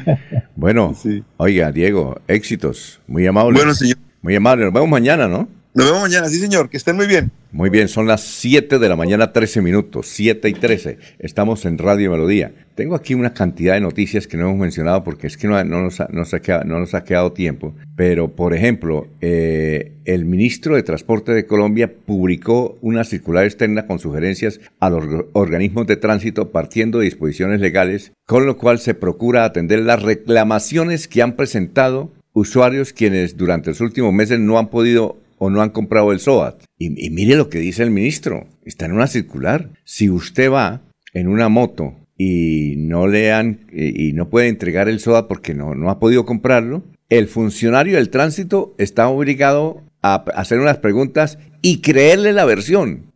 Bueno, sí. Oiga, Diego, éxitos. Muy amable. Bueno, señor. Muy amable. Nos vemos mañana, ¿no? Nos vemos mañana, sí señor, que estén muy bien. Muy bien, son las 7 de la mañana, 13 minutos, 7:13. Estamos en Radio Melodía. Tengo aquí una cantidad de noticias que no hemos mencionado porque es que no nos ha quedado tiempo. Pero, por ejemplo, el ministro de Transporte de Colombia publicó una circular externa con sugerencias a los organismos de tránsito partiendo de disposiciones legales, con lo cual se procura atender las reclamaciones que han presentado usuarios quienes durante los últimos meses no han podido o no han comprado el SOAT. Y mire lo que dice el ministro, está en una circular. Si usted va en una moto y no puede entregar el SOAT porque no ha podido comprarlo, el funcionario del tránsito está obligado a hacer unas preguntas y creerle la versión.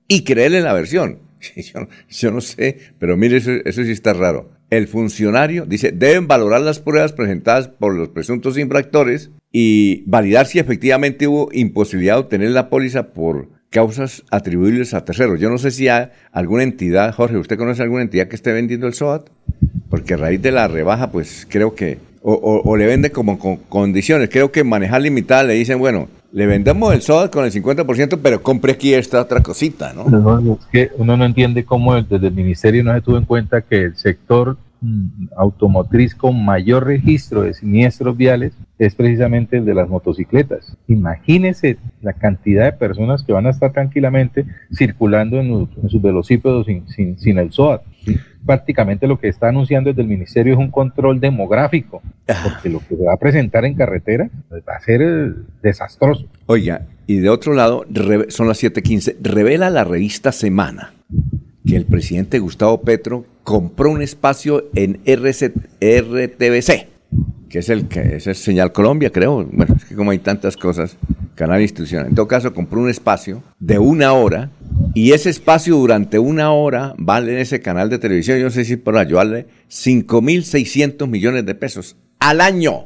Yo no sé, pero mire, eso sí está raro. El funcionario dice, deben valorar las pruebas presentadas por los presuntos infractores y validar si efectivamente hubo imposibilidad de obtener la póliza por causas atribuibles a terceros. Yo no sé si hay alguna entidad, Jorge, ¿usted conoce alguna entidad que esté vendiendo el SOAT? Porque a raíz de la rebaja, pues creo que, o le vende como con condiciones. Creo que en Manejar Limitada le dicen, bueno, le vendemos el SOAT con el 50%, pero compre aquí esta otra cosita, ¿no? Es que uno no entiende cómo desde el ministerio no se tuvo en cuenta que el sector automotriz con mayor registro de siniestros viales es precisamente el de las motocicletas. Imagínese la cantidad de personas que van a estar tranquilamente circulando en sus velocípedos sin el SOAT. Prácticamente lo que está anunciando desde el ministerio es un control demográfico, porque lo que se va a presentar en carretera va a ser desastroso. Oiga, y de otro lado, son las 7:15, revela la revista Semana que el presidente Gustavo Petro compró un espacio en RTBC, que es el Señal Colombia, creo. Bueno, es que como hay tantas cosas, canal institucional. En todo caso, compró un espacio de 1 hora, y ese espacio durante 1 hora vale en ese canal de televisión, yo no sé si por allá, vale 5.600 millones de pesos al año.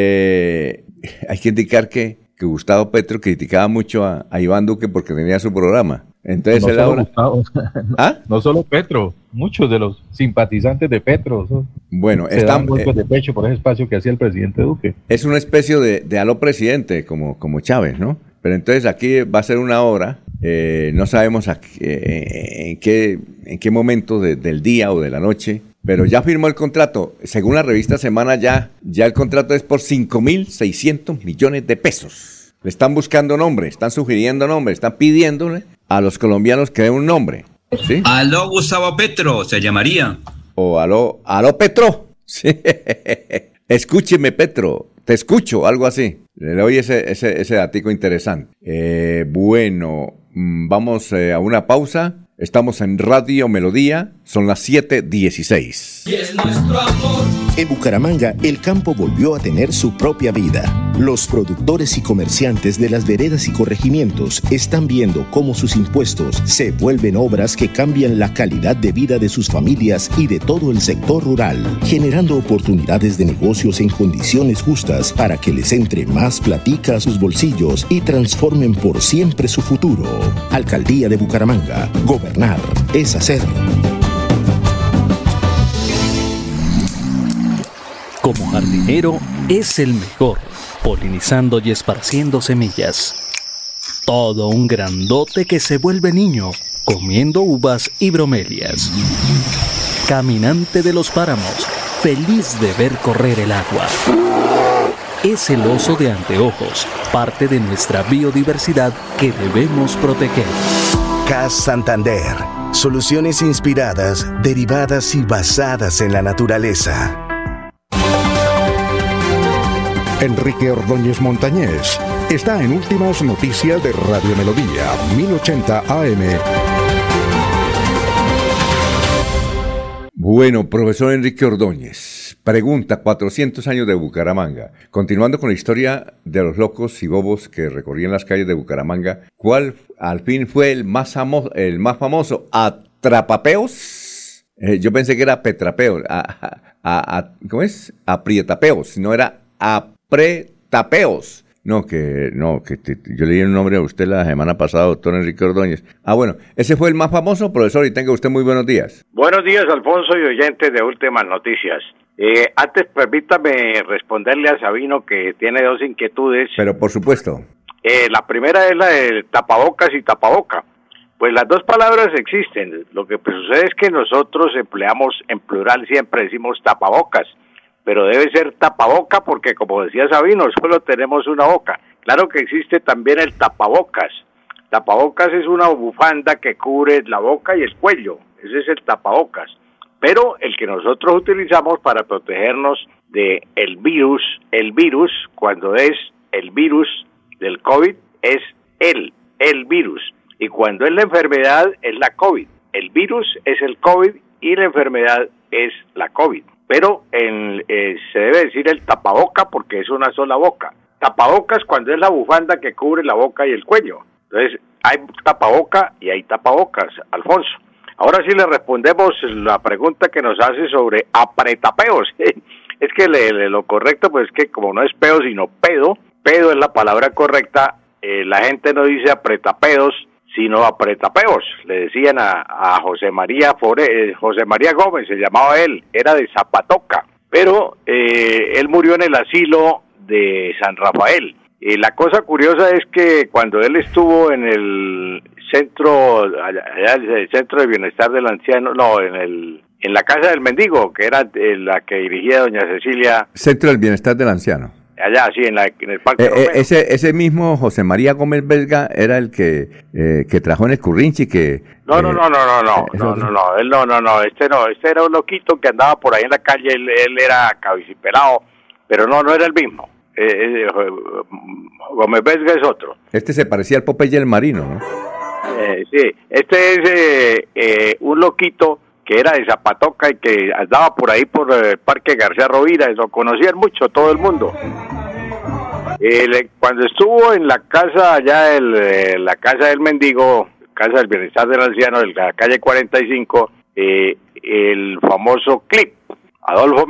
Hay que indicar que Gustavo Petro criticaba mucho a Iván Duque porque tenía su programa. Entonces él ahora... No solo Petro, muchos de los simpatizantes de Petro se dan golpes de pecho por ese espacio que hacía el presidente Duque. Es una especie de aló presidente, como Chávez, ¿no? Pero entonces aquí va a ser 1 hora, no sabemos en qué momento del día o de la noche, pero ya firmó el contrato. Según la revista Semana, ya el contrato es por 5.600 millones de pesos. Le están buscando nombre, están sugiriendo nombre, están pidiéndole a los colombianos que den un nombre. ¿Sí? Aló Gustavo Petro, se llamaría. O aló Petro. Sí. Escúcheme, Petro, te escucho, algo así. Le doy ese datico interesante. Bueno, vamos a una pausa. Estamos en Radio Melodía, son las 7:16. Y es nuestro amor. En Bucaramanga, el campo volvió a tener su propia vida. Los productores y comerciantes de las veredas y corregimientos están viendo cómo sus impuestos se vuelven obras que cambian la calidad de vida de sus familias y de todo el sector rural, generando oportunidades de negocios en condiciones justas para que les entre más platica a sus bolsillos y transformen por siempre su futuro. Alcaldía de Bucaramanga. Gobernar es hacer. Como jardinero es el mejor, polinizando y esparciendo semillas. Todo un grandote que se vuelve niño, comiendo uvas y bromelias. Caminante de los páramos, feliz de ver correr el agua. Es el oso de anteojos, parte de nuestra biodiversidad que debemos proteger. CAS Santander. Soluciones inspiradas, derivadas y basadas en la naturaleza. Enrique Ordóñez Montañés está en Últimas Noticias de Radio Melodía, 1080 AM. Bueno, profesor Enrique Ordóñez, pregunta, 400 años de Bucaramanga. Continuando con la historia de los locos y bobos que recorrían las calles de Bucaramanga, ¿cuál al fin fue el más famoso? ¿Atrapapeos? Yo pensé que era Petrapeos. ¿Cómo es? Aprietapeos, no era Apretapeos. Yo leí el nombre a usted la semana pasada, doctor Enrique Ordóñez. Bueno, ese fue el más famoso, profesor, y tenga usted muy buenos días. Buenos días, Alfonso y oyentes de Últimas Noticias. Antes, permítame responderle a Sabino que tiene 2 inquietudes. Pero por supuesto. La primera es la de tapabocas y tapaboca. Pues las dos palabras existen. Lo que sucede es que nosotros empleamos en plural, siempre decimos tapabocas, pero debe ser tapaboca porque, como decía Sabino, solo tenemos una boca. Claro que existe también el tapabocas. Tapabocas es una bufanda que cubre la boca y el cuello. Ese es el tapabocas. Pero el que nosotros utilizamos para protegernos de el virus, cuando es el virus del COVID, es el virus. Y cuando es la enfermedad, es la COVID. El virus es el COVID y la enfermedad es la COVID. Pero se debe decir el tapaboca porque es una sola boca. Tapabocas cuando es la bufanda que cubre la boca y el cuello. Entonces, hay tapaboca y hay tapabocas, Alfonso. Ahora sí le respondemos la pregunta que nos hace sobre apretapeos. Es que lo correcto, pues es que como no es peo, sino pedo es la palabra correcta. La gente no dice apretapedos, sino apretapeos. Le decían a José María Gómez, se llamaba él, era de Zapatoca, pero él murió en el asilo de San Rafael. La cosa curiosa es que cuando él estuvo en el centro de bienestar del anciano, en la casa del mendigo, que era la que dirigía doña Cecilia. Centro del bienestar del anciano. Allá, sí, en el Parque Romero. Ese mismo José María Gómez Belga era el que trabajó en el Currinchi, que... No, este era un loquito que andaba por ahí en la calle, él era cabicipelado, pero no era el mismo. Gómez Belga es otro. Este se parecía al Popeye el Marino, ¿no? Sí, este es un loquito que era de Zapatoca y que andaba por ahí por el Parque García Rovira, lo conocían mucho todo el mundo. Cuando estuvo en la casa allá, la casa del mendigo, casa del bienestar del anciano, de la calle 45, el famoso clip, Adolfo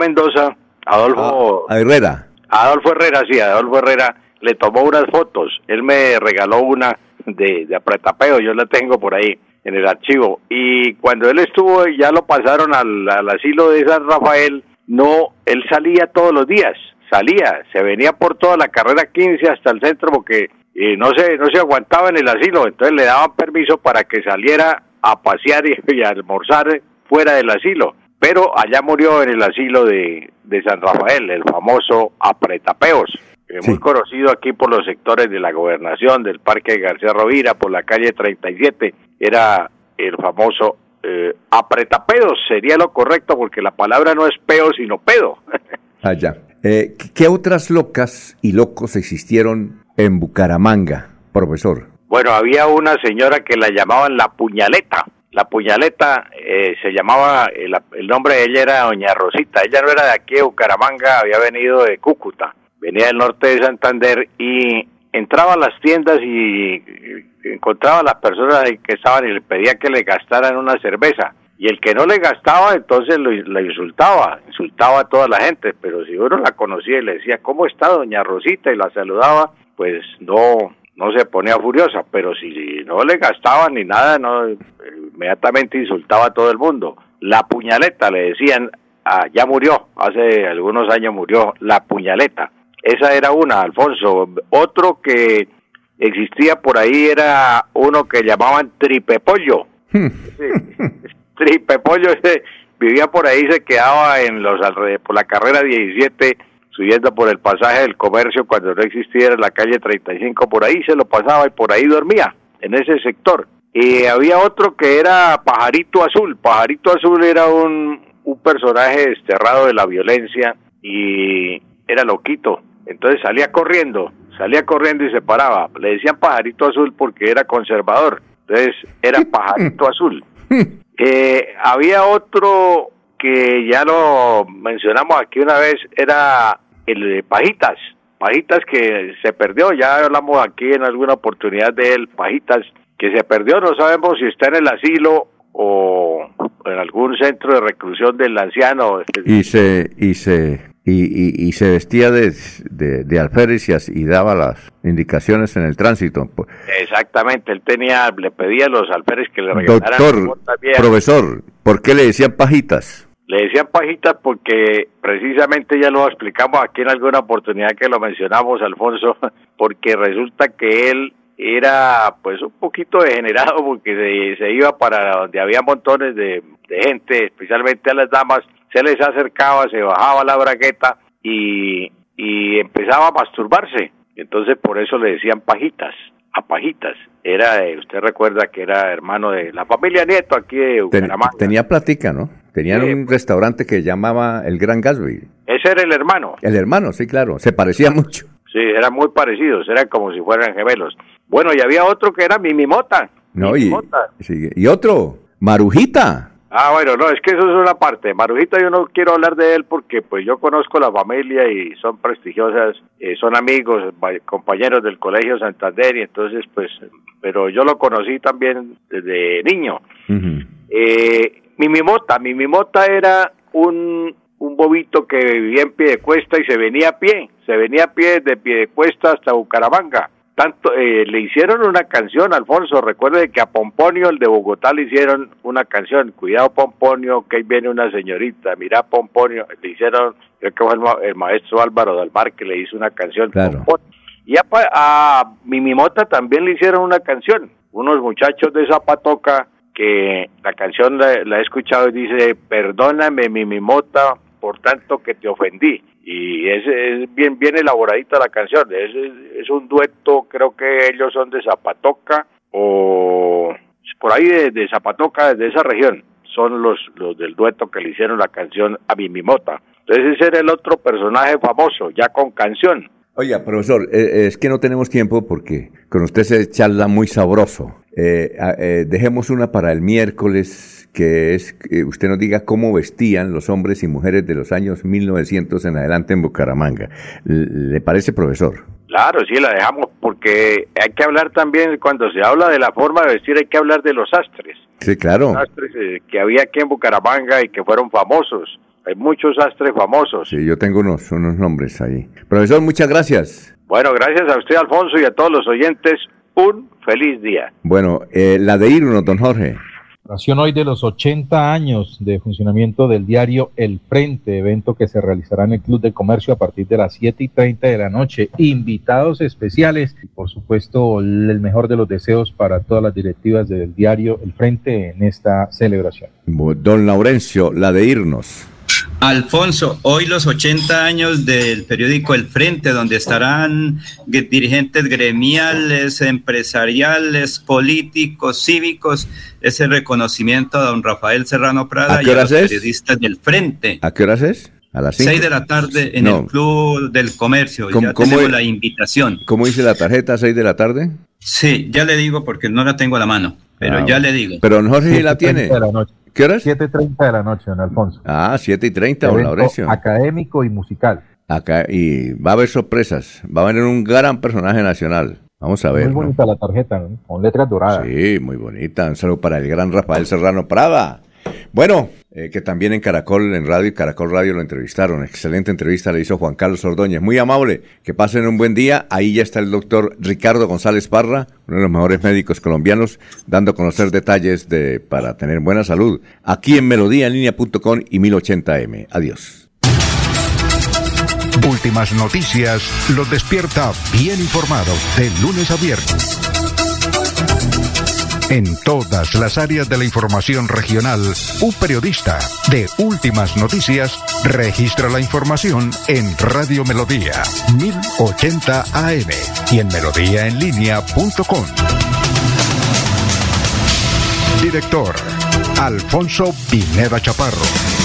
Herrera le tomó unas fotos. Él me regaló una de apretapeo, yo la tengo por ahí en el archivo. Y cuando él estuvo, ya lo pasaron al asilo de San Rafael, él salía todos los días, se venía por toda la carrera 15 hasta el centro porque no se aguantaba en el asilo, entonces le daban permiso para que saliera a pasear y a almorzar fuera del asilo. Pero allá murió en el asilo de San Rafael, el famoso apretapeos, muy conocido aquí por los sectores de la gobernación, del Parque García Rovira, por la calle 37, era el famoso apretapedos, sería lo correcto, porque la palabra no es peo, sino pedo. Allá. ¿Qué otras locas y locos existieron en Bucaramanga, profesor? Bueno, había una señora que la llamaban la Puñaleta. La Puñaleta se llamaba, el nombre de ella era doña Rosita. Ella no era de aquí de Bucaramanga, había venido de Cúcuta, venía del norte de Santander y entraba a las tiendas y encontraba a las personas que estaban y le pedía que le gastaran una cerveza. Y el que no le gastaba, entonces la insultaba a toda la gente. Pero si uno la conocía y le decía, ¿cómo está doña Rosita? Y la saludaba, pues no se ponía furiosa, pero si no le gastaban ni nada, inmediatamente insultaba a todo el mundo. La Puñaleta, le decían, ya murió, hace algunos años murió, la Puñaleta. Esa era una, Alfonso. Otro que existía por ahí era uno que llamaban Tripepollo. Tripepollo, vivía por ahí, se quedaba por la carrera 17, subiendo por el pasaje del comercio cuando no existía la calle 35, por ahí se lo pasaba y por ahí dormía, en ese sector. Y había otro que era Pajarito Azul. Pajarito Azul era un personaje desterrado de la violencia y era loquito, entonces salía corriendo y se paraba. Le decían Pajarito Azul porque era conservador, entonces era Pajarito Azul. Había otro que ya lo mencionamos aquí una vez, era el de Pajitas que se perdió, ya hablamos aquí en alguna oportunidad de él, Pajitas, que se perdió, no sabemos si está en el asilo o en algún centro de reclusión del anciano. Y se vestía de alférez y daba las indicaciones en el tránsito. Exactamente, le pedía a los alférez que le regalaran. Doctor, profesor, ¿por qué le decían Pajitas? Le decían pajitas porque precisamente ya lo explicamos aquí en alguna oportunidad que lo mencionamos, Alfonso, porque resulta que él era pues un poquito degenerado porque se iba para donde había montones de gente, especialmente a las damas, se les acercaba, se bajaba la bragueta y empezaba a masturbarse. Entonces por eso le decían pajitas, a pajitas. Usted recuerda que era hermano de la familia Nieto aquí de Bucaramanga. Tenía platica, ¿no? Tenían un restaurante que llamaba El Gran Gatsby. Ese era el hermano. El hermano, sí, claro. Se parecía mucho. Sí, eran muy parecidos. Eran como si fueran gemelos. Bueno, y había otro que era Mimimota. No, y otro, Marujita. Ah, bueno, no, es que eso es una parte. Marujita yo no quiero hablar de él porque pues yo conozco la familia y son prestigiosas, son amigos, compañeros del Colegio Santander y entonces pues, pero yo lo conocí también desde niño. Uh-huh. Mimimota era un bobito que vivía en Piedecuesta y se venía a pie desde Piedecuesta hasta Bucaramanga. Tanto le hicieron una canción, Alfonso, recuerde que a Pomponio, el de Bogotá, le hicieron una canción, cuidado Pomponio, que ahí viene una señorita, mira Pomponio, le hicieron, creo que fue el maestro Álvaro Dalmar que le hizo una canción, claro. Y a Mimimota también le hicieron una canción, unos muchachos de Zapatoca, que la canción la he escuchado y dice, perdóname Mimimota, por tanto que te ofendí. Y es bien elaboradita la canción, es un dueto, creo que ellos son de Zapatoca o por ahí de Zapatoca, de esa región, son los del dueto que le hicieron la canción a Mimimota. Entonces ese era el otro personaje famoso, ya con canción. Oiga, profesor, es que no tenemos tiempo porque con usted se charla muy sabroso. Dejemos una para el miércoles, que es que usted nos diga cómo vestían los hombres y mujeres de los años 1900 en adelante en Bucaramanga. ¿Le parece, profesor? Claro, sí, la dejamos porque hay que hablar también, cuando se habla de la forma de vestir, hay que hablar de los sastres. Sí, claro. Los sastres que había aquí en Bucaramanga y que fueron famosos. Hay muchos sastres famosos. Sí, yo tengo unos nombres ahí. Profesor, muchas gracias. Bueno, gracias a usted, Alfonso, y a todos los oyentes. Un feliz día. Bueno, la de irnos, don Jorge. Hoy de los 80 años de funcionamiento del diario El Frente, evento que se realizará en el Club de Comercio a partir de las 7:30 de la noche. Invitados especiales y, por supuesto, el mejor de los deseos para todas las directivas del diario El Frente en esta celebración. Don Laurencio, la de irnos. Alfonso, hoy los 80 años del periódico El Frente, donde estarán dirigentes gremiales, empresariales, políticos, cívicos, ese reconocimiento a don Rafael Serrano Prada y a los periodistas del Frente. ¿A qué horas es? ¿A las 5? 6 de la tarde en el Club del Comercio. Ya tenemos la invitación. ¿Cómo dice la tarjeta, 6 de la tarde? Sí, ya le digo porque no la tengo a la mano, pero ya le digo. Pero don Jorge la tiene. ¿Qué horas? 7:30 de la noche, don Alfonso. 7:30, don Laurencio. Académico y musical. Acá, y va a haber sorpresas. Va a venir un gran personaje nacional. Vamos a ver. Muy bonita la tarjeta, ¿no? Con letras doradas. Sí, muy bonita. Un saludo para el gran Rafael Serrano Prada. Bueno, que también en Caracol, en radio y Caracol Radio lo entrevistaron. Excelente entrevista le hizo Juan Carlos Ordóñez. Muy amable. Que pasen un buen día. Ahí ya está el doctor Ricardo González Parra, uno de los mejores médicos colombianos, dando a conocer detalles para tener buena salud. Aquí en melodíaenlínea.com y 1080m. Adiós. Últimas noticias los despierta bien informados de lunes a viernes. En todas las áreas de la información regional, un periodista de Últimas Noticias registra la información en Radio Melodía 1080 AM y en melodíaenlínea.com. Director Alfonso Pineda Chaparro.